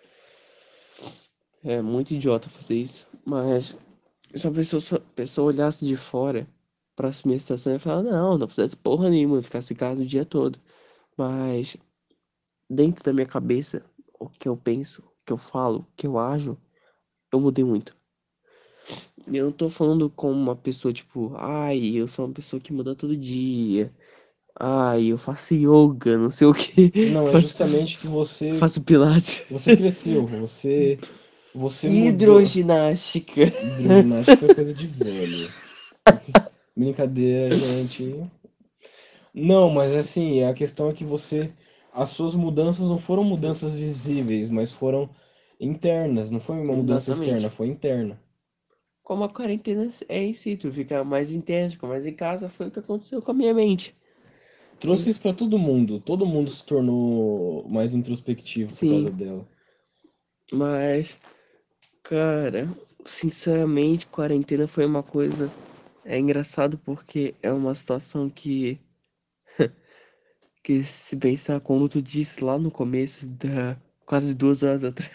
É muito idiota fazer isso, mas se a pessoa olhasse de fora, pra assumir a situação e falar, não, não fizesse porra nenhuma, ficasse em casa o dia todo. Mas dentro da minha cabeça, o que eu penso, o que eu falo, o que eu ajo, eu mudei muito. Eu não tô falando como uma pessoa, tipo, ai, eu sou uma pessoa que muda todo dia. Ai, eu faço yoga, não sei o que. Não, é Faço, justamente que faço pilates. você cresceu, você mudou. Hidroginástica. Hidroginástica, isso é coisa de velho. Brincadeira, gente. Não, mas assim, a questão é que as suas mudanças não foram mudanças visíveis, mas foram internas, não foi uma mudança externa, Exatamente. foi interna. Como a quarentena é em si, tu fica mais intenso, fica mais em casa, foi o que aconteceu com a minha mente. E, Trouxe isso pra todo mundo se tornou mais introspectivo por causa sim, dela. mas, cara, sinceramente, quarentena foi uma coisa. É engraçado porque é uma situação que se pensar, como tu disse lá no começo, da quase 2 horas atrás,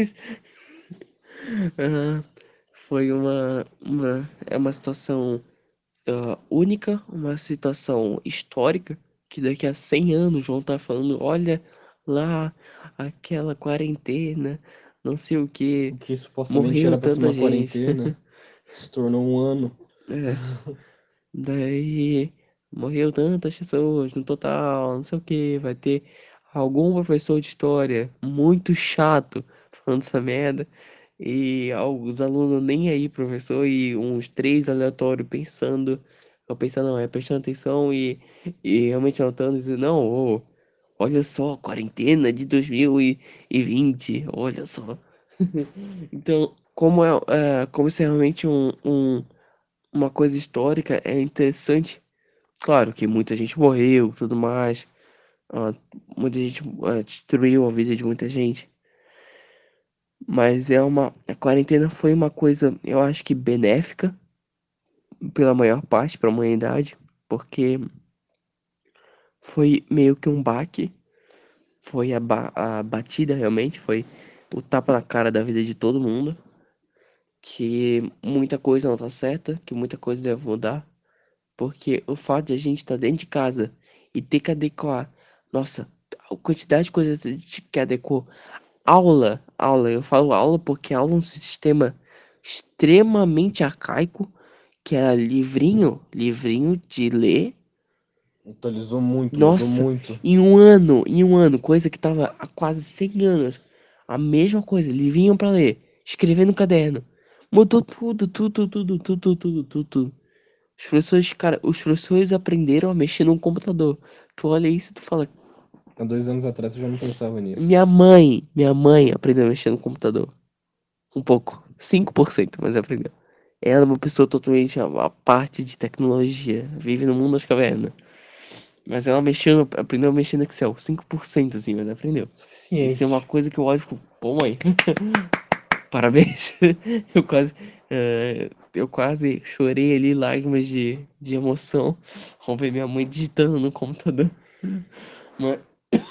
ah, foi é uma situação única, uma situação histórica, que daqui a 100 anos vão estar falando, olha lá, aquela quarentena, não sei o O que, que supostamente morreu era pra ser tanta uma gente. quarentena se tornou um ano. É, daí morreu tantas pessoas no total, não sei o que, vai ter algum professor de história muito chato falando essa merda, e os alunos nem aí, professor, e uns três aleatórios pensando, eu pensando, não, é prestando atenção e realmente anotando, e dizendo, não, ô, olha só, quarentena de 2020, olha só. Então, como isso é realmente uma coisa histórica, é interessante. Claro que muita gente morreu, tudo mais, ah, muita gente destruiu a vida de muita gente, mas a quarentena foi uma coisa, eu acho que benéfica pela maior parte para a humanidade, porque foi meio que um baque, foi a batida realmente, foi o tapa na cara da vida de todo mundo, que muita coisa não tá certa, que muita coisa deve mudar. Porque o fato de a gente estar dentro de casa e ter que adequar, nossa, a quantidade de coisas que adequou. Aula, eu falo aula porque aula é um sistema extremamente arcaico, que era livrinho de ler. Atualizou muito, mudou Nossa, muito. em um ano, coisa que tava há quase 100 anos. A mesma coisa, livrinho pra ler, escrever no caderno. Mudou tudo. Os professores, cara, os professores aprenderam a mexer num computador. Tu olha isso e tu fala, Há 2 anos atrás eu já não pensava nisso. minha mãe aprendeu a mexer no computador. Um pouco, 5%, mas aprendeu. Ela é uma pessoa totalmente a parte de tecnologia, vive no mundo das cavernas. Mas ela aprendeu a mexer no Excel, 5% assim, mas aprendeu. Isso é uma Suficiente. coisa que eu olho e fico, pô, mãe, parabéns. Eu quase, eu quase chorei ali, lágrimas de emoção, ao ver minha mãe digitando no computador. Mas,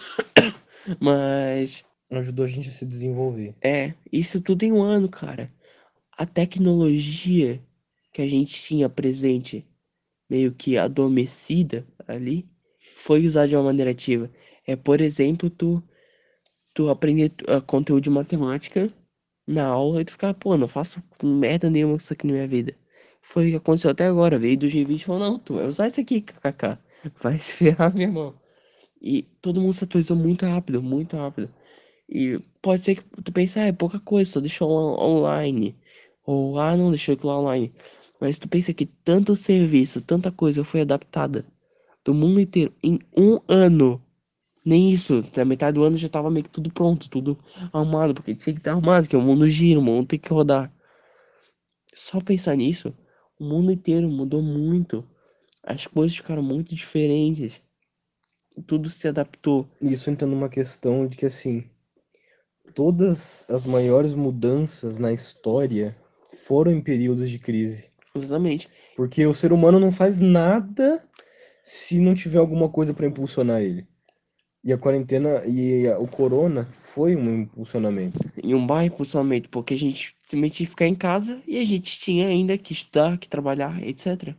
mas, Ajudou a gente a se desenvolver. isso tudo em um ano, cara. A tecnologia que a gente tinha presente, meio que adormecida ali, foi usada de uma maneira ativa. Por exemplo, tu aprender conteúdo de matemática na aula e tu ficar, pô, não faço merda nenhuma com isso aqui na minha vida. Foi o que aconteceu até agora. Veio 2020 e falou, não, tu vai usar isso aqui, kkk. Vai se ferrar, meu irmão. E todo mundo se atualizou muito rápido, muito rápido. E pode ser que tu pense, é pouca coisa, só deixou online. Ou, não, deixou aquilo lá online. Mas tu pensa que tanto serviço, tanta coisa foi adaptada do mundo inteiro em um ano. Nem isso, na metade do ano já tava meio que tudo pronto, tudo arrumado, porque tinha que estar arrumado, porque o mundo gira, o mundo tem que rodar. Só pensar nisso, o mundo inteiro mudou muito. As coisas ficaram muito diferentes. Tudo se adaptou. Isso entra numa questão de que, assim, todas as maiores mudanças na história foram em períodos de crise. Exatamente. Porque o ser humano não faz nada se não tiver alguma coisa para impulsionar ele. E a quarentena o corona foi um impulsionamento. Em um bairro, principalmente, porque a gente simplesmente ia ficar em casa e a gente tinha ainda que estudar, que trabalhar, etc.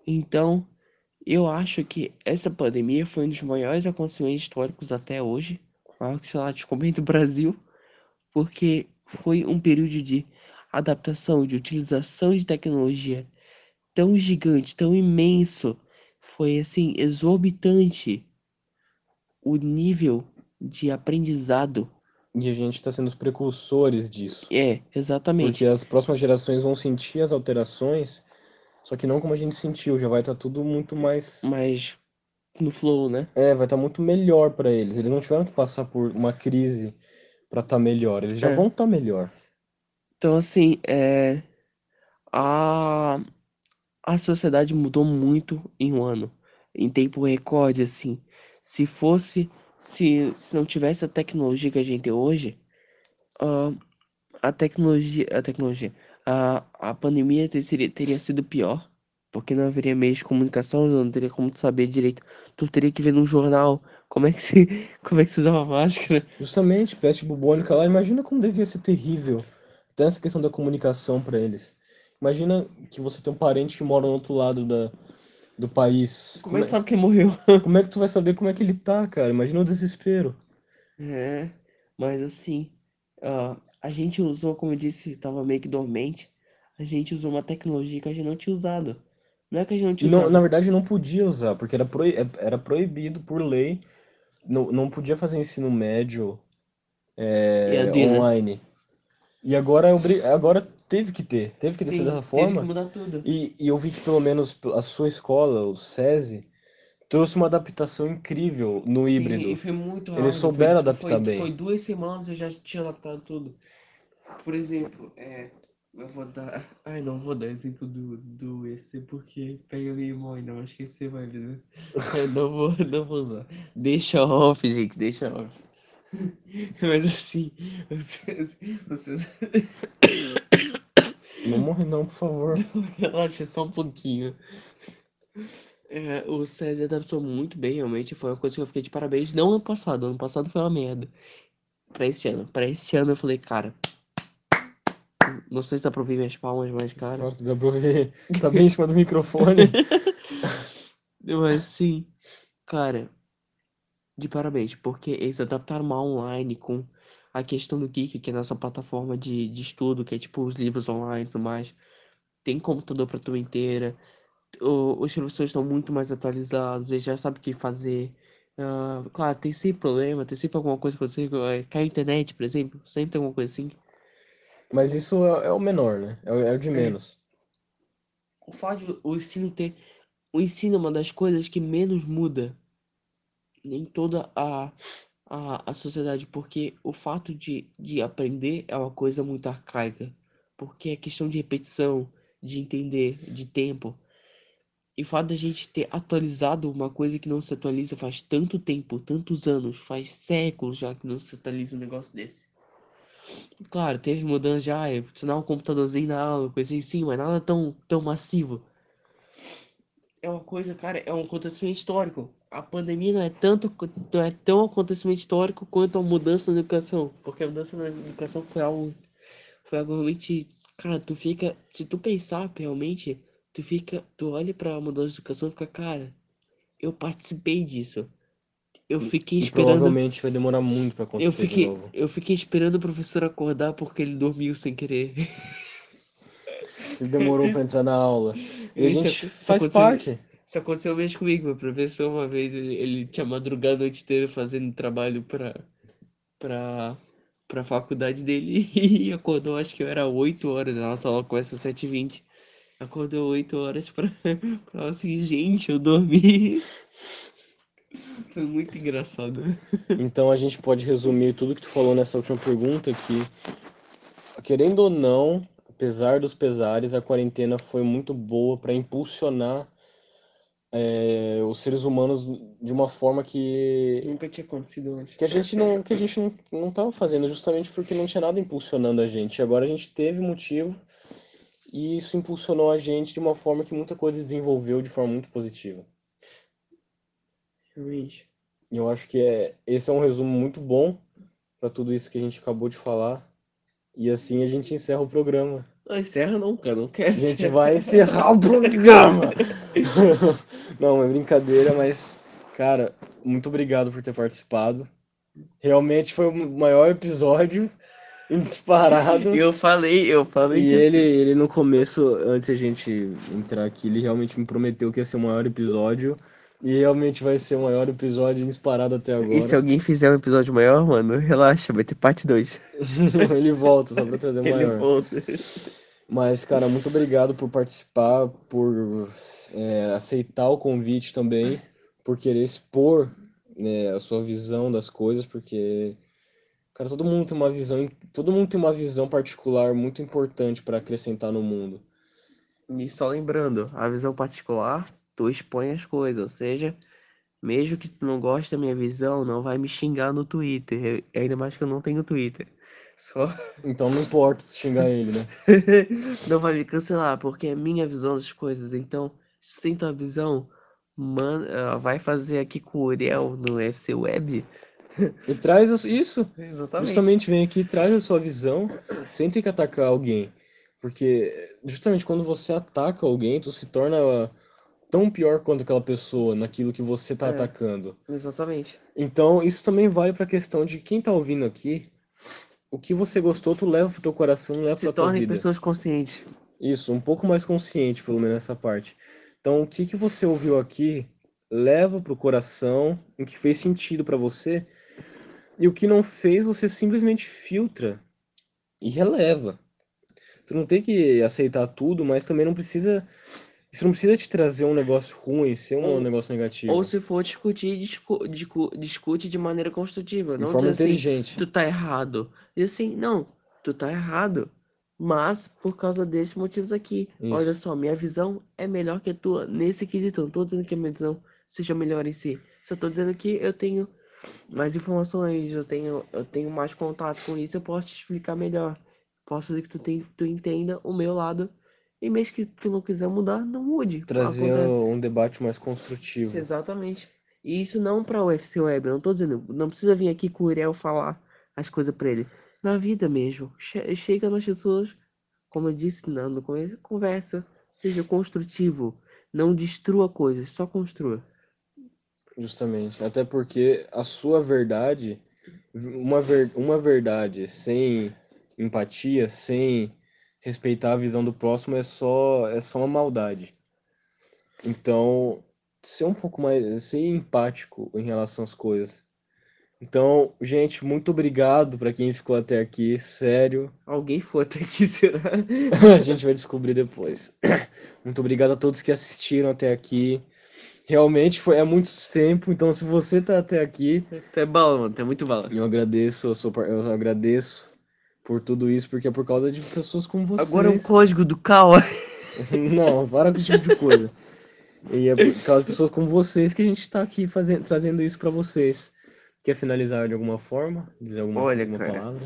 Então, eu acho que essa pandemia foi um dos maiores acontecimentos históricos até hoje, maior que, sei lá, descobrimento do Brasil, porque foi um período de adaptação, de utilização de tecnologia tão gigante, tão imenso, foi assim, exorbitante o nível de aprendizado. E a gente está sendo os precursores disso. É, Porque exatamente. as próximas gerações vão sentir as alterações, só que não como a gente sentiu, já vai estar tudo muito mais. Mas no flow, né? É, vai estar muito melhor para eles. Eles não tiveram que passar por uma crise para estar melhor, eles já É. vão estar melhor. Então, assim, a, a sociedade mudou muito em um ano, em tempo recorde, assim. Se fosse, se não tivesse a tecnologia que a gente tem hoje, ah, a pandemia teria sido pior, porque não haveria meios de comunicação, não teria como tu saber direito. Tu teria que ver num jornal como é que se, como é que se usava máscara. Justamente, peste bubônica lá, imagina como devia ser terrível. Até essa questão da comunicação para eles. Imagina que você tem um parente que mora no outro lado do país. Como é que sabe quem morreu? Como é que tu vai saber como é que ele tá, cara? Imagina o desespero. É, mas assim, a gente usou, como eu disse, tava meio que dormente. A gente usou uma tecnologia que a gente não tinha usado. Não é que a gente não E tinha não, na usado. verdade não podia usar, porque era proibido por lei. Não podia fazer ensino médio E a Dina? online. E agora, agora teve que ter Sim, dessa teve que forma. mudar tudo. E eu vi que pelo menos a sua escola, o SESI, trouxe uma adaptação incrível no Sim, e híbrido. foi muito Eles rápido. souberam adaptar Foi bem. 2 semanas eu já tinha adaptado tudo. Por exemplo, eu vou dar. Ai, não vou dar exemplo do UFC porque pega meio mal ainda, mas que você vai ver, né? Eu não vou usar. Deixa off, gente, deixa off. Mas assim, vocês Não morre não, por favor. relaxa só um pouquinho. O César adaptou muito bem, realmente. Foi uma coisa que eu fiquei de parabéns. Não ano passado foi uma merda. Pra esse ano eu falei, cara, não sei se dá pra ouvir minhas palmas, mas cara. Claro que dá pra ver. Tá bem em cima do microfone. Mas sim, cara, de parabéns, porque eles adaptaram mal online com a questão do Geek, que é a nossa plataforma de estudo, que é tipo os livros online e tudo mais. Tem computador pra turma inteira. Os professores estão muito mais atualizados, eles já sabem o que fazer. Claro, tem sempre problema, tem sempre alguma coisa que você cai a internet, por exemplo, sempre tem alguma coisa assim. Mas isso é o menor, né? É o de É, menos. o fato de o ensino é uma das coisas que menos muda em toda a sociedade, porque o fato de aprender é uma coisa muito arcaica, porque é questão de repetição, de entender, de tempo. E o fato da gente ter atualizado uma coisa que não se atualiza faz tanto tempo, tantos anos, faz séculos já que não se atualiza um negócio desse. Claro, teve mudança já, adicionar um computadorzinho na aula, coisa assim, mas nada tão massivo. É uma coisa, cara, é um acontecimento histórico. A pandemia não é tão acontecimento histórico quanto a mudança na educação. Porque a mudança na educação foi algo realmente, cara, se tu pensar realmente, tu olha pra mudança de educação e fica, cara, eu participei disso. Eu fiquei E esperando, provavelmente vai demorar muito pra acontecer de novo. eu fiquei esperando o professor acordar porque ele dormiu sem querer. Ele demorou pra entrar na aula. E a Isso, gente faz parte. isso aconteceu mesmo comigo. Meu professor, uma vez, ele tinha madrugado a noite inteira fazendo trabalho pra, pra faculdade dele e acordou, acho que era 8 horas. A nossa aula começa às 7h20. Acordou 8 horas pra assim, gente, eu dormi. Foi muito engraçado. Então a gente pode resumir tudo que tu falou nessa última pergunta que, querendo ou não, apesar dos pesares, a quarentena foi muito boa para impulsionar os seres humanos de uma forma Nunca tinha acontecido antes. que a gente não estava fazendo, justamente porque não tinha nada impulsionando a gente. Agora a gente teve motivo e isso impulsionou a gente de uma forma que muita coisa desenvolveu de forma muito positiva. Realmente. E eu acho que esse é um resumo muito bom para tudo isso que a gente acabou de falar. E assim a gente encerra o programa. Não, encerra não, cara. Não quero A gente encerrar. vai encerrar o programa! Não, é brincadeira, mas, cara, muito obrigado por ter participado. Realmente foi o maior episódio E disparado. eu falei E que ele, assim. ele no começo, antes de a gente entrar aqui, ele realmente me prometeu que ia ser o maior episódio. E realmente vai ser o maior episódio disparado até E se agora. alguém fizer um episódio maior, mano, relaxa, vai ter parte 2. Ele volta só pra trazer o Ele maior. volta. Mas, cara, muito obrigado por participar, por aceitar o convite também, por querer expor, a sua visão das coisas, porque, cara, todo mundo tem uma visão particular muito importante para acrescentar no mundo. E só lembrando, a visão particular, tu expõe as coisas, ou seja, mesmo que tu não goste da minha visão, não vai me xingar no Twitter. Ainda mais que eu não tenho Twitter. Só Então não importa se xingar ele, né? não vai me cancelar, porque é minha visão das coisas. Então, se tu tem tua visão, mano, vai fazer aqui com o Uriel no FC Web? E traz isso, Exatamente. justamente vem aqui e traz a sua visão, sem ter que atacar alguém. Porque justamente quando você ataca alguém, tu se torna tão pior quanto aquela pessoa naquilo que você tá É, atacando. exatamente. Então, isso também vale pra questão de quem tá ouvindo aqui, o que você gostou, tu leva pro teu coração, leva Se pra tua tornem vida. pessoas conscientes. Isso, um pouco mais consciente, pelo menos nessa parte. Então, o que que você ouviu aqui, leva pro coração, o que fez sentido pra você, e o que não fez, você simplesmente filtra e releva. Tu não tem que aceitar tudo, mas também não precisa. Isso não precisa te trazer um negócio ruim, ser um Ou, negócio ou negativo. se for discutir, discute de maneira construtiva. De Não forma dizer assim, inteligente. tu tá errado. E assim, não, tu tá errado. Mas por causa desses motivos aqui. Olha Isso. só, minha visão é melhor que a tua nesse quesito. Eu não tô dizendo que a minha visão seja melhor em si. Só tô dizendo que eu tenho mais informações, eu tenho mais contato com isso, eu posso te explicar melhor. Posso fazer que tu entenda o meu lado. E mesmo que tu não quiser mudar, não mude. Trazer Acontece. um debate mais Isso, construtivo. exatamente. E isso não pra UFC Web, eu não tô dizendo, não precisa vir aqui com o Uriel falar as coisas pra ele. Na vida mesmo, chega nas pessoas, como eu disse no começo, conversa, seja construtivo, não destrua coisas, só construa. Justamente. Até porque a sua verdade, uma verdade sem empatia, sem respeitar a visão do próximo é só uma maldade. Então, ser um pouco mais, ser empático em relação às coisas. Então, gente, muito obrigado para quem ficou até aqui, sério. Alguém for até aqui, será? A gente vai descobrir depois. Muito obrigado a todos que assistiram até aqui. Realmente é muito tempo, então se você tá até aqui, Tu é bala, mano, tu é muito bala. eu agradeço por tudo isso, porque é por causa de pessoas como Agora o vocês. código do Kawa. Não, para com esse tipo de coisa. E é por causa de pessoas como vocês que a gente tá aqui trazendo isso pra vocês. Quer finalizar de alguma forma? Dizer Olha, alguma cara, palavra?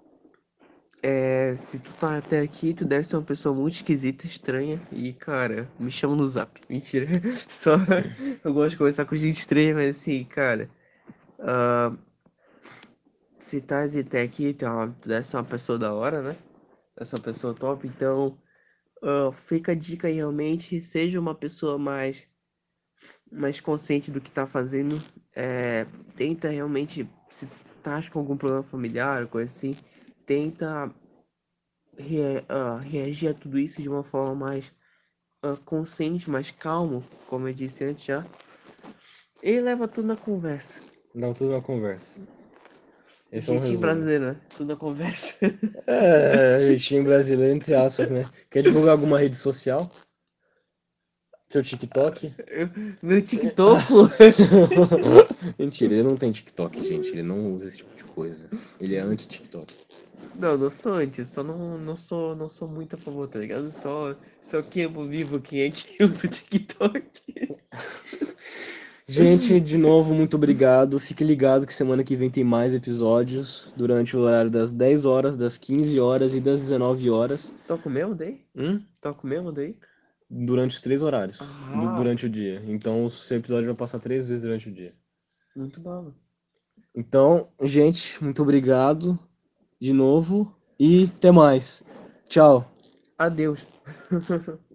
se tu tá até aqui, tu deve ser uma pessoa muito esquisita, estranha. E, cara, me chama no zap. Mentira. Só eu gosto de conversar com gente estranha, mas assim, cara. ah, Se tá até aqui, tu deve ser uma pessoa da hora, né? Deve ser uma pessoa top. Então, fica a dica aí realmente. Seja uma pessoa mais consciente do que tá fazendo. Tenta realmente, se tá com algum problema familiar, coisa assim, tenta reagir a tudo isso de uma forma mais consciente, mais calmo, como eu disse antes já. E leva tudo na conversa. Dá tudo na conversa. Esse é um Jeitinho resumo. brasileiro, né? Tudo na conversa. Jeitinho brasileiro, entre aspas, né? Quer divulgar alguma rede social? Seu TikTok? Meu TikTok, pô. Mentira, ele não tem TikTok, gente. Ele não usa esse tipo de coisa. Ele é anti-TikTok. Não, não sou antes, só não sou muito a favor, tá ligado? Só queimo vivo quem é que usa TikTok. Gente, de novo, muito obrigado. Fique ligado que semana que vem tem mais episódios durante o horário das 10 horas, das 15 horas e das 19 horas. Toco mesmo daí? Hum? Toco mesmo daí? Durante os 3 horários Ah, durante o dia. Então, o seu episódio vai passar 3 vezes durante o dia. muito bom. Então, gente, muito obrigado de novo e até mais. Tchau. Adeus.